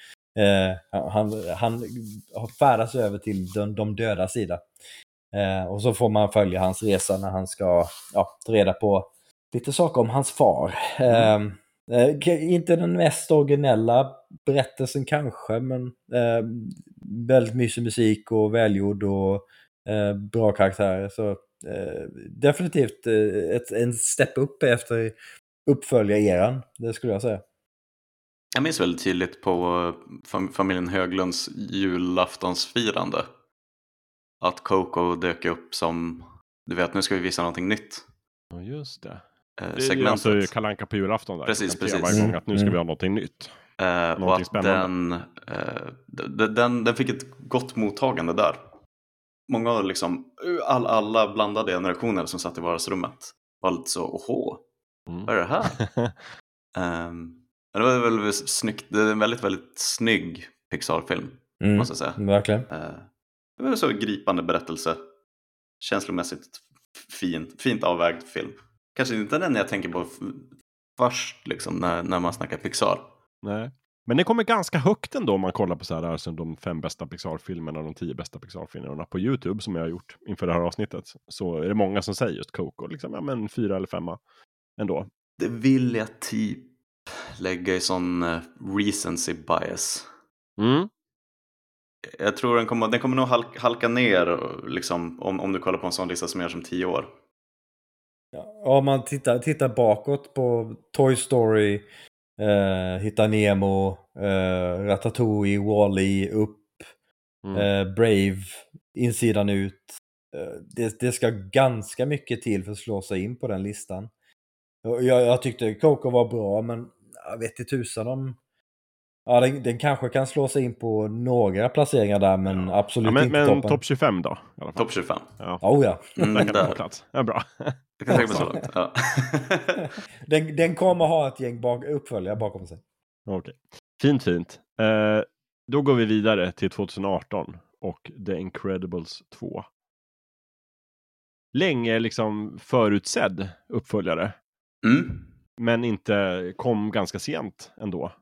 han färdas över till de döda sida. Och så får man följa hans resa när han ska ta reda på lite saker om hans far. Inte den mest originella berättelsen kanske, men väldigt mysig musik och välgjord och bra karaktärer. Så definitivt en step upp efter uppfölja eran, det skulle jag säga. Jag minns väldigt tydligt på familjen Höglunds julaftonsfirande att Coco dök upp som, du vet, nu ska vi visa någonting nytt. Ja, just det. Det är Segmentet. alltså Kalle Anka på julafton där. Precis. Varje gång att nu ska vi ha någonting nytt. Och att spännande. den fick ett gott mottagande där. Många liksom, alla blandade generationer som satt i vardagsrummet var lite så, vad är det här? Det var väldigt snyggt. Det är en väldigt, väldigt snygg Pixar-film, måste jag säga. Verkligen. Det var en så gripande berättelse. Känslomässigt fint avvägd film. Kanske inte den jag tänker på först liksom, när man snackar Pixar. Nej. Men det kommer ganska högt ändå om man kollar på så här, alltså de 5 bästa Pixar-filmerna, de 10 bästa Pixar-filmerna på YouTube som jag har gjort inför det här avsnittet. Så är det många som säger just Coco, liksom, ja men 4 eller 5 ändå. Det vill jag typ lägga i sån recency bias. Jag tror den kommer nog halka ner liksom, om du kollar på en sån lista som görs om 10 år. Ja, om man tittar bakåt på Toy Story, Hitta Nemo, Ratatouille, Wall-E, Upp, Brave, Insidan ut. Det ska ganska mycket till för att slå sig in på den listan. Jag tyckte Coco var bra, men jag vet inte tusan om... Ja, den kanske kan slå sig in på några placeringar där, men absolut inte toppen. Men topp 25 då? Topp 25. Ja. Oh ja. Där kan få plats. Ja, bra. Jag kan tänka mig så långt. Ja. den kommer ha ett gäng uppföljare bakom sig. Okej. Fint. Då går vi vidare till 2018 och The Incredibles 2. Länge liksom förutsedd uppföljare. Men inte kom ganska sent ändå.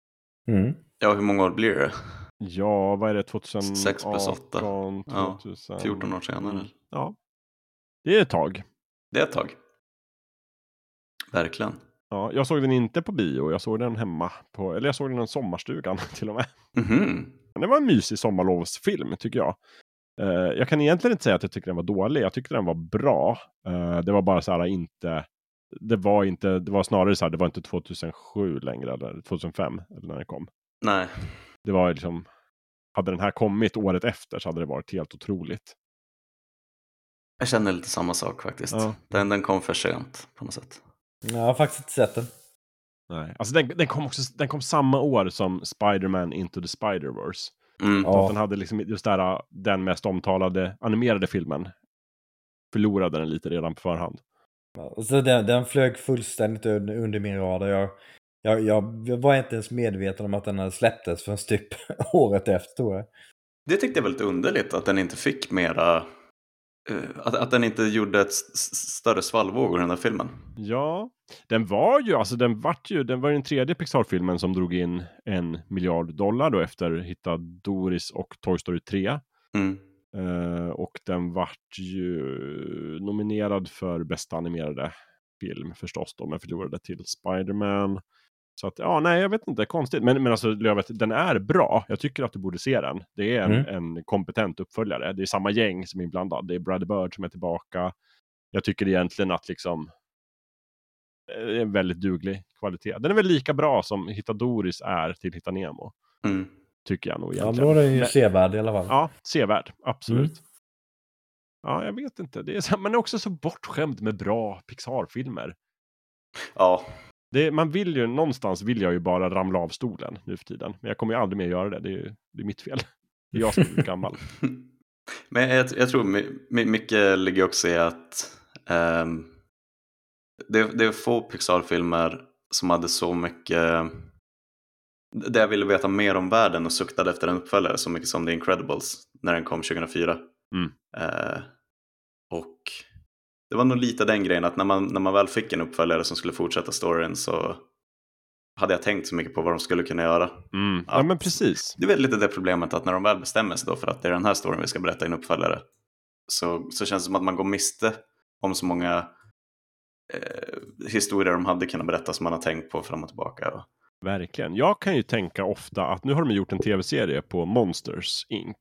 Ja, hur många år blir det? Ja, vad är det? 2018? 6 plus 8. 2000... 14 år senare. Ja, det är ett tag. Det är ett tag. Verkligen. Ja, jag såg den inte på bio. Jag såg den hemma. Eller jag såg den i sommarstugan till och med. Det var en mysig sommarlovsfilm tycker jag. Jag kan egentligen inte säga att jag tycker den var dålig. Jag tyckte den var bra. Det var bara så här inte... Det var snarare så här, det var inte 2007 längre eller 2005 eller när det kom. Nej. Det var liksom, hade den här kommit året efter så hade det varit helt otroligt. Jag känner lite samma sak faktiskt. Ja. Den kom för sent på något sätt. Jag har faktiskt inte sett den. Nej, alltså den kom samma år som Spider-Man Into the Spider-Verse. Ja. Den hade liksom just där, den mest omtalade animerade filmen. Förlorade den lite redan på förhand. Så den flög fullständigt under min radar. Jag var inte ens medveten om att den hade släpptes förrän typ året efter, tror jag. Det tyckte jag var lite underligt att den inte fick mera... Att den inte gjorde ett större svallvåg i den här filmen. Ja, den var den tredje Pixar-filmen som drog in $1 miljard då efter Hitta Doris och Toy Story 3. Och den vart ju nominerad för bästa animerade film förstås då, men förlorade till Spider-Man. Så att, jag vet inte, konstigt. Men alltså, Lövet, den är bra. Jag tycker att du borde se den. Det är en kompetent uppföljare. Det är samma gäng som är inblandad. Det är Brad Bird som är tillbaka. Jag tycker egentligen att liksom det är en väldigt duglig kvalitet. Den är väl lika bra som Hitta Doris är till Hitta Nemo. Tycker jag nog egentligen. Ja, då är den ju sevärd i alla fall. Ja, sevärd. Absolut. Ja, jag vet inte. Man är också så bortskämd med bra Pixar-filmer. Ja. Någonstans vill jag ju bara ramla av stolen nu för tiden. Men jag kommer ju aldrig mer göra det. Det är mitt fel. Det är jag som är gammal. Men jag tror mycket ligger också i att det är få Pixar-filmer som hade så mycket... Där jag ville veta mer om världen och suktade efter en uppföljare så mycket som The Incredibles när den kom 2004. Och det var nog lite den grejen att när man väl fick en uppföljare som skulle fortsätta storyn så hade jag tänkt så mycket på vad de skulle kunna göra. Ja, men precis. Det är väl lite det problemet att när de väl bestämmer sig då för att det är den här storyn vi ska berätta i en uppföljare så känns det som att man går miste om så många historier de hade kunnat berätta som man har tänkt på fram och tillbaka. Verkligen. Jag kan ju tänka ofta att nu har de gjort en tv-serie på Monsters Inc.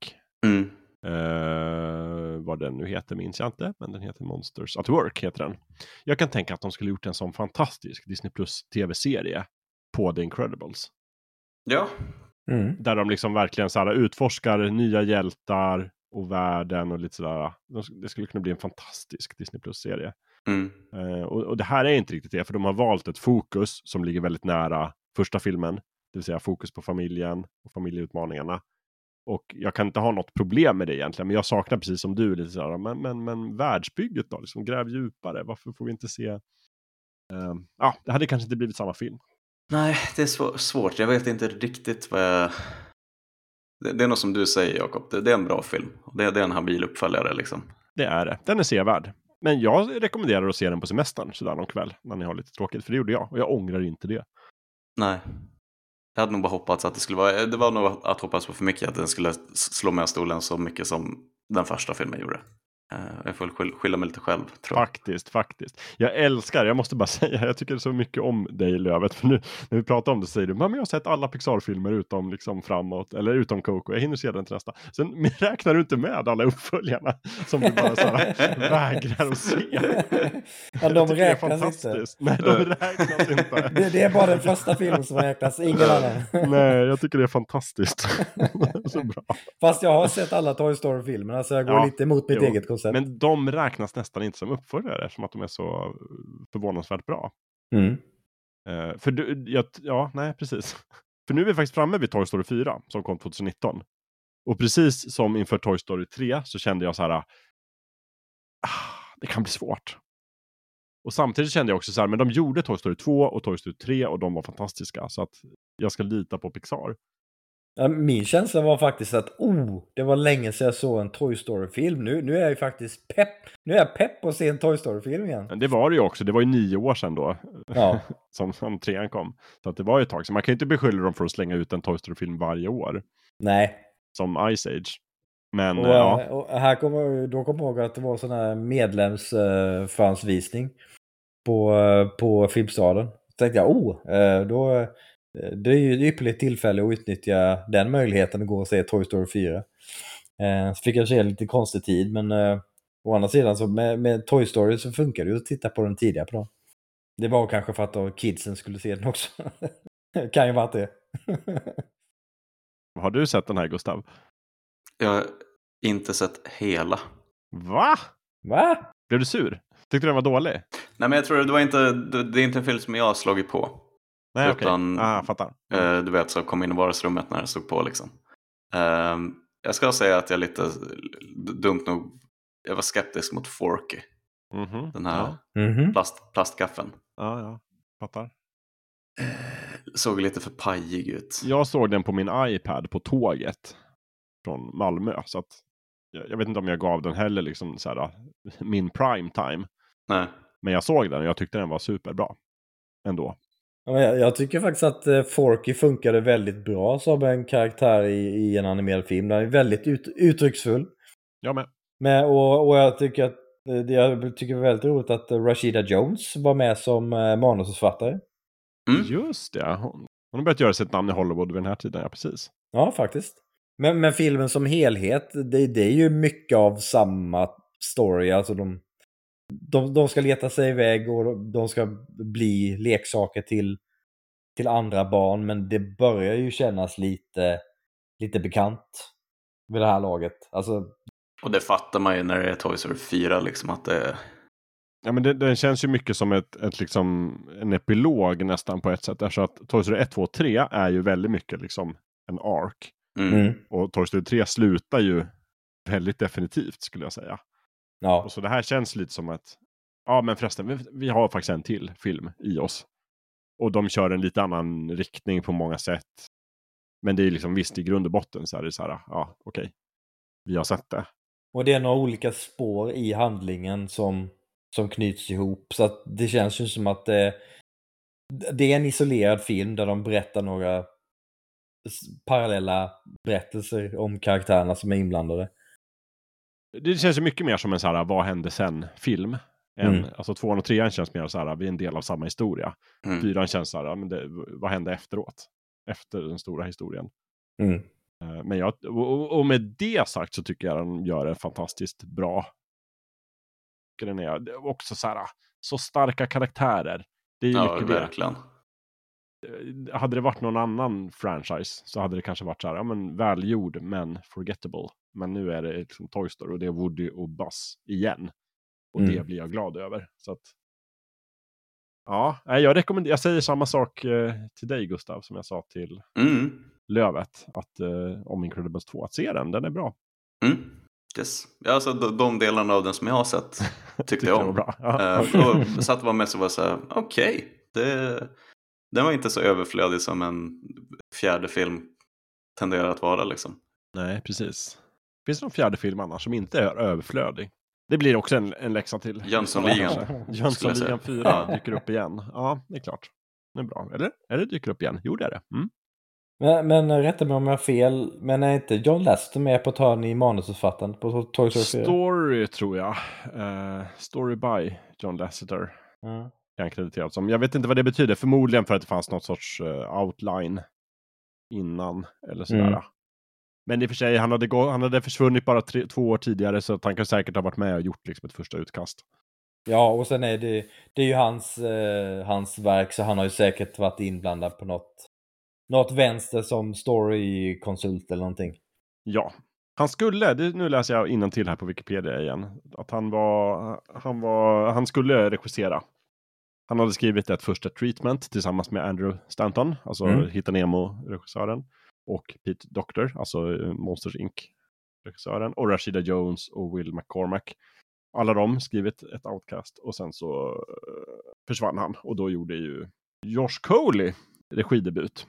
Vad den nu heter minns jag inte, men den heter Monsters at Work heter den. Jag kan tänka att de skulle gjort en sån fantastisk Disney Plus tv-serie på The Incredibles. Ja. Där de liksom verkligen så här utforskar nya hjältar och världen och lite sådär. Det skulle kunna bli en fantastisk Disney Plus-serie. Och det här är inte riktigt det, för de har valt ett fokus som ligger väldigt nära första filmen. Det vill säga fokus på familjen och familjeutmaningarna. Och jag kan inte ha något problem med det egentligen, men jag saknar precis som du lite sådär, men världsbygget då, liksom gräv djupare. Varför får vi inte se... det hade kanske inte blivit samma film. Nej, det är svårt. Jag vet inte riktigt vad jag... Det är något som du säger, Jakob. Det är en bra film. Det är en habil uppföljare liksom. Det är det. Den är sevärd. Men jag rekommenderar att se den på semestern sådär någon kväll när ni har lite tråkigt. För det gjorde jag. Och jag ångrar inte det. Nej. Jag hade nog bara hoppats att det skulle vara... Det var nog att hoppas på för mycket. Att den skulle slå med stolen så mycket som den första filmen gjorde. Jag får skylla mig lite själv, tror jag. Faktiskt. Jag måste bara säga, jag tycker så mycket om dig, Lövet. För nu när vi pratar om det säger du, men jag har sett alla Pixar-filmer utom liksom framåt, eller utom Coco. Jag hinner se den till nästa. Sen räknar du inte med alla uppföljarna som du bara såhär vägrar att se. Ja, de räknas inte. Nej, de räknas inte. Det är bara den första filmen som räknas, ingen annan. Nej, jag tycker det är fantastiskt. Så bra. Fast jag har sett alla Toy Story-filmerna, så jag går lite emot mitt eget koncept. Men de räknas nästan inte som uppföljare eftersom att de är så förvånansvärt bra. Nej, precis. För nu är vi faktiskt framme vid Toy Story 4 som kom 2019. Och precis som inför Toy Story 3 så kände jag så här, det kan bli svårt. Och samtidigt kände jag också så här, men de gjorde Toy Story 2 och Toy Story 3 och de var fantastiska. Så att jag ska lita på Pixar. Min känsla var faktiskt att det var länge sedan jag såg en Toy Story-film. Nu är jag ju faktiskt pepp. Nu är jag pepp på att se en Toy Story-film igen. Det var det ju också. Det var ju 9 år sedan då. Ja. som 3 kom. Så att det var ju ett tag. Så man kan ju inte beskylla dem för att slänga ut en Toy Story-film varje år. Nej. Som Ice Age. Men och här kommer jag ihåg att det var sån här medlemsfransvisning på Filmstaden. Så tänkte jag, det är ju ett ypperligt tillfälle att utnyttja den möjligheten att gå och se Toy Story 4. Så fick jag se lite konstig tid, men å andra sidan så med Toy Story så funkar det ju att titta på den tidigare på dem. Det var kanske för att kidsen skulle se den också. Kan ju vara det. Har du sett den här, Gustav? Jag har inte sett hela. Va? Blev du sur? Tyckte du den var dålig? Nej, men jag tror det är inte en film som jag har slagit på. Nej, utan, fattar. Du vet, så kom in i vardagsrummet när det stod på liksom. Jag ska säga att jag lite dumt nog, jag var skeptisk mot Forky. Den här plastkaffen. Ja, fattar. Såg lite för pajig ut. Jag såg den på min iPad på tåget från Malmö, så att jag vet inte om jag gav den heller liksom så här, min prime time. Nej. Men jag såg den och jag tyckte den var superbra ändå. Jag tycker faktiskt att Forky funkade väldigt bra som en karaktär i en animerad film. Den är väldigt uttrycksfull. Jag med. Och jag tycker det var väldigt roligt att Rashida Jones var med som manusförfattare. Just det. Hon har börjat göra sitt namn i Hollywood vid den här tiden, ja precis. Ja, faktiskt. Men filmen som helhet, det är ju mycket av samma story. Alltså de ska leta sig iväg och de ska bli leksaker till andra barn, men det börjar ju kännas lite bekant vid det här laget. Alltså... Och det fattar man ju när det är Toy Story 4 liksom, att det... Ja, men det känns ju mycket som ett liksom en epilog nästan på ett sätt. Därför att Toy Story 1, 2 och 3 är ju väldigt mycket liksom en arc. Och Toy Story 3 slutar ju väldigt definitivt, skulle jag säga. Ja. Och så det här känns lite som att men förresten, vi har faktiskt en till film i oss. Och de kör en lite annan riktning på många sätt. Men det är liksom visst i grund och botten så är det så här, okej. Vi har sett det. Och det är några olika spår i handlingen som knyts ihop. Så att det känns ju som att det är en isolerad film där de berättar några parallella berättelser om karaktärerna som är inblandade. Det känns ju mycket mer som en så här, vad hände sen-film. Alltså 2 och 3 känns mer så här, vi är en del av samma historia. 4 känns så här, men vad hände efteråt? Efter den stora historien. Men och med det sagt så tycker jag den gör det fantastiskt bra. Den är också så här, så starka karaktärer. Det är ju mycket verkligen. hade det varit någon annan franchise så hade det kanske varit så här, ja men välgjord men forgettable. Men nu är det liksom Toy Story och det är Woody och Buzz igen. Och det blir jag glad över. Så att, ja, jag säger samma sak till dig Gustav som jag sa till Lövet att om Incredibles 2, att se den är bra. Yes. Ja, alltså de delarna av den som jag har sett tyckte jag om. Bra. Och satt var med så var så här, okej, den var inte så överflödig som en fjärde film tenderar att vara liksom. Nej, precis. Finns det någon fjärde film annars som inte är överflödig? Det blir också en läxa till. Jönssonligan 4 dyker upp igen. Ja, det är klart. Det är bra. Eller? Eller dyker upp igen? Jo, det är det. Men rätta mig om jag har fel. Men är inte John Lasseter med på törn i manusförfattaren på Toy Story 4? Story tror jag. Story by John Lasseter. Kan krediteras som. Jag vet inte vad det betyder. Förmodligen för att det fanns något sorts outline innan. Eller sådär. Men i och för sig, han hade försvunnit bara 2 år tidigare. Så att han kan säkert ha varit med och gjort liksom ett första utkast. Ja, och sen är det är ju hans verk. Så han har ju säkert varit inblandad på något vänster som storykonsult eller någonting. Ja. Han skulle, nu läser jag innantill här på Wikipedia igen. Att han skulle regissera. Han hade skrivit ett första treatment tillsammans med Andrew Stanton. Alltså Hitta Nemo-regissören. Och Pete Docter, alltså Monsters Inc-regissören. Och Rashida Jones och Will McCormack. Alla de skrivit ett outkast. Och sen så försvann han. Och då gjorde ju Josh Coley regidebut.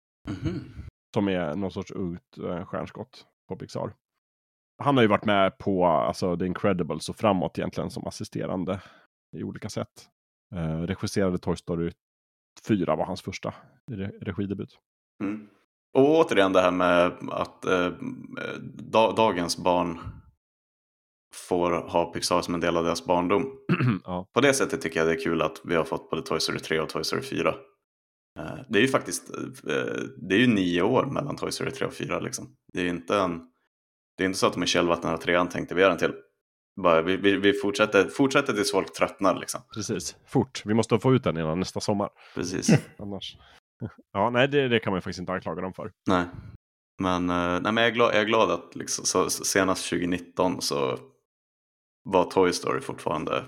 Som är någon sorts ungt stjärnskott på Pixar. Han har ju varit med på alltså, The Incredibles och framåt egentligen som assisterande i olika sätt. Regisserade Toy Story 4 var hans första regidebut. Och återigen det här med att dagens barn får ha Pixar som en del av deras barndom. Ja. På det sättet tycker jag det är kul att vi har fått både Toy Story 3 och Toy Story 4. Det är ju faktiskt det är ju 9 år mellan Toy Story 3 och 4 liksom. Det är inte så att de i källvattnet och 3 tänkte vi göra en till. Bara, vi fortsätter tills folk tröttnar liksom. Precis, fort. Vi måste få ut den innan nästa sommar. Precis. Annars. Ja, nej, det kan man ju faktiskt inte anklaga dem för. Nej. Men jag är glad att liksom, så senast 2019 så var Toy Story fortfarande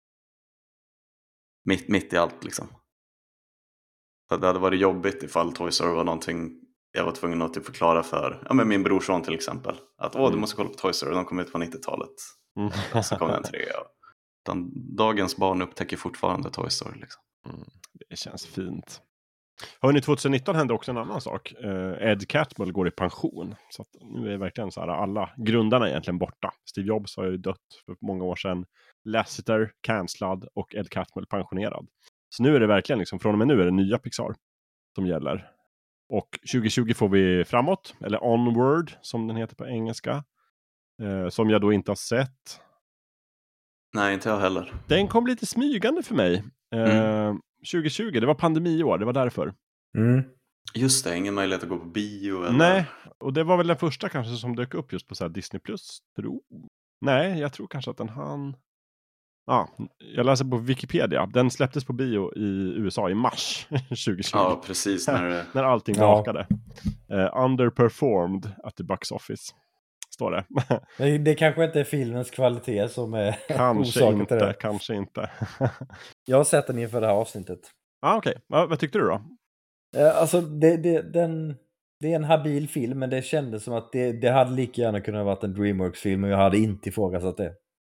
mitt i allt liksom. Det hade varit jobbigt ifall Toy Story var någonting jag var tvungen att typ förklara för min brorson till exempel. Att du måste kolla på Toy Story, de kom ut på 90-talet. Och så kom den 3. Dagens barn upptäcker fortfarande Toy Story liksom. Det känns fint. Hörrni, 2019 hände också en annan sak. Ed Catmull går i pension. Så att nu är verkligen så här, alla grundarna egentligen borta. Steve Jobs har ju dött för många år sedan. Lasseter cancellad och Ed Catmull pensionerad. Så nu är det verkligen liksom, från och med nu är det nya Pixar som gäller. Och 2020 får vi framåt, eller Onward som den heter på engelska. Som jag då inte har sett. Nej, inte jag heller. Den kom lite smygande för mig. 2020, det var pandemiår, det var därför. Just det, ingen möjlighet att gå på bio eller... Nej, och det var väl den första kanske som dök upp just på så här Disney+. Nej, jag tror kanske att den hann... Ja, jag läser på Wikipedia. Den släpptes på bio i USA i mars 2020. Ja, precis. När allting brakade. Underperformed at the box office. Står det. Det kanske inte är filmens kvalitet som är orsaken till det. Kanske inte. Jag har sett den inför det här avsnittet. Okej. Vad tyckte du då? Alltså, det är en habil film, men det kändes som att det hade lika gärna kunnat vara en DreamWorks-film och jag hade inte ifrågasatt det.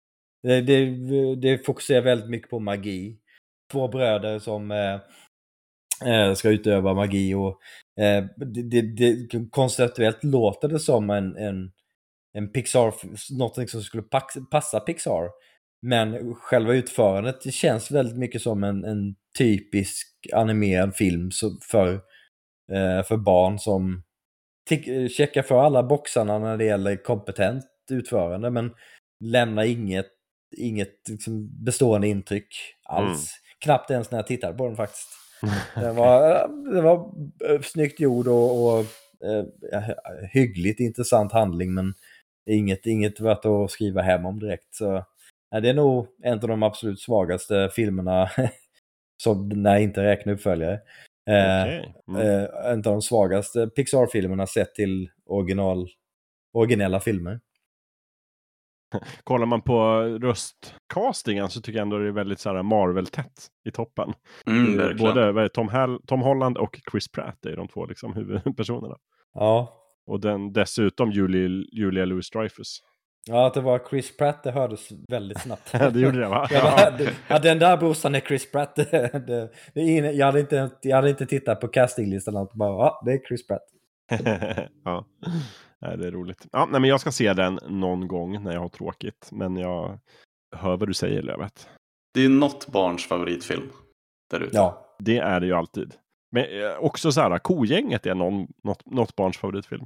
Det fokuserar väldigt mycket på magi. 2 bröder som ska utöva magi och konceptuellt låter det som en Pixar, något som skulle passa Pixar. Men själva utförandet känns väldigt mycket som en typisk animerad film för barn som checkar för alla boxarna när det gäller kompetent utförande, men lämnar inget liksom bestående intryck alls. Knappt ens när jag tittade på den faktiskt. Det var snyggt gjord och hyggligt intressant handling, men inget värt att skriva hem om direkt. Så det är nog en av de absolut svagaste filmerna som när jag inte räknar uppföljare. Okej. En av de svagaste Pixar-filmerna sett till originella filmer. Kollar man på röstcastingen så tycker jag ändå det är väldigt så här Marvel-tätt i toppen. Verkligen. Både Tom Holland och Chris Pratt är de två liksom huvudpersonerna. Ja. Och dessutom Julia Louis-Dreyfus. Ja, att det var Chris Pratt, det hördes väldigt snabbt. Det gjorde det, va? Ja, den där brorsan är Chris Pratt. Jag hade inte tittat på castinglistan och bara, ja, det är Chris Pratt. Ja, det är roligt. Ja, nej, men jag ska se den någon gång när jag har tråkigt. Men jag hör vad du säger, Lövet. Det är ju något barns favoritfilm där ute. Ja, det är det ju alltid. Men också så här, Kogänget är något barns favoritfilm.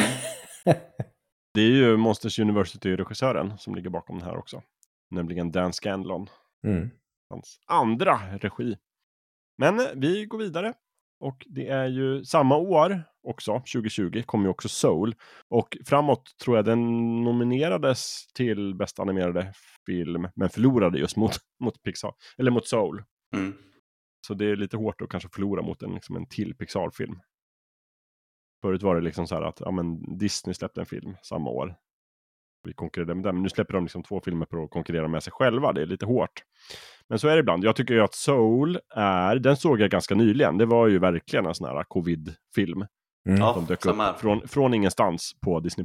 Det är ju Monsters University-regissören som ligger bakom den här också. Nämligen Dan Scanlon. Hans andra regi. Men vi går vidare. Och det är ju samma år också, 2020, kom ju också Soul. Och framåt tror jag den nominerades till bästa animerade film. Men förlorade just mot Pixar. Eller mot Soul. Så det är lite hårt att kanske förlora mot en till Pixar-film. Förut var det liksom så här att Disney släppte en film samma år. Vi konkurrerade med den. Men nu släpper de liksom 2 filmer för att konkurrera med sig själva. Det är lite hårt. Men så är det ibland. Jag tycker ju att Soul den såg jag ganska nyligen. Det var ju verkligen en sån här covid-film. Som dök upp från ingenstans på Disney+.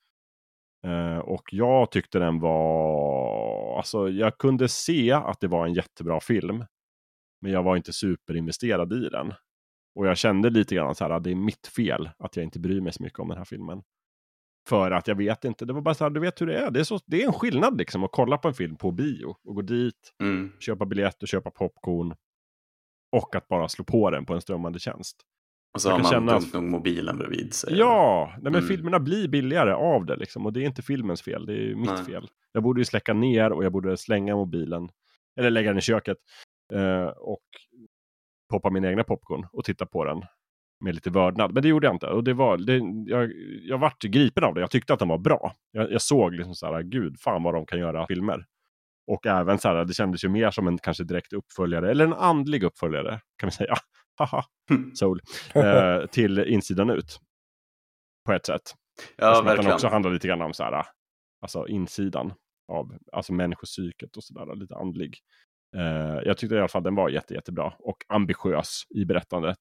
Och jag tyckte den var... Alltså jag kunde se att det var en jättebra film. Men jag var inte superinvesterad i den. Och jag kände lite grann så här att det är mitt fel att jag inte bryr mig så mycket om den här filmen. För att jag vet inte, det var bara så här, du vet hur det är. Det är en skillnad liksom att kolla på en film på bio. Och gå dit, köpa biljett och köpa popcorn. Och att bara slå på den på en strömmande tjänst. Och så har man nog mobilen bredvid sig. Ja, men filmerna blir billigare av det liksom. Och det är inte filmens fel, det är mitt fel. Jag borde ju släcka ner och jag borde slänga mobilen. Eller lägga den i köket. Och poppa min egna popcorn och titta på den med lite vördnad. Men det gjorde jag inte. Och jag vart gripen av det. Jag tyckte att den var bra. Jag såg liksom så här, gud, fan vad de kan göra filmer. Och även så här, det kändes ju mer som en kanske direkt uppföljare. Eller en andlig uppföljare, kan vi säga. Haha, Soul. Till insidan ut. På ett sätt. Ja, verkligen. Att den också handlar lite grann om så här, alltså insidan av alltså människopsyket och sådär, lite andlig. Jag tyckte i alla fall den var jättebra och ambitiös i berättandet.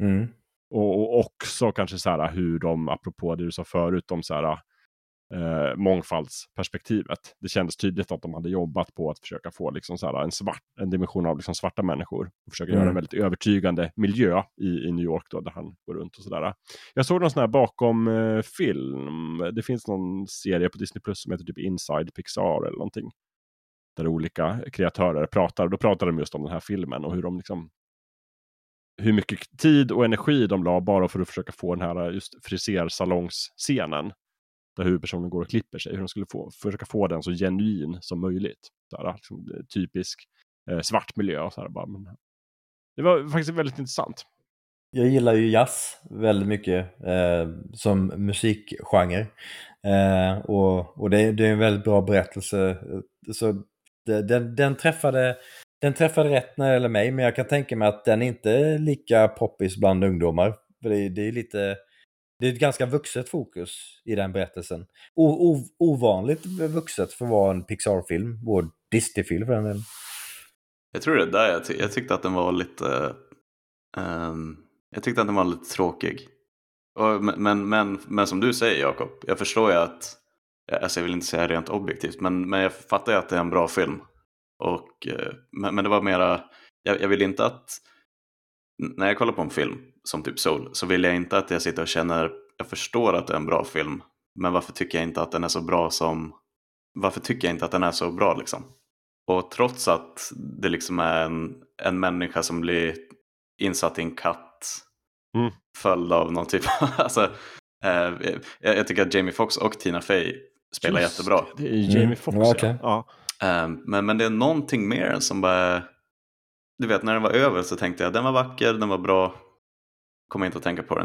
Och också kanske så här hur de, apropå det du sa förut om så här mångfaldsperspektivet. Det kändes tydligt att de hade jobbat på att försöka få liksom så här en dimension av liksom svarta människor och försöka göra en väldigt övertygande miljö i New York då, där han går runt och sådär. Jag såg någon sån här bakom film. Det finns någon serie på Disney Plus som heter typ Inside Pixar eller någonting. Där olika kreatörer pratar. Då pratar de just om den här filmen och hur de liksom hur mycket tid och energi de la bara för att försöka få den här just frisersalongsscenen där huvudpersonen går och klipper sig. Hur de skulle försöka få den så genuin som möjligt. Där, liksom, typisk svart miljö och så här bara. Men det var faktiskt väldigt intressant. Jag gillar ju jazz väldigt mycket som musikgenre. Och det är en väldigt bra berättelse. Så den träffade rätt när det gäller mig, men jag kan tänka mig att den inte är lika poppis bland ungdomar. För det är ett ganska vuxet fokus i den berättelsen. Ovanligt vuxet för att vara en Pixar-film och Disney-film för den delen. Jag tror det där, jag tyckte att den var lite jag tyckte att den var lite tråkig. Men som du säger, Jakob, jag förstår ju att, alltså jag vill inte säga rent objektivt, men jag fattar ju att det är en bra film. Och, men det var mera, jag vill inte att när jag kollar på en film som typ Soul, så vill jag inte att jag sitter och känner, jag förstår att det är en bra film, men varför tycker jag inte att den är så bra varför tycker jag inte att den är så bra liksom? Och trots att det liksom är en människa som blir insatt i en katt följd av någon typ alltså, jag tycker att Jamie Foxx och Tina Fey spelar jättebra. Det är Jamie Foxx, okay. Ja. Men det är någonting mer som bara, du vet, när den var över så tänkte jag den var vacker, den var bra, kommer inte att tänka på den igen.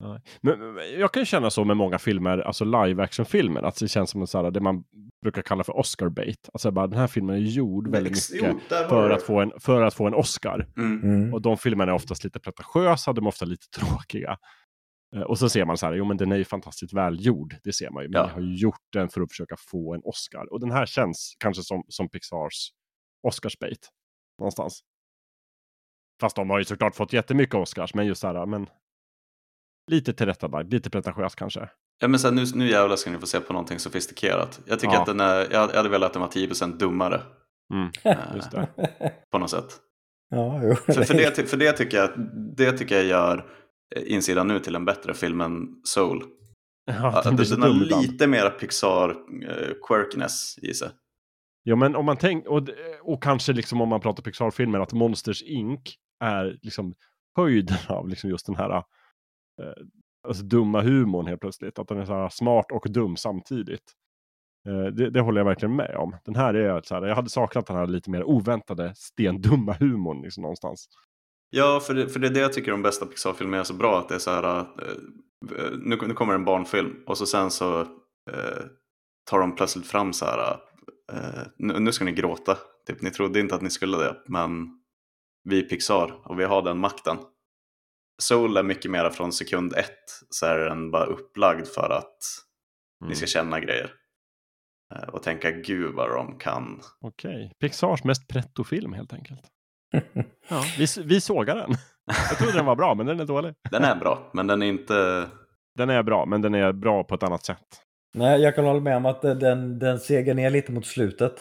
Men jag kan känna så med många filmer, alltså live action-filmer, att det känns som en sån här, det man brukar kalla för Oscar bait. Alltså bara, den här filmen är gjord väldigt mycket för att få en Oscar. Och de filmerna är oftast lite pretentiösa, de är ofta lite tråkiga. Och så ser man så här, jo men den är ju fantastiskt välgjord, det ser man ju. Men jag har ju gjort den för att försöka få en Oscar. Och den här känns kanske som Pixars Oscars bait någonstans. Fast de har ju såklart fått jättemycket Oscars, men just så här, men lite tillrättalagd, lite pretentiös kanske. Ja, men sen nu jävlar ska ni få se på någonting sofistikerat. Jag tycker att jag hade velat att den var 10% dummare. Just det. På något sätt. Ja, jo. För det tycker jag gör insidan nu till en bättre film än Soul. Ja, den har lite mer Pixar quirkiness i sig. Ja, men om man tänker, och kanske liksom om man pratar Pixar-filmer, att Monsters Inc. är liksom höjden av liksom just den här alltså dumma humorn helt plötsligt. Att den är så här smart och dum samtidigt. Det håller jag verkligen med om. Den här är så här, jag hade saknat den här lite mer oväntade stendumma humorn liksom någonstans. Ja, för det är det jag tycker de bästa Pixar-filmer är så bra, att det är så här, nu kommer en barnfilm och så sen så tar de plötsligt fram så här, nu ska ni gråta. Typ, ni trodde inte att ni skulle det, men vi är Pixar och vi har den makten. Soul är mycket mer från sekund 1, så är den bara upplagd för att ni ska känna grejer. Och tänka, gud vad de kan. Okej, Pixars mest pretto-film helt enkelt. Ja, vi sågar den. Jag trodde den var bra, men den är dålig. Den är bra, men den är inte... Den är bra, men den är bra på ett annat sätt. Nej, jag kan hålla med om att den segar ner lite mot slutet.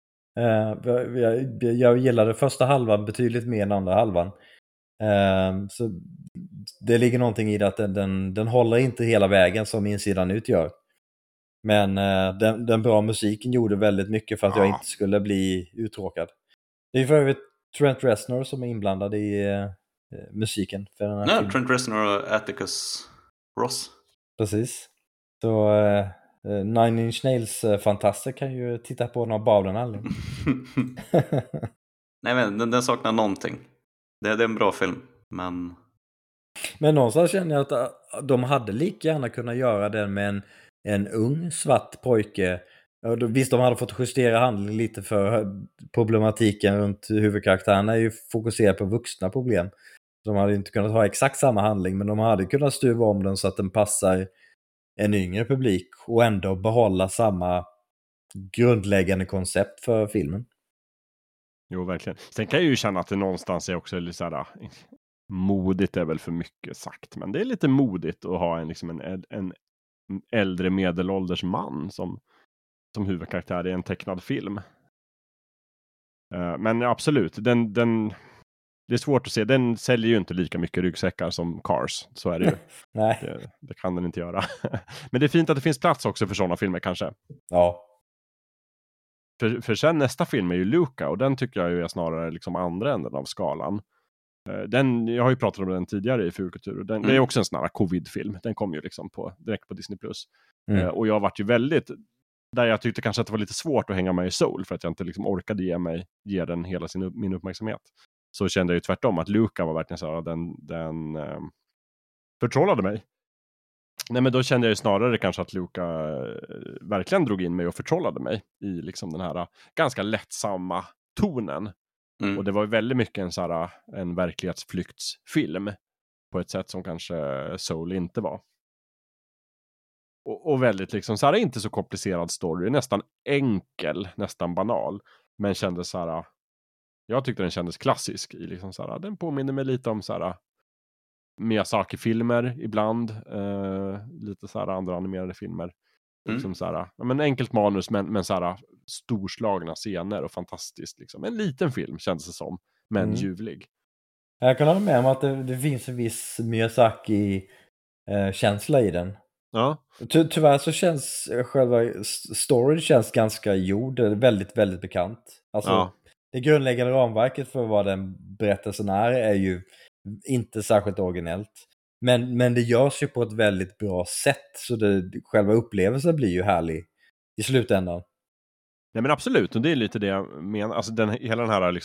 Jag gillade första halvan betydligt mer än andra halvan. Så det ligger någonting i det att den håller inte hela vägen som insidan ut gör. Men den bra musiken gjorde väldigt mycket för att jag inte skulle bli uttråkad. Det är för övrigt Trent Reznor som är inblandad i musiken för den här filmen. Trent Reznor och Atticus Ross. Precis. Så Nine Inch Nails fantaster kan ju titta på någon av den anledningen. Nej, men den saknar någonting. Det är en bra film, men någonstans känner jag att de hade lika gärna kunnat göra den med en ung svart pojke. Visst, de hade fått justera handling lite för problematiken runt huvudkaraktärerna är ju fokuserad på vuxna problem. De hade inte kunnat ha exakt samma handling, men de hade kunnat stuva om den så att den passar en yngre publik och ändå behålla samma grundläggande koncept för filmen. Jo, verkligen. Sen kan jag ju känna att det någonstans är också lite så här, modigt är väl för mycket sagt, men det är lite modigt att ha en äldre medelålders man som huvudkaraktär i en tecknad film. Men absolut, det är svårt att se. Den säljer ju inte lika mycket ryggsäckar som Cars. Så är det ju. Nej. Det kan den inte göra. Men det är fint att det finns plats också för sådana filmer kanske. Ja. För sen nästa film är ju Luca. Och den tycker jag ju är snarare liksom andra änden av skalan. Jag har ju pratat om den tidigare i Fulkultur. Det är också en sån här covid-film. Den kom ju liksom direkt på Disney+. Och jag varit ju väldigt... Där jag tyckte kanske att det var lite svårt att hänga med i Soul. För att jag inte liksom orkade ge den hela min uppmärksamhet. Så kände jag ju tvärtom att Luca var verkligen så här, den förtrollade mig. Nej, men då kände jag ju snarare kanske att Luca verkligen drog in mig och förtrollade mig i liksom den här ganska lättsamma tonen. Och det var ju väldigt mycket en verklighetsflyktsfilm på ett sätt som kanske Soul inte var. Och väldigt liksom så här, inte så komplicerad story, nästan enkel, nästan banal, men kändes så här. Jag tyckte den kändes klassisk i liksom så här, den påminner mig lite om så här Miyazaki-filmer ibland, lite så här andra animerade filmer. Liksom så här, men enkelt manus men så här storslagna scener och fantastiskt liksom. En liten film kändes det som, men ljuvlig. Jag kan hålla med om att det finns en viss Miyazaki-känsla i den. Ja. Tyvärr så känns själva storyn känns ganska gjord, väldigt, väldigt bekant. Alltså, det grundläggande ramverket för vad den berättelsen är ju inte särskilt originellt. Men det görs ju på ett väldigt bra sätt, så själva upplevelsen blir ju härlig i slutändan. Nej, men absolut, och det är lite det jag menar. Alltså hela den här liksom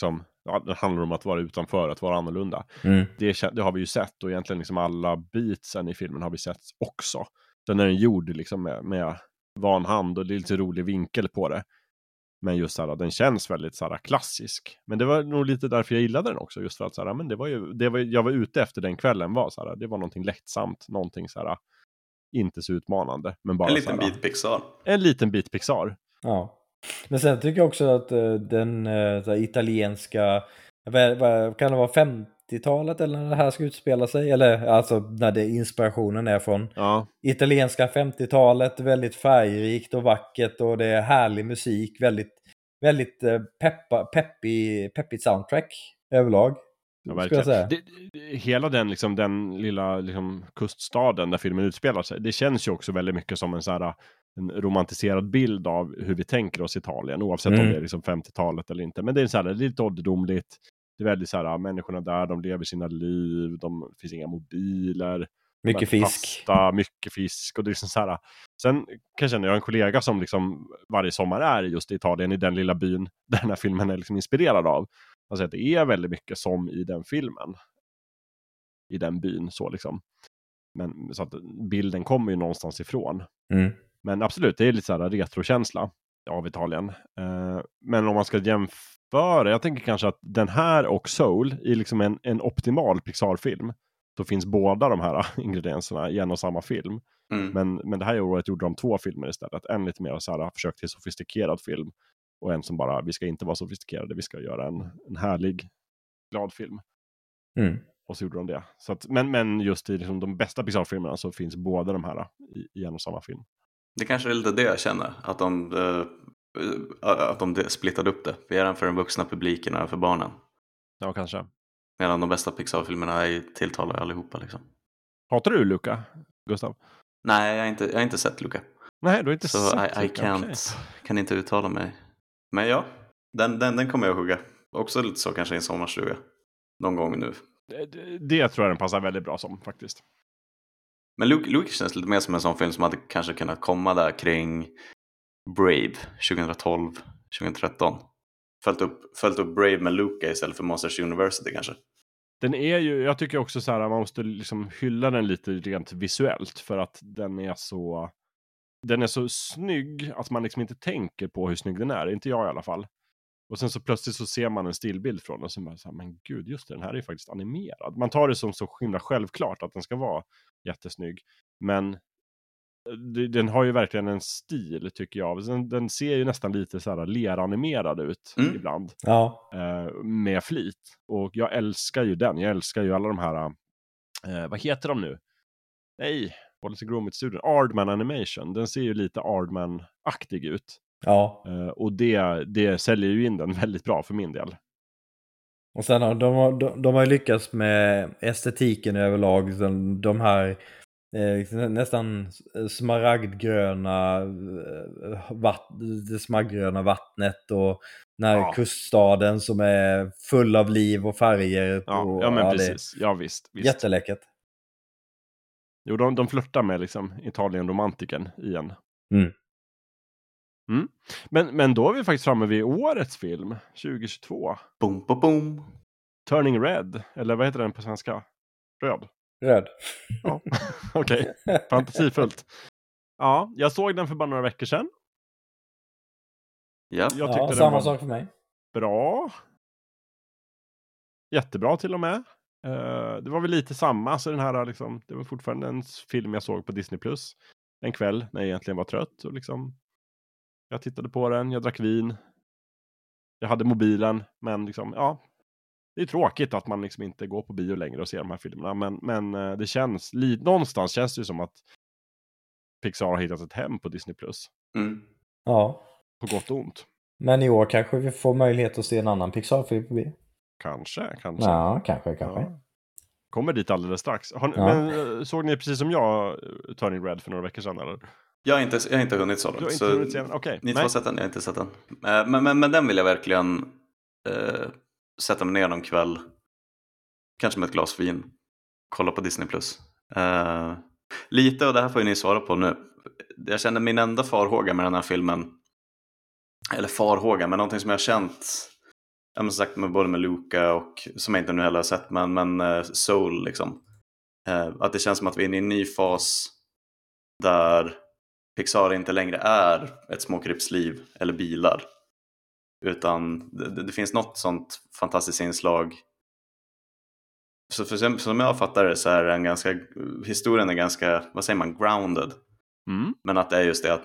ja, det handlar om att vara utanför, att vara annorlunda. Det har vi ju sett, och egentligen liksom alla beatsen i filmen har vi sett också. Den är gjord liksom med van hand, och det är lite rolig vinkel på det. Men just så här, den känns väldigt så här klassisk. Men det var nog lite därför jag gillade den också, just för att så här, men jag var ute efter den kvällen, var så här, det var någonting lättsamt, någonting så här inte så utmanande, men bara en liten så här, bit Pixar. En liten bit Pixar. Ja. Men sen tycker jag också att den så här, italienska, vad kan det vara, 50-talet eller när det här ska utspela sig? Eller alltså när det inspirationen är från italienska 50-talet, väldigt färgrikt och vackert, och det är härlig musik, väldigt peppigt soundtrack överlag. Ja, verkligen. Hela den, liksom, den lilla liksom, kuststaden där filmen utspelar sig, det känns ju också väldigt mycket som en romantiserad bild av hur vi tänker oss Italien, oavsett om det är liksom 50-talet eller inte. Men det är så här, lite ålderdomligt. Det är väldigt så här, människorna där, de lever sina liv, det finns inga mobiler. Mycket fisk. Mycket fisk. Och det är liksom så här. Sen kan jag en kollega som liksom varje sommar är just i Italien, i den lilla byn där den här filmen är liksom inspirerad av. Alltså att det är väldigt mycket som i den filmen. I den byn så liksom. Men så att bilden kommer ju någonstans ifrån. Men absolut, det är lite så här retrokänsla av Italien. Men om man ska jämföra, jag tänker kanske att den här och Soul är liksom en optimal Pixar-film. Då finns båda de här ingredienserna i en och samma film. Men det här året gjorde de 2 filmer istället. En lite mer så här försök till sofistikerad film. Och en som bara, vi ska inte vara sofistikerade, vi ska göra en härlig, glad film. Och så gjorde de det. Så att, men just i liksom de bästa Pixar-filmerna så finns båda de här i en och samma film. Det kanske är lite det jag känner, att de splittade upp det. Vi är den för den vuxna publiken och för barnen. Ja, kanske. Medan de bästa Pixar-filmerna tilltalar allihopa liksom. Hatar du Luca, Gustav? Nej, jag har inte sett Luca. Nej, du har inte så sett Luca. Kan inte uttala mig. Men ja, den kommer jag hugga. Också lite så kanske i en sommarstuga. Någon gång nu. Det tror jag den passar väldigt bra som faktiskt. Men Luca känns lite mer som en sån film som hade kanske kunnat komma där kring Brave 2012-2013. Följt upp Brave med Luca istället för Monsters University kanske. Den är ju, jag tycker också så här, man måste liksom hylla den lite rent visuellt, för att den är så snygg att man liksom inte tänker på hur snygg den är, inte jag i alla fall. Och sen så plötsligt så ser man en stillbild från den och så bara så här, men gud, just det, den här är ju faktiskt animerad. Man tar det som så himla självklart att den ska vara jättesnygg, men den har ju verkligen en stil, tycker jag. Den ser ju nästan lite så här leranimerad ut ibland. Ja. Med flit. Och jag älskar ju den. Jag älskar ju alla de här vad heter de nu? Nej, Wallace & Gromit-studion. Aardman Animation. Den ser ju lite Aardman-aktig ut. Ja. Och det säljer ju in den väldigt bra för min del. Och sen har de har ju lyckats med estetiken överlag. De här nästan smaragdgröna det smaragdgröna vattnet, och den här kuststaden som är full av liv och färger. Ja, men precis. Ja, visst. Jätteläckert. Jo, de flörtar med liksom Italien-romantiken igen. Men då är vi faktiskt framme vid årets film, 2022. Boom, boom, boom. Turning Red, eller vad heter den på svenska? Röd. Ja, okej. Fantasifullt. Ja, jag såg den för bara några veckor sedan. Ja, jag tyckte den samma var sak för mig. Bra. Jättebra till och med. Det var väl lite samma, så den här liksom, det var fortfarande en film jag såg på Disney Plus en kväll när jag egentligen var trött, och liksom jag tittade på den, jag drack vin. Jag hade mobilen, men liksom, ja, det är tråkigt att man liksom inte går på bio längre och ser de här filmerna, men det känns någonstans känns det ju som att Pixar har hittat ett hem på Disney Plus. Ja. På gott och ont. Men i år kanske vi får möjlighet att se en annan Pixar-film på bio. Kanske. Ja, kanske. Ja. Kommer dit alldeles strax. Men såg ni precis som jag Turning Red för några veckor sedan, eller? Jag har inte hunnit så långt. Okay. Ni har sett den, jag har inte sett den. Men den vill jag verkligen sätta mig ner någon kväll. Kanske med ett glas vin. Kolla på Disney+. Lite, och det här får ju ni svara på nu. Jag kände min enda farhåga med den här filmen. Eller farhåga, men någonting som jag har känt som sagt, både med Luca och som jag inte nu heller har sett, men Soul liksom. Att det känns som att vi är inne i en ny fas där Pixar inte längre är ett småkrypsliv eller bilar, utan det finns något sånt fantastiskt inslag. Så som jag fattar det så är historien är ganska, vad säger man, grounded. Men att det är just det att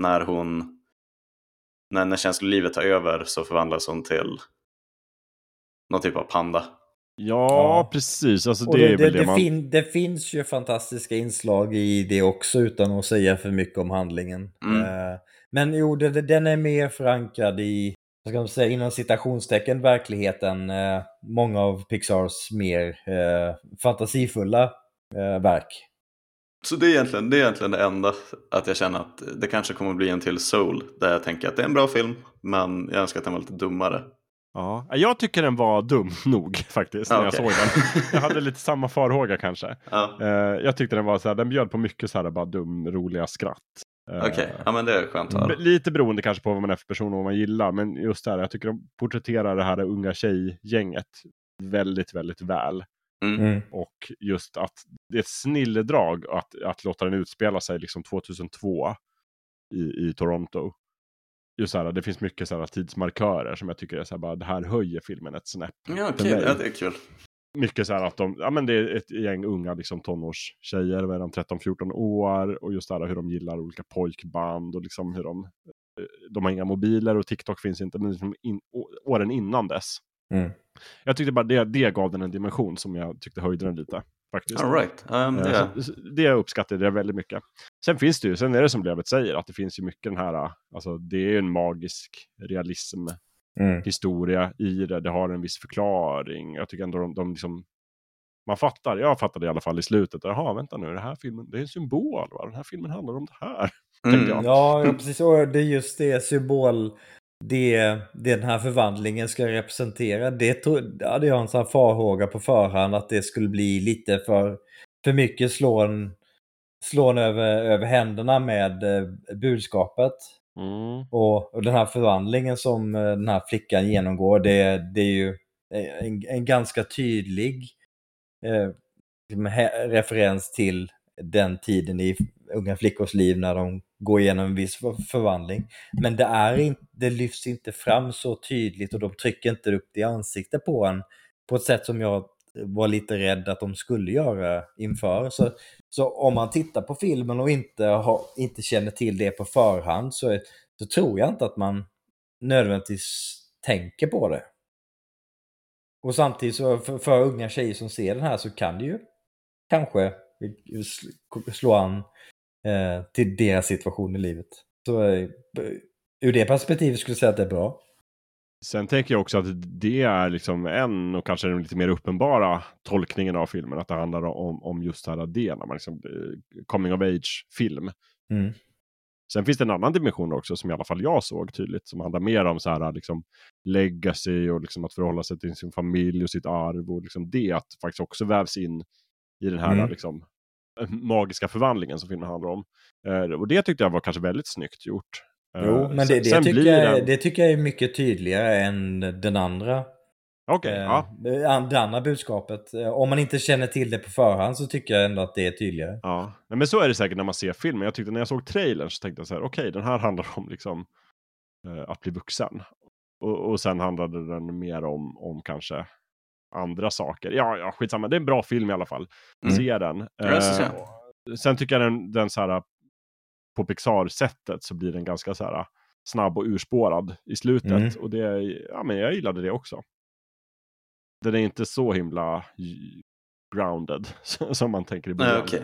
när känslolivet tar över så förvandlas hon till någon typ av panda. Ja, precis. Alltså, det finns ju fantastiska inslag i det också, utan att säga för mycket om handlingen. Men jo, den är mer förankrad i, vad ska man säga, inom citationstecken, verkligheten. Många av Pixars mer fantasifulla verk. Så det är egentligen det enda, att jag känner att det kanske kommer att bli en till Soul, där jag tänker att det är en bra film, men jag önskar att den var lite dummare. Ja, jag tycker den var dum nog faktiskt när jag såg den. Jag hade lite samma farhåga kanske. Jag tyckte den var så här, den bjöd på mycket så här bara roliga skratt. Okej, ja men det är skönt att höra. Lite beroende kanske på vad man är för person och vad man gillar, men just där, jag tycker de porträtterar det här unga tjejgänget väldigt, väldigt väl. Och just att det är ett snilledrag att låta den utspela sig liksom 2002 i Toronto. Just så här, det finns mycket så här tidsmarkörer som jag tycker är så här, bara, det här höjer filmen ett snäpp. Ja, okej, ja, det är kul. Mycket så här att det är ett gäng unga liksom tonårstjejer, vad är de, 13-14 år, och just där hur de gillar olika pojkband och liksom hur de har inga mobiler och TikTok finns inte, men liksom åren innan dess. Jag tyckte bara det gav den en dimension som jag tyckte höjde den lite. Faktiskt. All right. Det uppskattade jag väldigt mycket. Sen är det som Levet säger, att det finns ju mycket den här, alltså det är en magisk realism historia i det. Det har en viss förklaring. Jag tycker ändå de liksom, jag fattade i alla fall i slutet, jaha, vänta nu, det här filmen, det är en symbol, va? Den här filmen handlar om det här. Ja, precis. Och det är just det symbol den här förvandlingen ska representera. Det hade jag en sån här farhåga på förhand, att det skulle bli lite för mycket slån över händerna med budskapet. Och den här förvandlingen som den här flickan genomgår, det är ju en ganska tydlig referens till den tiden i unga flickors liv när de går igenom en viss förvandling. Men det lyfts inte fram så tydligt, och de trycker inte upp det i ansiktet på en på ett sätt som jag var lite rädd att de skulle göra inför. Så om man tittar på filmen och inte känner till det på förhand, så tror jag inte att man nödvändigtvis tänker på det. Och samtidigt så för unga tjejer som ser den här, så kan det ju kanske slå an till deras situation i livet. Så ur det perspektivet skulle jag säga att det är bra. Sen tänker jag också att det är liksom och kanske den lite mer uppenbara tolkningen av filmen, att det handlar om just det här när man liksom, coming of age film. Sen finns det en annan dimension också som i alla fall jag såg tydligt, som handlar mer om så här liksom legacy och liksom att förhålla sig till sin familj och sitt arv, och liksom det att faktiskt också vävs in i den här liksom magiska förvandlingen som filmen handlar om. Och det tyckte jag var kanske väldigt snyggt gjort. Jo, men det tycker jag är mycket tydligare än den andra. Det andra budskapet. Om man inte känner till det på förhand, så tycker jag ändå att det är tydligare. Ja, men så är det säkert när man ser filmen. Jag tyckte när jag såg trailern så tänkte jag så här, okej, den här handlar om liksom att bli vuxen. Och sen handlade den mer om kanske andra saker. Ja, skitsamma. Det är en bra film i alla fall. Se den. Sen tycker jag den så här, på Pixar-sättet så blir den ganska så här snabb och urspårad i slutet. Och men jag gillade det också. Den är inte så himla grounded som man tänker i början. Okej.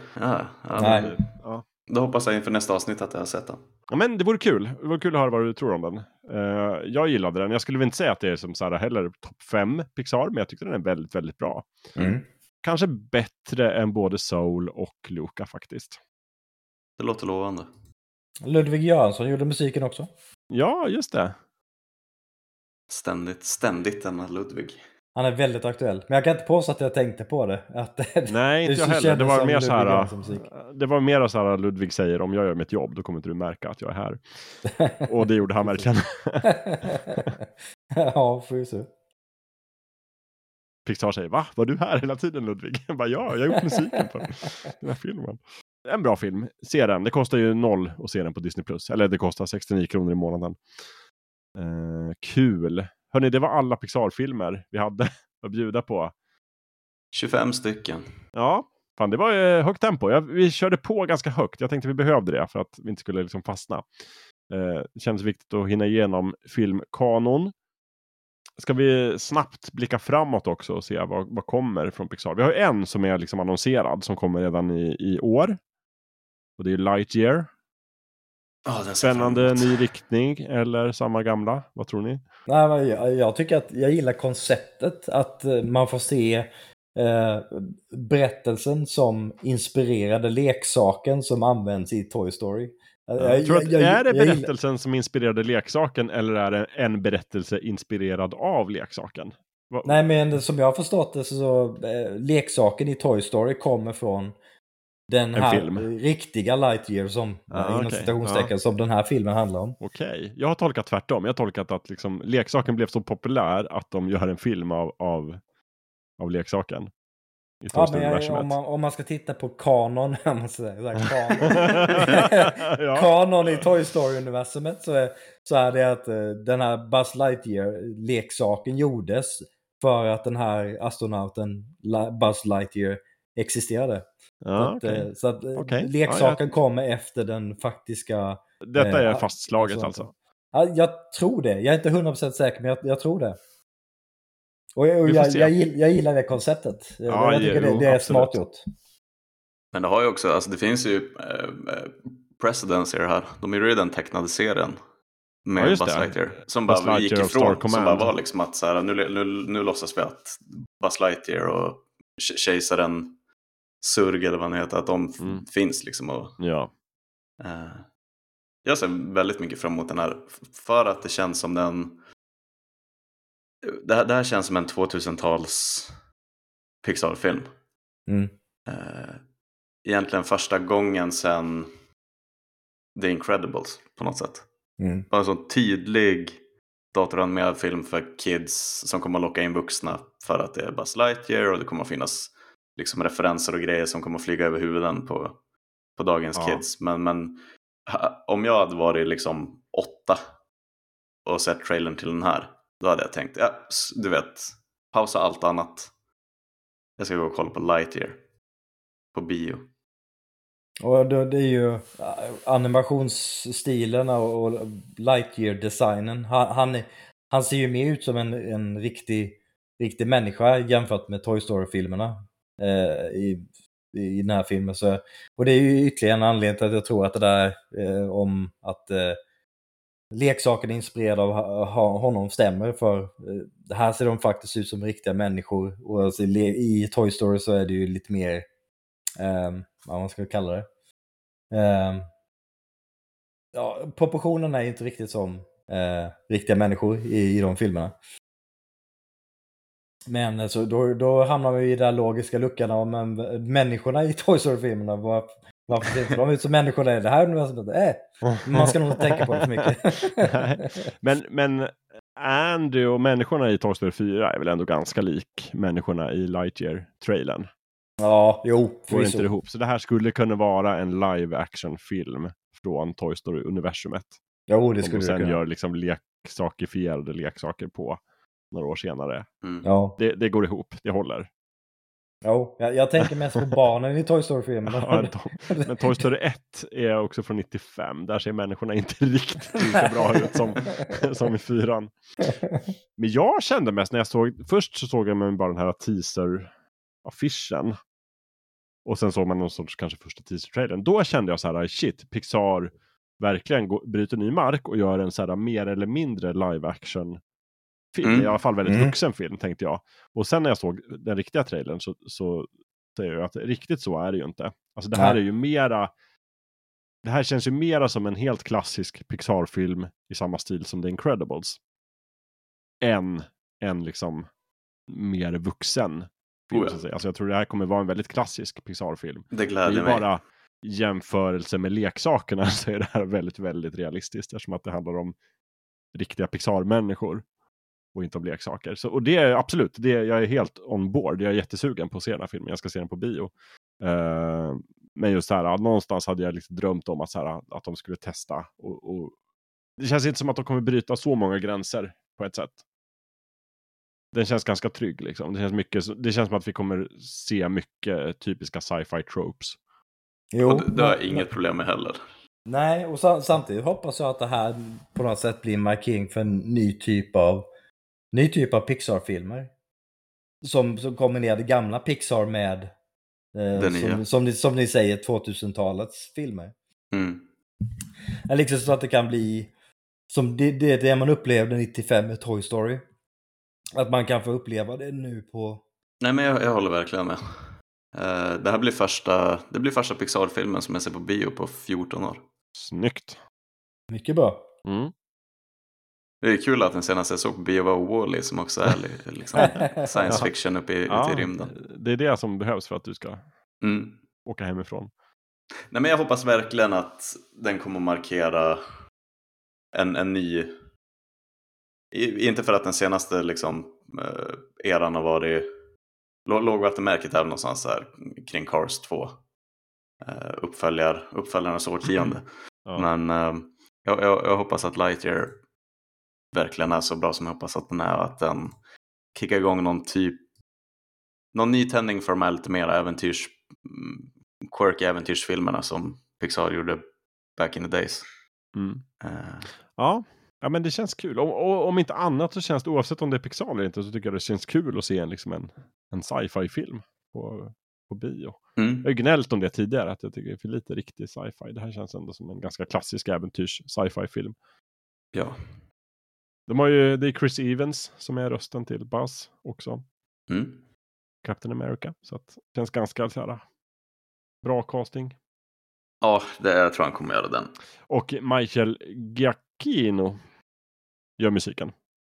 Ja. Då hoppas jag inför nästa avsnitt att jag har sett den. Ja, men det vore kul. Det vore kul att höra vad du tror om den. Jag gillade den. Jag skulle väl inte säga att det är som så här heller topp 5 Pixar, men jag tyckte den är väldigt, väldigt bra. Kanske bättre än både Soul och Luca faktiskt. Det låter lovande. Ludvig Göransson gjorde musiken också. Ja, just det. Ständigt denna Ludvig. Han är väldigt aktuell. Men jag kan inte påstå att jag tänkte på det. Nej, inte jag heller. Det var mer så här. Det var mer så här Ludvig säger, om jag gör mitt jobb, då kommer inte du märka att jag är här. Och det gjorde han verkligen. Ja, får vi se. Pixar säger, va? Var du här hela tiden, Ludvig? Jag bara, ja, jag har gjort musiken på den här filmen. En bra film, se den. Det kostar ju 0 att se den på Disney+. Eller det kostar 69 kronor i månaden. Kul. Hörrni, det var alla Pixar-filmer vi hade att bjuda på. 25 stycken. Ja, fan, det var högt tempo. Vi körde på ganska högt. Jag tänkte vi behövde det för att vi inte skulle liksom fastna. Det känns viktigt att hinna igenom filmkanon. Ska vi snabbt blicka framåt också och se vad kommer från Pixar. Vi har en som är liksom annonserad som kommer redan i år. Och det är Lightyear. Spännande ny riktning eller samma gamla? Vad tror ni? Nej, jag tycker att jag gillar konceptet att man får se berättelsen som inspirerade leksaken som används i Toy Story. Är det berättelsen som inspirerade leksaken eller är det en berättelse inspirerad av leksaken? Nej, men som jag har förstått det så leksaken i Toy Story kommer från den här riktiga Lightyear som inom citationstecken som den här filmen handlar om. Okej, jag har tolkat tvärtom. Jag har tolkat att liksom, leksaken blev så populär att de gör en film av leksaken. Ja, men om man ska titta på kanon, kanon i Toy Story-universumet så är det att den här Buzz Lightyear-leksaken gjordes för att den här astronauten Buzz Lightyear existerade. Så att leksaken kommer efter den faktiska... Detta är fastslaget alltså? Ja, jag tror det. Jag är inte 100% säker, men jag tror det. Och jag gillar det konceptet. Jag tycker det är smart gjort. Men det har ju också, alltså det finns ju presidency här. De är ju redan tecknade serien med Buzz Lightyear. Som bara gick ifrån, som bara var liksom att så här, nu låtsas vi att Buzz Lightyear och kejsaren Surg eller vad han heter, att de finns liksom. Och, jag ser väldigt mycket fram emot den här, för att det känns som det här känns som en 2000-tals Pixar-film. Egentligen första gången sedan The Incredibles på något sätt. Bara en sån tydlig datoranimerad film för kids som kommer att locka in vuxna för att det är Buzz Lightyear och det kommer att finnas liksom referenser och grejer som kommer att flyga över huvuden på dagens kids. Men om jag hade varit liksom 8 och sett trailern till den här, då hade jag tänkt, du vet, pausa allt annat. Jag ska gå och kolla på Lightyear på bio. Och det är ju animationsstilen och Lightyear-designen. Han ser ju mer ut som en riktig människa jämfört med Toy Story-filmerna i den här filmen. Och det är ju ytterligare en anledning till att jag tror att det där om att leksaken är inspirerad av honom stämmer, för här ser de faktiskt ut som riktiga människor, och alltså i Toy Story så är det ju lite mer vad man ska kalla det, proportionerna är inte riktigt som riktiga människor i de filmerna. Men så då hamnar vi i den logiska luckan om människorna i Toy Story-filmerna. Varför ser inte de ut som människor är det här universumet? Man ska nog inte tänka på det för mycket. men Andy och människorna i Toy Story 4 är väl ändå ganska lik människorna i Lightyear-trailern. Ja, jo. Får inte ihop. Så det här skulle kunna vara en live-action-film från Toy Story-universumet. Jo, det skulle det kunna. Sen gör liksom leksakifierade leksaker på några år senare. Ja. Det går ihop, det håller. Jo, jag tänker mest på barnen i Toy Story-filmen. Men Toy Story 1 är också från 95. Där ser människorna inte riktigt lika bra ut som i 4. Men jag kände mest när först så såg jag bara den här teaser-affischen. Och sen såg man någon sorts kanske första teaser-trailern. Då kände jag så här, shit, Pixar verkligen bryter ny mark och gör en så här mer eller mindre live-action film, i alla fall väldigt vuxen film, tänkte jag. Och sen när jag såg den riktiga trailern så säger jag att riktigt så är det ju inte. Alltså det här är ju mera, det här känns ju mera som en helt klassisk Pixar-film i samma stil som The Incredibles. Än liksom mer vuxen film, så att säga. Alltså jag tror det här kommer vara en väldigt klassisk Pixar-film. Det gläder mig. Bara jämförelse med leksakerna så är det här väldigt, väldigt realistiskt, eftersom att det handlar om riktiga Pixar-människor. och inte om leksaker. Så, och det är absolut, jag är helt on board. Jag är jättesugen på att se den här filmen. Jag ska se den på bio. Men just så här, någonstans hade jag liksom drömt om att de skulle testa. Och det känns inte som att de kommer bryta så många gränser på ett sätt. Den känns ganska trygg liksom. Det känns som att vi kommer se mycket typiska sci-fi tropes. Jo, och det har jag inget problem med heller. Nej, och samtidigt hoppas jag att det här på något sätt blir en markering för en ny typ av Pixar-filmer. Som kombinerar det gamla Pixar med som ni säger 2000-talets filmer. Liksom så att det kan bli som det man upplevde 95 med Toy Story. Att man kan få uppleva det nu på... Nej, men jag håller verkligen med. Det här blir första Pixar-filmen som jag ser på bio på 14 år. Snyggt. Mycket bra. Det är kul att den senaste jag såg på bio var Wall-E som också är liksom science fiction uppe i rymden. Det är det som behövs för att du ska åka hemifrån. Nej, men jag hoppas verkligen att den kommer att markera en ny... Inte för att den senaste liksom, eran har varit lågvattenmärket även någonstans här kring Cars 2. Uppföljarnas årtionde. Men jag hoppas att Lightyear verkligen är så bra som jag hoppas att den är. Att den kickar igång någon nytändning för de här lite mer quirky äventyrsfilmerna som Pixar gjorde back in the days. Ja, men det känns kul. Och om inte annat så känns det, oavsett om det är Pixar eller inte, så tycker jag det känns kul att se en sci-fi-film på bio. Jag har gnällt om det tidigare, att jag tycker det är för lite riktig sci-fi. Det här känns ändå som en ganska klassisk äventyrs sci-fi-film. Ja. Det är Chris Evans som är rösten till Buzz också. Captain America. Så att det känns ganska så här, bra casting. Ja, jag tror han kommer göra den. Och Michael Giacchino gör musiken.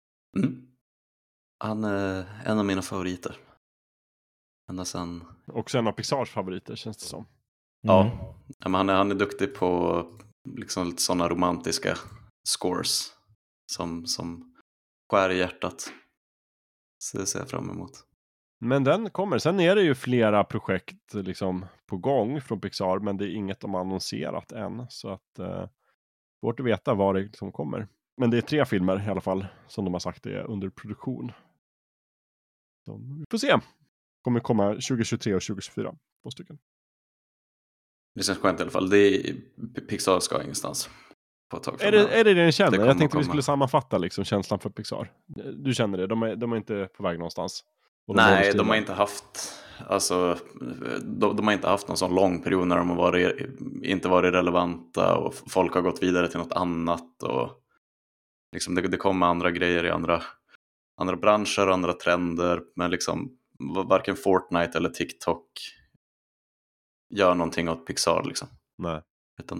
Han är en av mina favoriter. Ända sen... Också en av Pixars favoriter, känns det som. Ja, men han är duktig på liksom lite sådana romantiska scores som skär i hjärtat. Så det ser jag fram emot. Men den kommer. Sen är det ju flera projekt liksom på gång från Pixar, men det är inget de har annonserat än. Så att svårt att veta vad det liksom kommer. Men det är 3 filmer i alla fall som de har sagt är under produktion. Så vi får se. Kommer komma 2023 och 2024. 2 stycken. Det känns skönt i alla fall. Pixar ska ingenstans. På ett tag är det ni känner? Jag tänkte vi skulle sammanfatta liksom känslan för Pixar. Du känner det? De är inte på väg någonstans. Nej, de har inte haft... Alltså, de har inte haft någon sån lång period när de har inte varit relevanta och folk har gått vidare till något annat och liksom det kommer andra grejer i andra branscher och andra trender, men liksom varken Fortnite eller TikTok gör någonting åt Pixar liksom. Nej. Utan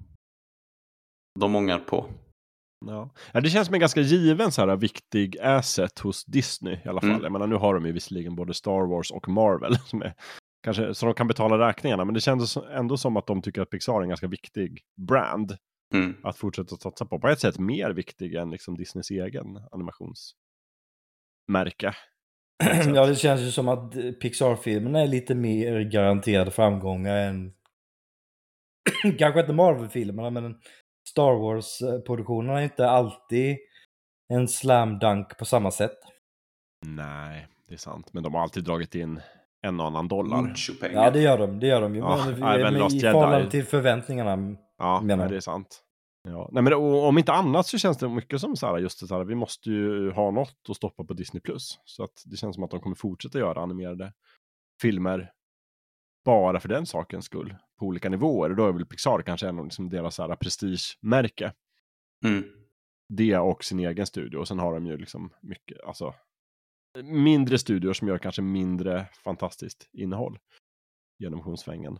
de ångar på. Ja, det känns som en ganska given så här viktig asset hos Disney i alla fall. Jag menar, nu har de ju visserligen både Star Wars och Marvel som är kanske så de kan betala räkningarna, men det känns ändå som att de tycker att Pixar är en ganska viktig brand att fortsätta satsa på ett sätt mer viktig än liksom Disneys egen animationsmärke. Ja, det känns ju som att Pixar-filmerna är lite mer garanterade framgångar än kanske inte Marvel-filmerna, men Star Wars-produktionerna är inte alltid en slam dunk på samma sätt. Nej, det är sant. Men de har alltid dragit in en och annan dollar. Ja, det gör de ju. Ja, men i förhållande till förväntningarna. Ja, men det är sant. Ja. Nej, men om inte annat så känns det mycket som så här, just det så här, vi måste ju ha något att stoppa på Disney+. Så att det känns som att de kommer fortsätta göra animerade filmer bara för den sakens skull på olika nivåer. Och då är väl Pixar kanske en av liksom deras så här prestigemärke. Det och sin egen studio. Och sen har de ju liksom mycket, alltså mindre studior som gör kanske mindre fantastiskt innehåll genom animationssvängen.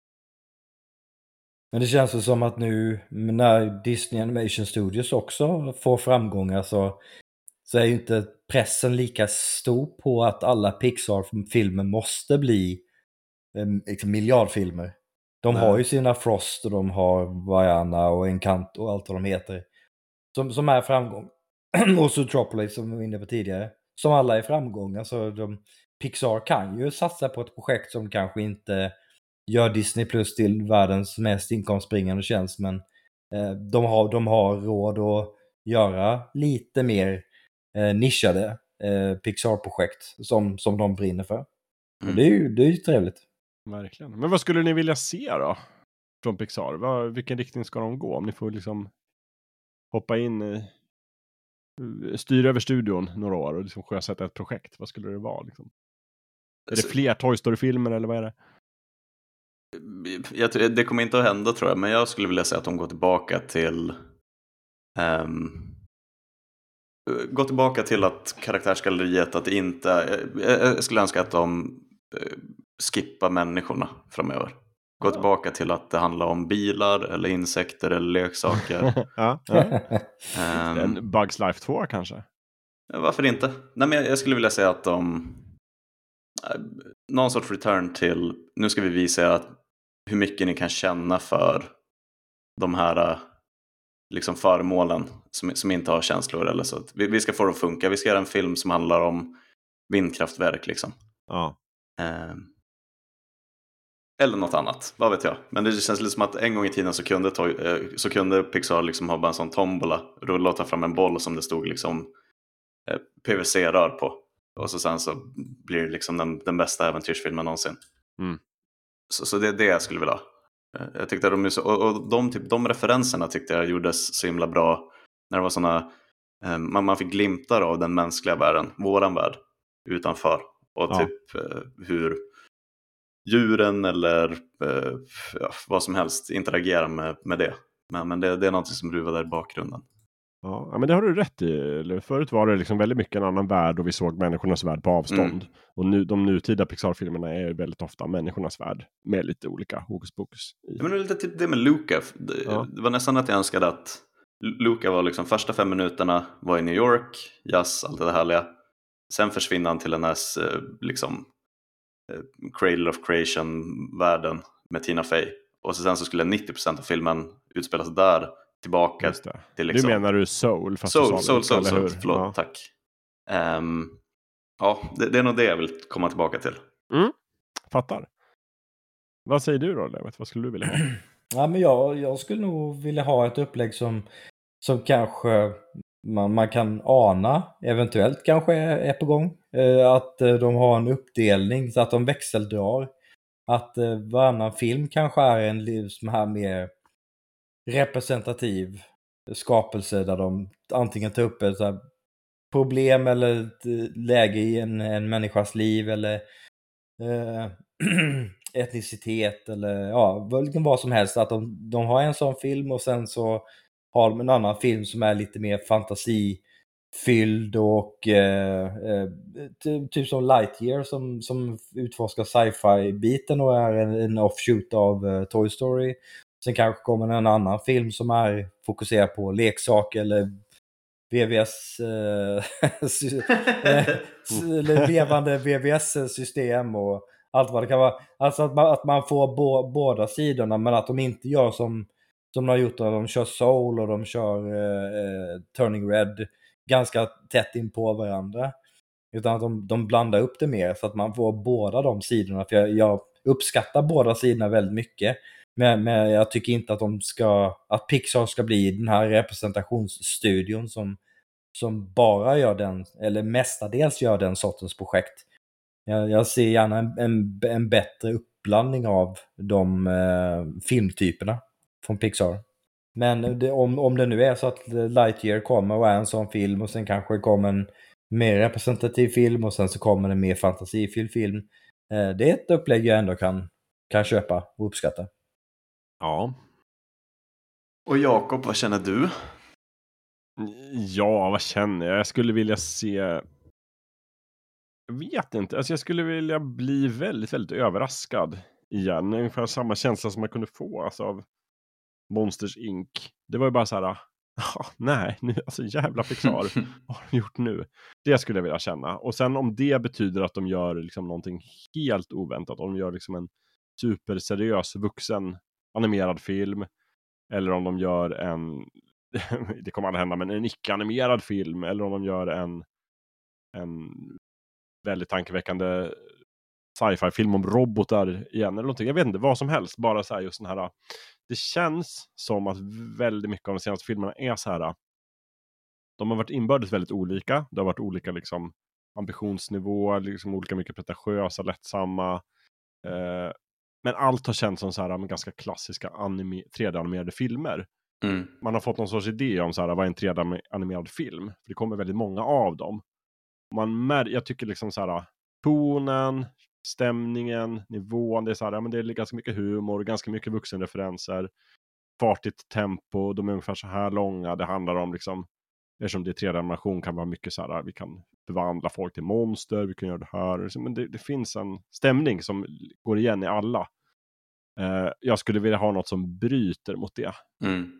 Men det känns ju som att nu när Disney Animation Studios också får framgångar så är ju inte pressen lika stor på att alla Pixar-filmer måste bli miljardfilmer. De har ju sina Frost och de har Vaiana och Encanto och allt vad de heter som är framgång. och Zootropolis som vi var inne på tidigare. Som alla är framgångar. Så Pixar kan ju satsa på ett projekt som kanske inte gör Disney Plus till världens mest inkomstbringande tjänst. Men de har råd att göra lite mer nischade Pixar-projekt som de brinner för. Och det är ju trevligt. Verkligen. Men vad skulle ni vilja se då? Från Pixar? Vilken riktning ska de gå? Om ni får liksom hoppa in styra över studion några år och liksom sjösätta ett projekt. Vad skulle det vara liksom? Är det fler Toy Story-filmer eller vad är det? Det kommer inte att hända tror jag. Men jag skulle vilja säga att de går tillbaka till att karaktärsgalleriet, att inte, jag skulle önska att de skippar människorna framöver. Gå tillbaka till att det handlar om bilar eller insekter eller leksaker. En Bugs Life 2 kanske? Varför inte? Nej, men jag skulle vilja säga att någon sorts return till, nu ska vi visa hur mycket ni kan känna för de här liksom föremålen som inte har känslor eller så. Vi ska få det att funka. Vi ska göra en film som handlar om vindkraftverk liksom. Ja. Eller något annat, vad vet jag. Men det känns lite som att en gång i tiden så kunde Pixar liksom ha bara en sån tombola, rulla och ta fram en boll som det stod liksom PVC-rör på. Och sen så blir det liksom den bästa äventyrsfilmen någonsin. Så det är det jag skulle vilja ha. Jag tyckte att de referenserna tyckte jag gjordes så himla bra. När det var såna, man fick glimtar av den mänskliga världen, våran värld, utanför. Och typ hur djuren eller vad som helst interagerar med det. Men det är något som ruvar där i bakgrunden. Ja, men det har du rätt i. Förut var det liksom väldigt mycket en annan värld och vi såg människornas värld på avstånd. Och nu, de nutida Pixar-filmerna är väldigt ofta människornas värld med lite olika hokus pokus. Men det är lite typ det med Luca. Det var nästan att jag önskade att Luca var liksom första 5 minuterna var i New York, jazz, allt det härliga. Sen försvinner han till den här liksom Cradle of Creation-världen med Tina Fey. Och sen så skulle 90% av filmen utspelas där tillbaka till liksom... Du menar du Soul? Soul, förlåt, tack. Ja, det är nog det jag vill komma tillbaka till. Fattar. Vad säger du då, Levet? Vad skulle du vilja ha? Ja, men jag skulle nog vilja ha ett upplägg som kanske man kan ana, eventuellt kanske är på gång. Att de har en uppdelning så att de växeldrar. Att varannan film kanske är en som här mer representativ skapelse där de antingen tar upp ett så här problem eller ett läge i en människas liv eller etnicitet eller vad som helst. Att de har en sån film och sen så har de en annan film som är lite mer fantasifylld och typ som Lightyear som utforskar sci-fi-biten och är en offshoot av Toy Story. Sen kanske kommer en annan film som är fokuserad på leksaker eller VVS levande VVS-system och allt vad det kan vara. Alltså att man får båda sidorna, men att de inte gör som de har gjort när de kör Soul och de kör Turning Red ganska tätt in på varandra. Utan att de blandar upp det mer så att man får båda de sidorna. För jag uppskattar båda sidorna väldigt mycket. Men jag tycker inte att Pixar ska bli den här representationsstudion som bara gör den, eller mestadels gör den sortens projekt. Jag ser gärna en bättre uppblandning av de filmtyperna från Pixar. Men om det nu är så att Lightyear kommer och är en sån film och sen kanske kommer en mer representativ film och sen så kommer en mer fantasifylld film. Det är ett upplägg jag ändå kan köpa och uppskatta. Ja. Och Jakob, vad känner du? Ja, vad känner jag? Jag skulle vilja se... Jag vet inte. Alltså jag skulle vilja bli väldigt, väldigt överraskad igen. Ungefär samma känsla som man kunde få av Monsters Inc. Det var ju bara så här... nej, nu, alltså jävla Pixar. Vad har de gjort nu? Det skulle jag vilja känna. Och sen om det betyder att de gör liksom någonting helt oväntat. Om de gör liksom en superseriös vuxen animerad film. Eller om de gör det kommer aldrig hända, men en icke-animerad film, eller om de gör en väldigt tankeväckande sci-fi-film om robotar igen eller någonting. Jag vet inte, vad som helst. Bara så här, just den här. Det känns som att väldigt mycket av de senaste filmerna är så här. De har varit inbördes väldigt olika. Det har varit olika liksom ambitionsnivåer, liksom olika mycket pretentiösa, lättsamma. Men allt har känts som så här med ganska klassiska 3D-animerade filmer. Mm. Man har fått någon sorts idé om så här, vad är en 3D-animerad film? För det kommer väldigt många av dem. Jag tycker liksom så här, tonen, stämningen, nivån, det är så här, men det är ganska mycket humor, ganska mycket vuxenreferenser, fartigt tempo, de är ungefär så här långa, det handlar om liksom, eftersom det är 3D-animation kan vara mycket så här, vi kan förvandla folk till monster, vi kan göra det här, men det finns en stämning som går igen i alla. Jag skulle vilja ha något som bryter mot det. Mm.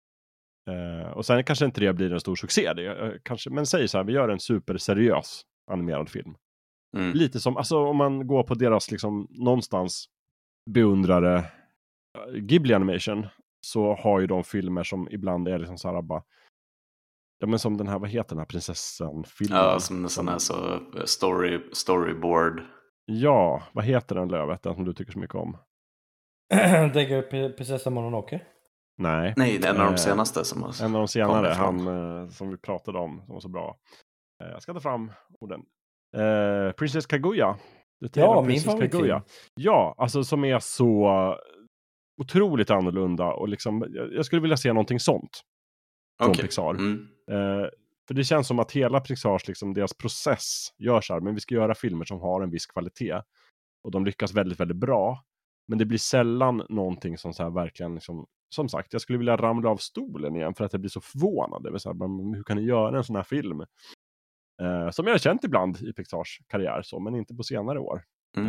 Och sen kanske inte det blir en stor succé. Men säg så här, vi gör en superseriös animerad film. Mm. Lite som, alltså om man går på deras liksom någonstans beundrare Ghibli Animation, så har ju de filmer som ibland är liksom så här bara, ja men som den här, vad heter den här prinsessan-filmen? Ja, som en sån här så storyboard. Ja, vad heter den, Lövet, den som du tycker så mycket om? Tänker du Prinsessa Mononoke? Nej, det är en av de senaste som har en av de senare, ifrån. han som vi pratade om, som var så bra. Jag ska ta fram orden. Princess Kaguya. Ja, min favoritfilm. Ja, alltså som är så otroligt annorlunda, och liksom, jag skulle vilja se någonting sånt från Pixar. Mm. För det känns som att hela Pixars, liksom, deras process gör så här, men vi ska göra filmer som har en viss kvalitet. Och de lyckas väldigt, väldigt bra. Men det blir sällan någonting som så här verkligen liksom, som sagt, jag skulle vilja ramla av stolen igen för att jag blir så förvånad över så här, men hur kan ni göra en sån här film? Som jag har känt ibland i Pixars karriär, så, men inte på senare år.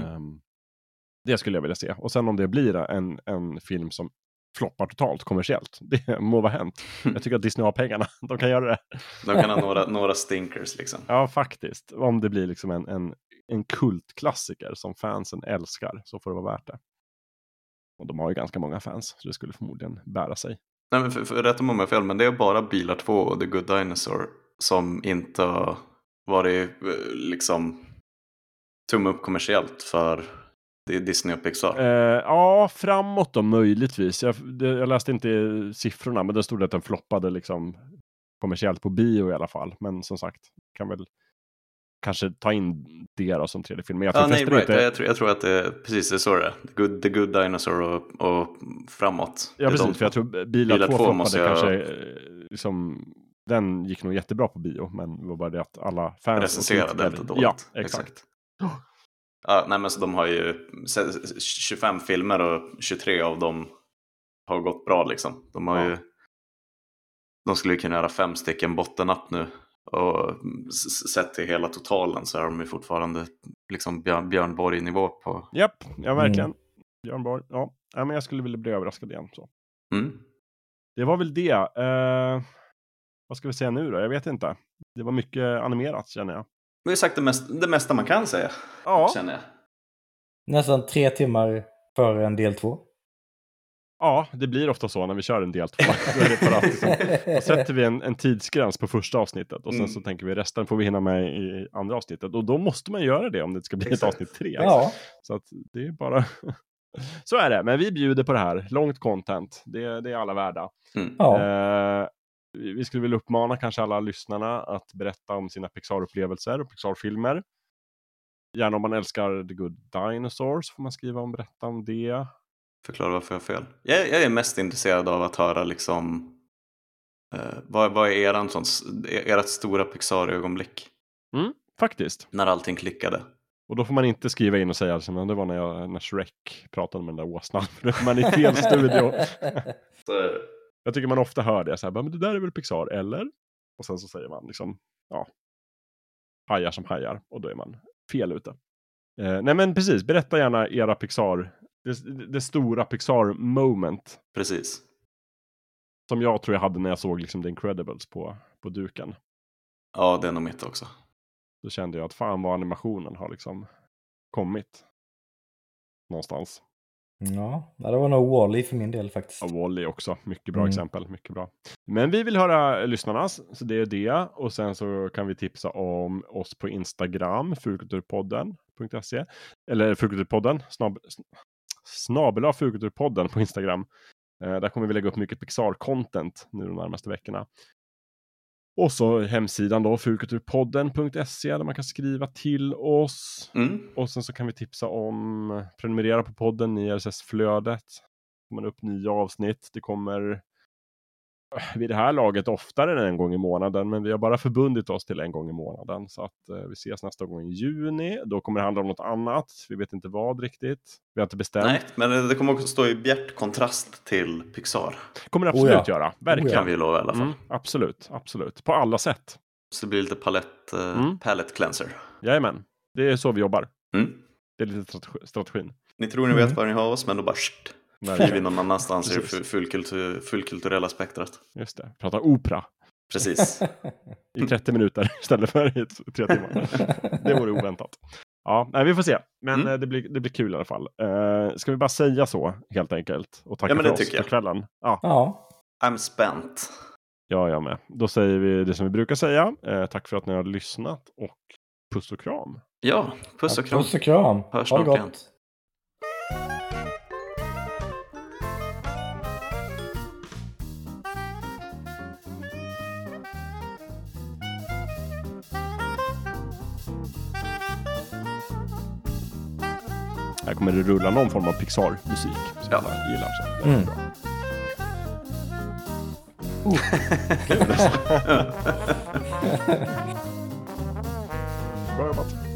Det skulle jag vilja se. Och sen om det blir en film som floppar totalt kommersiellt, det må vara hänt. Jag tycker att Disney har pengarna, de kan göra det. De kan ha några stinkers liksom. Ja, faktiskt. Om det blir liksom en kultklassiker som fansen älskar, så får det vara värt det. Och de har ju ganska många fans, så det skulle förmodligen bära sig. Nej, men för rätt om jag fel, men det är bara Bilar 2 och The Good Dinosaur som inte har varit liksom tumme upp kommersiellt för Disney och Pixar. Ja, framåt då möjligtvis. Jag läste inte siffrorna, men det stod att den floppade liksom kommersiellt på bio i alla fall. Men som sagt, kan väl kanske ta in det då som tredje film. Jag tror att det är precis det så det är. The Good Dinosaur och framåt. Ja, precis. För jag tror Bilar 2 floppade kanske liksom, den gick nog jättebra på bio, men det var bara det att alla fans recenserade det dåligt. Ja, exakt. Ja, nej, men så de har ju 25 filmer och 23 av dem har gått bra liksom. De skulle ju kunna göra 5 stycken bottennapp nu, och sett till hela totalen så är de ju fortfarande liksom Björn Borg-nivå på. Japp, ja verkligen. Björn Borg, ja. Men jag skulle vilja bli överraskad igen så. Det var väl det. Vad ska vi säga nu då? Jag vet inte. Det var mycket animerat, känner jag. Vi har sagt det mesta man kan säga. Ja. Känner jag. Nästan 3 timmar före en del 2. Ja, det blir ofta så när vi kör en del 2. Då sätter vi en tidsgräns på första avsnittet. Och sen så tänker vi resten får vi hinna med i andra avsnittet. Och då måste man göra det om det ska bli ett avsnitt 3. Ja. Så att det är bara... Så är det, men vi bjuder på det här. Långt content, det är alla värda. Ja. Vi skulle vilja uppmana kanske alla lyssnarna att berätta om sina Pixar-upplevelser och Pixar-filmer. Gärna om man älskar The Good Dinosaurs får man skriva om, berätta om det. Förklara varför jag har fel. Jag är mest intresserad av att höra liksom vad är ert stora Pixar-ögonblick? Faktiskt. När allting klickade. Och då får man inte skriva in och säga att det var när Shrek pratade med den där åsnan. Man är i fel studio. Jag tycker man ofta hör det så här, men det där är väl Pixar, eller? Och sen så säger man liksom, ja, hajar som hajar, och då är man fel ute. Nej men precis, berätta gärna era Pixar, det stora Pixar moment. Precis. Som jag tror jag hade när jag såg liksom The Incredibles på duken. Ja, det är nog mitt också. Då kände jag att fan vad animationen har liksom kommit någonstans. Ja, det var nog Wall-E för min del faktiskt. Ja, Wall-E också. Mycket bra exempel. Mycket bra. Men vi vill höra lyssnarnas, så det är det. Och sen så kan vi tipsa om oss på Instagram, fulkulturpodden.se. Eller fulkulturpodden, snabel-a fulkulturpodden på Instagram. Där kommer vi lägga upp mycket Pixar-content nu de närmaste veckorna. Och så hemsidan då, fulkulturpodden.se, där man kan skriva till oss. Och sen så kan vi tipsa om prenumerera på podden i RSS-flödet. Det kommer upp nya avsnitt. Det kommer vid det här laget oftare än en gång i månaden, men vi har bara förbundit oss till en gång i månaden. Så att vi ses nästa gång i juni. Då kommer det handla om något annat. Vi vet inte vad riktigt. Vi har inte bestämt. Nej, men det kommer också stå i bjärt kontrast till Pixar. Kommer det absolut göra. Verkligen. Kan vi lova i alla fall. Absolut. På alla sätt. Så det blir lite palette cleanser. Jajamän. Det är så vi jobbar. Det är lite strategin. Ni tror ni vet var ni har oss, men då bara flyger vi någon annanstans i fullkulturella spektrat. Just det. Prata opera. Precis. I 30 minuter istället för i 3 timmar. Det vore oväntat. Ja, nej, vi får se. Men det blir kul i alla fall. Ska vi bara säga så helt enkelt? Och tacka för oss för kvällen. Ja. I'm spent. Ja, jag med. Då säger vi det som vi brukar säga. Tack för att ni har lyssnat och puss och kram. Ja, puss och kram. Puss och kram. Hörs snart igen. Här kommer det rulla någon form av Pixar-musik som jag gillar. Så det är bra. Bra jobbat.